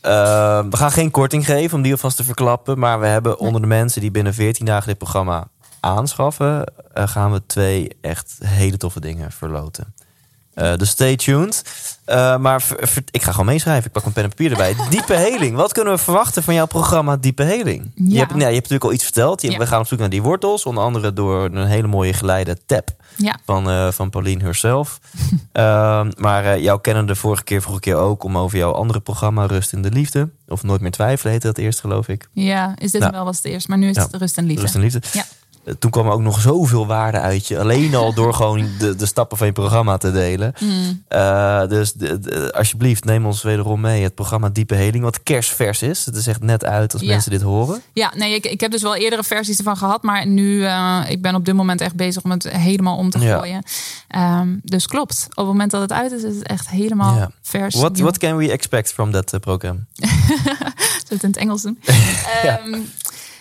we gaan geen korting geven om die alvast te verklappen. Maar we hebben onder de mensen die binnen veertien dagen dit programma aanschaffen, uh, gaan we twee echt hele toffe dingen verloten. Uh, dus stay tuned. Uh, maar ver, ver, ik ga gewoon meeschrijven. Ik pak een pen en papier erbij. Diepe Heling. Wat kunnen we verwachten van jouw programma Diepe Heling? Ja. Je, hebt, nou, je hebt natuurlijk al iets verteld. Je, ja. We gaan op zoek naar die wortels. Onder andere door een hele mooie geleide tap ja. van, uh, van Pauline herself. uh, maar uh, jou kennen de vorige keer vroeg ik keer ook om over jouw andere programma Rust in de Liefde. Of Nooit meer twijfelen heette dat eerst, geloof ik. Ja, is dit nou, wel was het eerst. Maar nu is ja. het Rust en Liefde. Rust en Liefde. Ja. Toen kwam er ook nog zoveel waarde uit je. Alleen al door gewoon de, de stappen van je programma te delen. Mm. Uh, dus de, de, alsjeblieft, neem ons wederom mee. Het programma Diepe Heling, wat kerstvers is. Het is echt net uit als ja. mensen dit horen. Ja, nee, ik, ik heb dus wel eerdere versies ervan gehad. Maar nu, uh, ik ben op dit moment echt bezig om het helemaal om te gooien. Ja. Um, dus klopt. Op het moment dat het uit is, is het echt helemaal ja. vers. What, what can we expect from that uh, program? Zullen we het in het Engels doen? ja. um,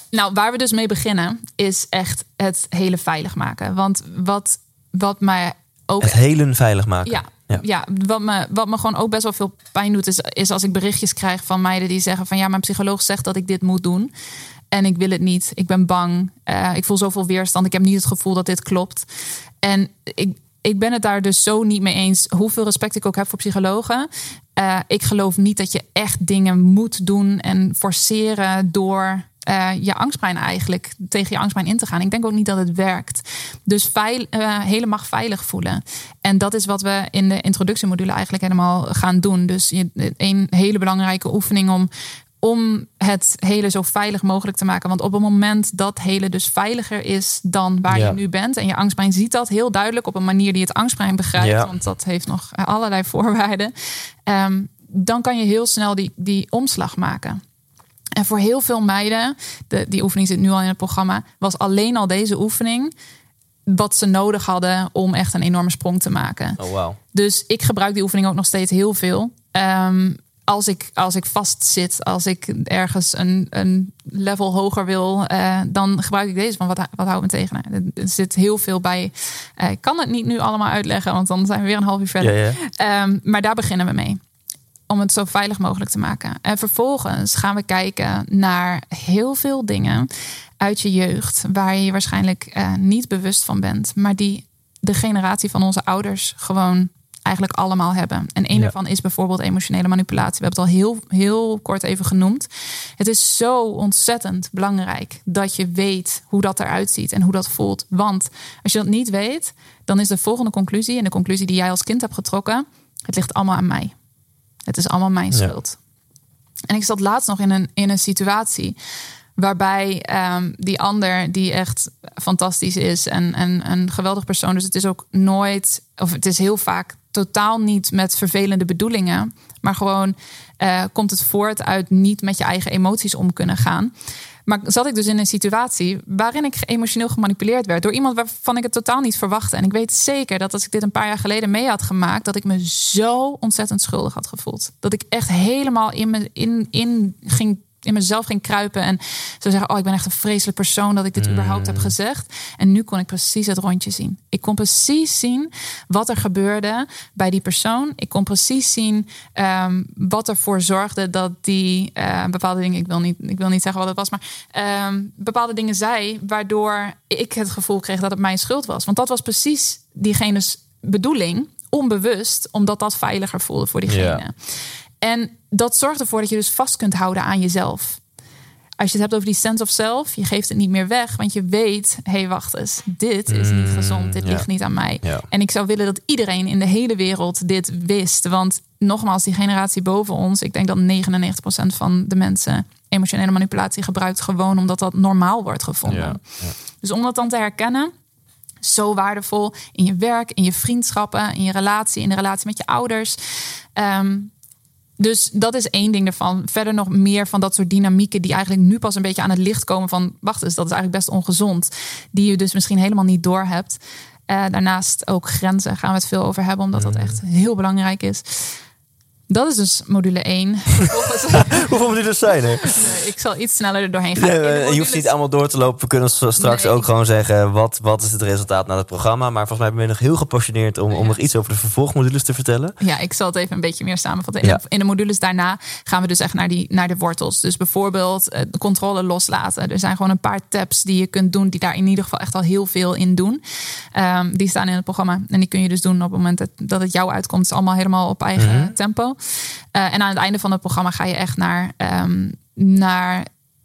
nou, waar we dus mee beginnen is echt het hele veilig maken. Want wat, wat mij ook... Het hele veilig maken. Ja, ja. ja wat, me, wat me gewoon ook best wel veel pijn doet... Is, is als ik berichtjes krijg van meiden die zeggen van... ja, mijn psycholoog zegt dat ik dit moet doen. En ik wil het niet. Ik ben bang. Uh, ik voel zoveel weerstand. Ik heb niet het gevoel dat dit klopt. En ik... Ik ben het daar dus zo niet mee eens. Hoeveel respect ik ook heb voor psychologen. Uh, ik geloof niet dat je echt dingen moet doen en forceren door uh, je angstbrein eigenlijk tegen je angstbrein in te gaan. Ik denk ook niet dat het werkt. Dus veil, uh, helemaal veilig voelen. En dat is wat we in de introductiemodule eigenlijk helemaal gaan doen. Dus een hele belangrijke oefening om om het hele zo veilig mogelijk te maken. Want op het moment dat hele dus veiliger is dan waar ja. je nu bent... en je angstbrein ziet dat heel duidelijk op een manier die het angstbrein begrijpt... Ja. want dat heeft nog allerlei voorwaarden... Um, dan kan je heel snel die, die omslag maken. En voor heel veel meiden, de, die oefening zit nu al in het programma... was alleen al deze oefening wat ze nodig hadden om echt een enorme sprong te maken. Oh, wow. Dus ik gebruik die oefening ook nog steeds heel veel... Um, Als ik, als ik vastzit, als ik ergens een, een level hoger wil... Uh, dan gebruik ik deze van wat, wat houdt me tegen. Er zit heel veel bij. Uh, ik kan het niet nu allemaal uitleggen, want dan zijn we weer een half uur verder. Ja, ja. Um, maar daar beginnen we mee. Om het zo veilig mogelijk te maken. En vervolgens gaan we kijken naar heel veel dingen uit je jeugd... waar je je waarschijnlijk uh, niet bewust van bent... maar die de generatie van onze ouders gewoon... eigenlijk allemaal hebben. En een ja. daarvan is bijvoorbeeld emotionele manipulatie. We hebben het al heel, heel kort even genoemd. Het is zo ontzettend belangrijk dat je weet hoe dat eruit ziet en hoe dat voelt. Want als je dat niet weet, dan is de volgende conclusie... en de conclusie die jij als kind hebt getrokken... het ligt allemaal aan mij. Het is allemaal mijn schuld. Ja. En ik zat laatst nog in een, in een situatie... waarbij um, die ander, die echt fantastisch is... en, en een geweldig persoon... dus het is ook nooit, of het is heel vaak... totaal niet met vervelende bedoelingen... maar gewoon uh, komt het voort uit niet met je eigen emoties om kunnen gaan. Maar zat ik dus in een situatie waarin ik emotioneel gemanipuleerd werd... door iemand waarvan ik het totaal niet verwachtte. En ik weet zeker dat als ik dit een paar jaar geleden mee had gemaakt... dat ik me zo ontzettend schuldig had gevoeld. Dat ik echt helemaal in, me, in, in ging... in mezelf ging kruipen en zou zeggen... oh, ik ben echt een vreselijk persoon dat ik dit mm. überhaupt heb gezegd. En nu kon ik precies het rondje zien. Ik kon precies zien wat er gebeurde bij die persoon. Ik kon precies zien um, wat ervoor zorgde dat die uh, bepaalde dingen... Ik wil, niet, ik wil niet zeggen wat het was, maar um, bepaalde dingen zei... waardoor ik het gevoel kreeg dat het mijn schuld was. Want dat was precies diegene's bedoeling, onbewust... omdat dat veiliger voelde voor diegene. Ja. En dat zorgt ervoor dat je dus vast kunt houden aan jezelf. Als je het hebt over die sense of self, je geeft het niet meer weg. Want je weet, hé, hey, wacht eens, dit is niet gezond. Dit ja. ligt niet aan mij. Ja. En ik zou willen dat iedereen in de hele wereld dit wist. Want nogmaals, die generatie boven ons... ik denk dat negenennegentig procent van de mensen... emotionele manipulatie gebruikt gewoon omdat dat normaal wordt gevonden. Ja. Ja. Dus om dat dan te herkennen... zo waardevol in je werk, in je vriendschappen... in je relatie, in de relatie met je ouders... Um, Dus dat is één ding ervan. Verder nog meer van dat soort dynamieken... die eigenlijk nu pas een beetje aan het licht komen van... wacht eens, dat is eigenlijk best ongezond. Die je dus misschien helemaal niet doorhebt. Uh, daarnaast ook grenzen gaan we het veel over hebben... omdat dat echt heel belangrijk is. Dat is dus module één. Hoeveel modules zijn er? Nee, ik zal iets sneller er doorheen gaan. Nee, modules... Je hoeft niet allemaal door te lopen. We kunnen straks nee. ook gewoon zeggen... Wat, wat is het resultaat na het programma. Maar volgens mij ben je nog heel gepassioneerd... om, ja. om nog iets over de vervolgmodules te vertellen. Ja, ik zal het even een beetje meer samenvatten. In, ja. de, in de modules daarna gaan we dus echt naar, die, naar de wortels. Dus bijvoorbeeld uh, de controle loslaten. Er zijn gewoon een paar tabs die je kunt doen... die daar in ieder geval echt al heel veel in doen. Um, die staan in het programma. En die kun je dus doen op het moment dat, dat het jou uitkomt. Het is allemaal helemaal op eigen mm-hmm. tempo. Uh, en aan het einde van het programma ga je echt naar, um, naar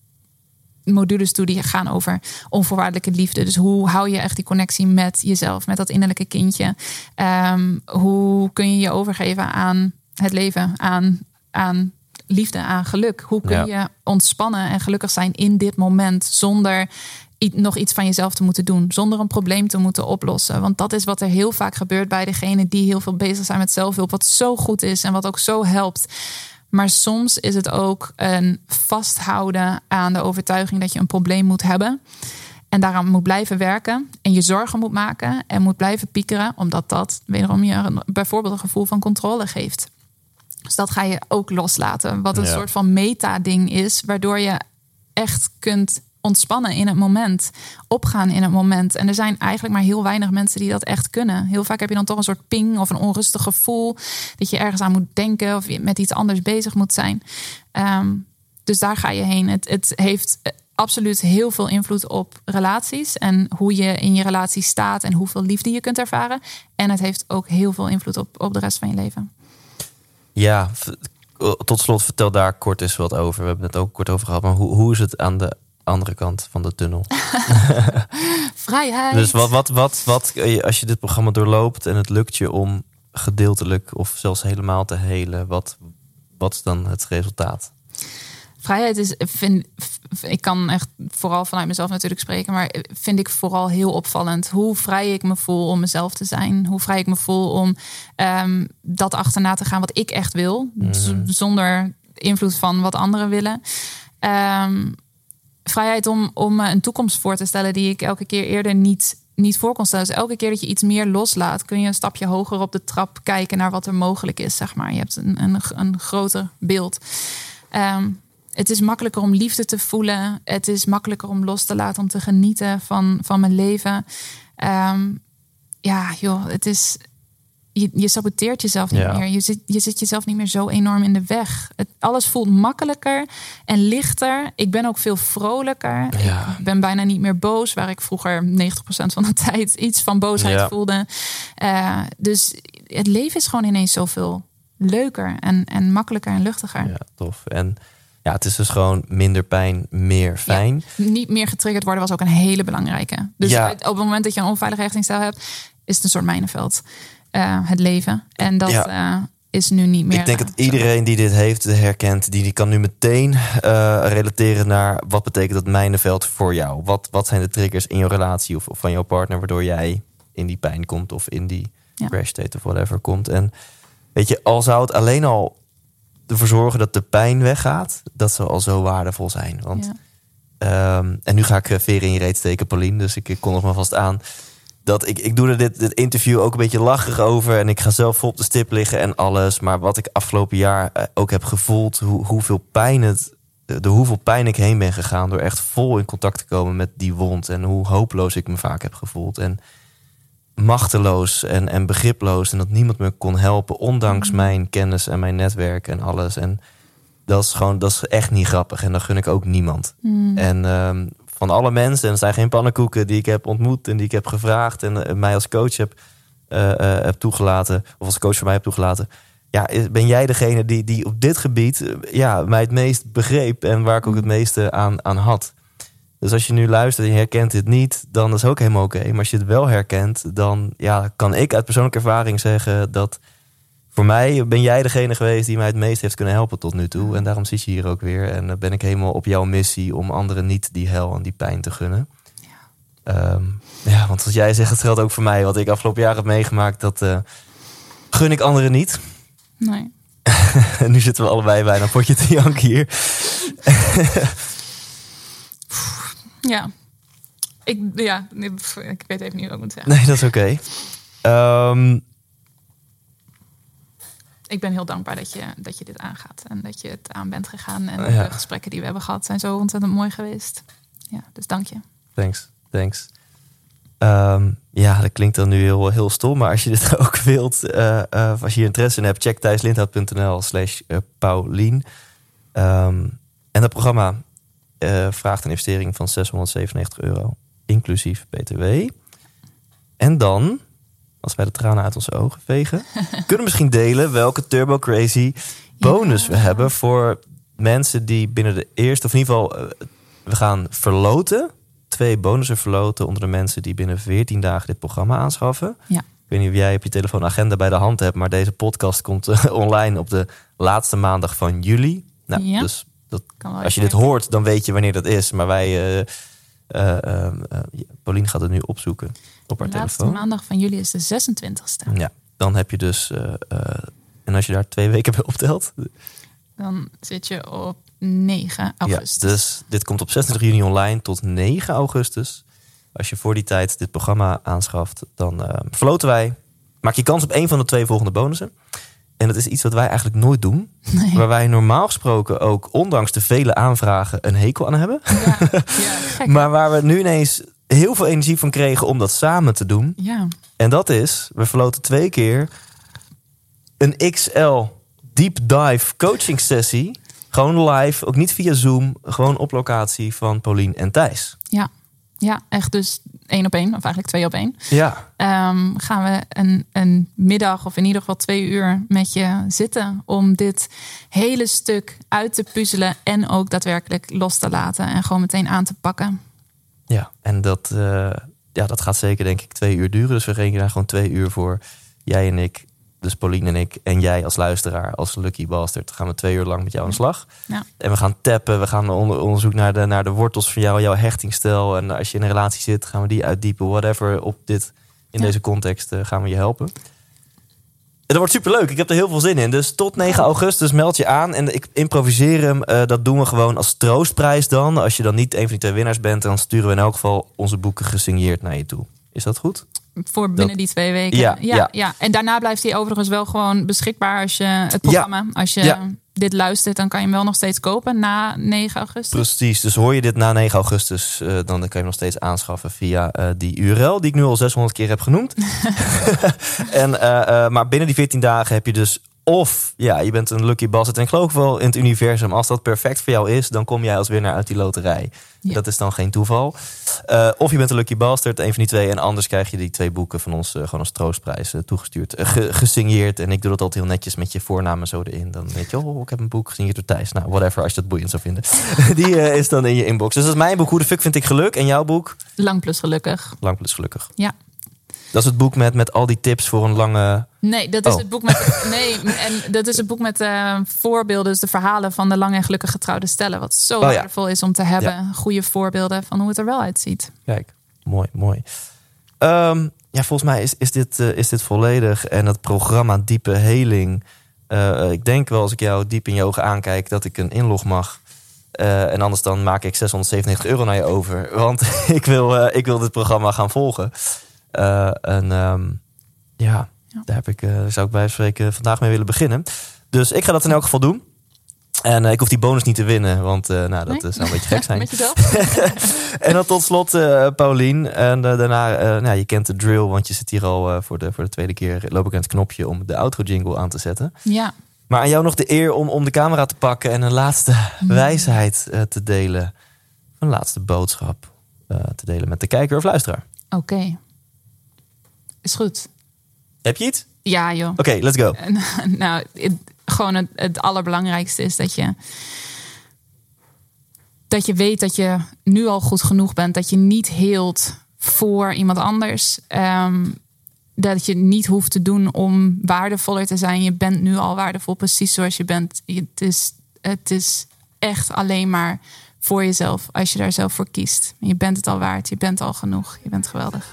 modules toe die gaan over onvoorwaardelijke liefde. Dus hoe hou je echt die connectie met jezelf, met dat innerlijke kindje? Um, hoe kun je je overgeven aan het leven, aan, aan liefde, aan geluk? Hoe kun ja. je ontspannen en gelukkig zijn in dit moment zonder nog iets van jezelf te moeten doen, zonder een probleem te moeten oplossen? Want dat is wat er heel vaak gebeurt bij degenen die heel veel bezig zijn met zelfhulp, wat zo goed is en wat ook zo helpt. Maar soms is het ook een vasthouden aan de overtuiging dat je een probleem moet hebben en daaraan moet blijven werken en je zorgen moet maken en moet blijven piekeren, omdat dat wederom je bijvoorbeeld een gevoel van controle geeft. Dus dat ga je ook loslaten, wat een ja. soort van meta-ding is, waardoor je echt kunt ontspannen in het moment. Opgaan in het moment. En er zijn eigenlijk maar heel weinig mensen die dat echt kunnen. Heel vaak heb je dan toch een soort ping of een onrustig gevoel. Dat je ergens aan moet denken of je met iets anders bezig moet zijn. Um, dus daar ga je heen. Het, het heeft absoluut heel veel invloed op relaties. En hoe je in je relatie staat en hoeveel liefde je kunt ervaren. En het heeft ook heel veel invloed op, op de rest van je leven. Ja, tot slot vertel daar kort eens wat over. We hebben het ook kort over gehad. Maar hoe, hoe is het aan de andere kant van de tunnel? Vrijheid. Dus wat, wat, wat, wat, als je dit programma doorloopt en het lukt je om gedeeltelijk of zelfs helemaal te helen, wat, wat is dan het resultaat? Vrijheid is, vind, ik kan echt vooral vanuit mezelf natuurlijk spreken, maar vind ik vooral heel opvallend hoe vrij ik me voel om mezelf te zijn. Hoe vrij ik me voel om um, dat achterna te gaan wat ik echt wil. Mm. Z- zonder invloed van wat anderen willen. Um, vrijheid om, om een toekomst voor te stellen die ik elke keer eerder niet, niet voor kon stellen. Dus elke keer dat je iets meer loslaat, kun je een stapje hoger op de trap kijken naar wat er mogelijk is, zeg maar. Je hebt een, een, een groter beeld. Um, Het is makkelijker om liefde te voelen. Het is makkelijker om los te laten, om te genieten van, van mijn leven. Um, ja, joh, het is... Je, je saboteert jezelf niet ja. meer. Je zit, je zit jezelf niet meer zo enorm in de weg. Het, alles voelt makkelijker en lichter. Ik ben ook veel vrolijker. Ja. Ik ben bijna niet meer boos, waar ik vroeger negentig procent van de tijd iets van boosheid ja. voelde. Uh, dus het leven is gewoon ineens zoveel leuker en, en makkelijker en luchtiger. Ja, tof. En ja, het is dus gewoon minder pijn, meer fijn. Ja, niet meer getriggerd worden was ook een hele belangrijke. Dus ja. op het moment dat je een onveilige hechtingsstijl hebt, is het een soort mijnenveld. Uh, het leven. En dat ja. uh, is nu niet meer. Ik denk dat iedereen die dit heeft herkent, die, die kan nu meteen uh, relateren naar wat betekent dat mijnenveld voor jou. Wat, wat zijn de triggers in je relatie of, of van jouw partner waardoor jij in die pijn komt of in die ja. crash state of whatever komt. En weet je, al zou het alleen al ervoor zorgen dat de pijn weggaat, dat zou al zo waardevol zijn. Want ja. um, en nu ga ik veren in je reet steken, Paulien, dus ik, ik kon nog maar vast aan. Dat ik, ik doe er dit, dit interview ook een beetje lacherig over. En ik ga zelf vol op de stip liggen en alles. Maar wat ik afgelopen jaar ook heb gevoeld, hoe, hoeveel pijn het, de hoeveel pijn ik heen ben gegaan door echt vol in contact te komen met die wond. En hoe hopeloos ik me vaak heb gevoeld. En machteloos en, en begriploos. En dat niemand me kon helpen, ondanks mm. mijn kennis en mijn netwerk en alles. En dat is gewoon, dat is echt niet grappig. En dat gun ik ook niemand. Mm. En um, van alle mensen, en er zijn geen pannenkoeken die ik heb ontmoet en die ik heb gevraagd en uh, mij als coach heb, uh, uh, heb toegelaten, of als coach voor mij heb toegelaten. Ja, ben jij degene die, die op dit gebied uh, ja, mij het meest begreep en waar ik ook het meeste aan, aan had. Dus als je nu luistert en je herkent dit niet, dan is het ook helemaal oké. Okay. Maar als je het wel herkent, dan ja, kan ik uit persoonlijke ervaring zeggen dat voor mij ben jij degene geweest die mij het meest heeft kunnen helpen tot nu toe. En daarom zit je hier ook weer. En dan ben ik helemaal op jouw missie om anderen niet die hel en die pijn te gunnen. Ja, um, ja want wat jij zegt, het geldt ook voor mij. Wat ik afgelopen jaar heb meegemaakt, dat uh, gun ik anderen niet. Nee. En nu zitten we allebei bijna een potje te janken hier. Ja. Ik, ja, ik weet even niet wat ik moet zeggen. Nee, dat is oké. Okay. Um, Ik ben heel dankbaar dat je, dat je dit aangaat. En dat je het aan bent gegaan. En ja. de gesprekken die we hebben gehad zijn zo ontzettend mooi geweest. Ja, dus dank je. Thanks, thanks. Um, ja, dat klinkt dan nu heel, heel stom. Maar als je dit ook wilt, uh, uh, als je hier interesse in hebt, check thijslindhout.nl slash Paulien. Um, en dat programma uh, vraagt een investering van zeshonderdzevenennegentig euro. Inclusief B T W. En dan, als wij de tranen uit onze ogen vegen, kunnen we misschien delen welke Turbo Crazy bonus ja. we hebben voor mensen die binnen de eerste, of in ieder geval, uh, we gaan verloten. Twee bonussen verloten onder de mensen die binnen veertien dagen dit programma aanschaffen. Ja. Ik weet niet of jij op je telefoon agenda bij de hand hebt, maar deze podcast komt uh, online op de laatste maandag van juli. Nou, ja. Dus dat, als je dit hoort, dan weet je wanneer dat is. Maar wij, uh, uh, uh, uh, Paulien gaat het nu opzoeken op haar de laatste telefoon. Maandag van juli is de zesentwintigste. Ja, dan heb je dus, uh, uh, en als je daar twee weken bij optelt, dan zit je op negen augustus. Ja, dus dit komt op zesentwintig juni online tot negen augustus. Als je voor die tijd dit programma aanschaft, dan uh, verloten wij. Maak je kans op één van de twee volgende bonussen. En dat is iets wat wij eigenlijk nooit doen. Nee. Waar wij normaal gesproken ook, ondanks de vele aanvragen, een hekel aan hebben. Ja, ja, maar waar we nu ineens heel veel energie van kregen om dat samen te doen. Ja. En dat is, we verloten twee keer een X L deep dive coaching sessie. Gewoon live, ook niet via Zoom. Gewoon op locatie van Paulien en Thijs. Ja, ja echt dus één op één. Of eigenlijk twee op één. Ja. Um, gaan we een, een middag of in ieder geval twee uur met je zitten. Om dit hele stuk uit te puzzelen. En ook daadwerkelijk los te laten. En gewoon meteen aan te pakken. Ja, en dat, uh, ja, dat gaat zeker denk ik twee uur duren. Dus we rekenen daar gewoon twee uur voor. Jij en ik. Dus Paulien en ik en jij als luisteraar, als Lucky Bastard, gaan we twee uur lang met jou aan de slag. Ja. En we gaan tappen, we gaan onder, onderzoek naar de, naar de wortels van jou, jouw hechtingsstijl. En als je in een relatie zit, gaan we die uitdiepen. Whatever, op dit, in ja. deze context uh, gaan we je helpen. En dat wordt superleuk, ik heb er heel veel zin in. Dus tot negen augustus meld je aan. En ik improviseer hem, uh, dat doen we gewoon als troostprijs dan. Als je dan niet een van die twee winnaars bent, dan sturen we in elk geval onze boeken gesigneerd naar je toe. Is dat goed? Voor binnen dat, die twee weken. Ja, ja, ja. ja. En daarna blijft hij overigens wel gewoon beschikbaar als je het programma. Ja, als je ja. dit luistert, dan kan je hem wel nog steeds kopen na negen augustus. Precies. Dus hoor je dit na negen augustus, uh, dan kan je hem nog steeds aanschaffen via uh, die U R L die ik nu al zeshonderd keer heb genoemd. en, uh, uh, maar binnen die veertien dagen heb je dus of ja, je bent een lucky bastard. En ik geloof wel in het universum, als dat perfect voor jou is, dan kom jij als winnaar uit die loterij. Ja. Dat is dan geen toeval. Uh, of je bent een lucky bastard, een van die twee. En anders krijg je die twee boeken van ons uh, gewoon als troostprijs uh, toegestuurd. Uh, ge- gesigneerd. En ik doe dat altijd heel netjes met je voornamen zo erin. Dan weet je, oh, ik heb een boek gesigneerd door Thijs. Nou, whatever, als je dat boeiend zou vinden. die uh, is dan in je inbox. Dus dat is mijn boek. Hoe de fuck vind ik geluk? En jouw boek? Lang plus gelukkig. Lang plus gelukkig. Ja. Dat is het boek met, met al die tips voor een lange... Nee, dat is oh. het boek met nee, en dat is het boek met uh, voorbeelden, dus de verhalen van de lang en gelukkig getrouwde stellen. Wat zo oh, waardevol ja. is om te hebben. Ja. Goede voorbeelden van hoe het er wel uitziet. Kijk, mooi, mooi. Um, ja, volgens mij is, is, dit, uh, is dit volledig. En het programma Diepe Heling. Uh, ik denk wel, als ik jou diep in je ogen aankijk, dat ik een inlog mag. Uh, en anders dan maak ik zeshonderdzevenennegentig euro naar je over. Want ik wil, uh, ik wil dit programma gaan volgen. Uh, en um, ja, ja, daar heb ik, uh, zou ik bij spreken vandaag mee willen beginnen. Dus ik ga dat in elk geval doen. En uh, ik hoef die bonus niet te winnen, want uh, nou, dat nee? zou een beetje gek zijn. Met jezelf. En dan tot slot uh, Paulien. En uh, daarna, uh, nou, je kent de drill, want je zit hier al uh, voor, de, voor de tweede keer. Loop ik aan het knopje om de outro jingle aan te zetten. Ja. Maar aan jou nog de eer om, om de camera te pakken en een laatste mm. wijsheid uh, te delen. Een laatste boodschap uh, te delen met de kijker of luisteraar. Oké. Okay. Is goed. Heb je iets? Ja, joh. Oké, okay, let's go. Nou, het, gewoon het, het allerbelangrijkste is dat je... dat je weet dat je nu al goed genoeg bent. Dat je niet heelt voor iemand anders. Um, dat je niet hoeft te doen om waardevoller te zijn. Je bent nu al waardevol, precies zoals je bent. Het is, het is echt alleen maar voor jezelf als je daar zelf voor kiest. Je bent het al waard. Je bent al genoeg. Je bent geweldig.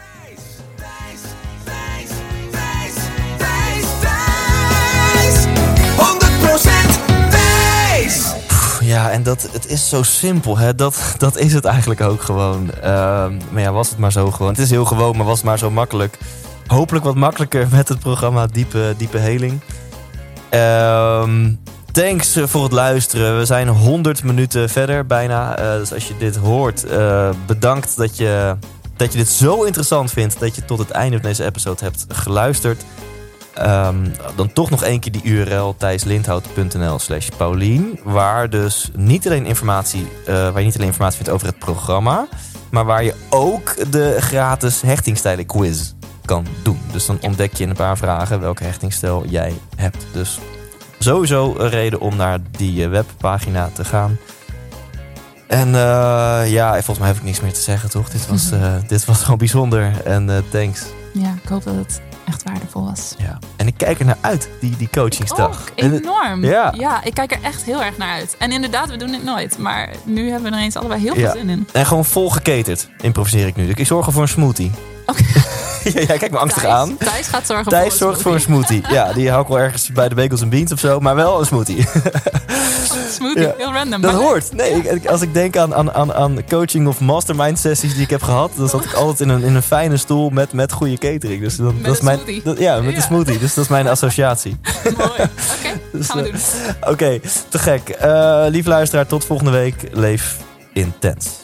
Ja, en dat, het is zo simpel, hè? Dat, dat is het eigenlijk ook gewoon. Uh, maar ja, was het maar zo gewoon. Het is heel gewoon, maar was het maar zo makkelijk. Hopelijk wat makkelijker met het programma Diepe, Diepe Heling. Uh, thanks voor het luisteren. We zijn honderd minuten verder bijna. Uh, dus als je dit hoort, uh, bedankt dat je, dat je dit zo interessant vindt... dat je tot het einde van deze episode hebt geluisterd. Um, dan toch nog één keer die U R L thijslindhout.nl slash Paulien. Waar dus niet alleen informatie, uh, waar je niet alleen informatie vindt over het programma, maar waar je ook de gratis hechtingstijlen quiz kan doen. Dus dan ontdek je in een paar vragen welke hechtingstijl jij hebt. Dus sowieso een reden om naar die webpagina te gaan. En uh, ja, volgens mij heb ik niks meer te zeggen, toch? Dit was, uh, dit was gewoon bijzonder. En uh, thanks. Ja, ik hoop dat het echt waardevol was. Ja. En ik kijk er naar uit, die, die coachingsdag. Ook, enorm. Ja. ja, ik kijk er echt heel erg naar uit. En inderdaad, we doen dit nooit. Maar nu hebben we er eens allebei heel ja. veel zin in. En gewoon vol geketerd, improviseer ik nu. Ik zorg voor een smoothie. Oké. Okay. ja, kijk me angstig Thijs, aan. Thijs gaat zorgen Thijs voor een zorgt voor een smoothie. Ja, die hou ik wel ergens bij de Bagels en Beans of zo. Maar wel een smoothie. Smoothie, ja. Heel random. Dat maar... hoort. Nee, ik, als ik denk aan, aan, aan coaching of mastermind sessies die ik heb gehad, dan zat ik altijd in een, in een fijne stoel met, met goede catering. Dus dat, met dat is een mijn, smoothie. Dat, ja, met ja. een smoothie. Dus dat is mijn associatie. Mooi. Oké, okay, dus, gaan we doen. Oké, okay, te gek. Uh, lieve luisteraar, tot volgende week. Leef intens.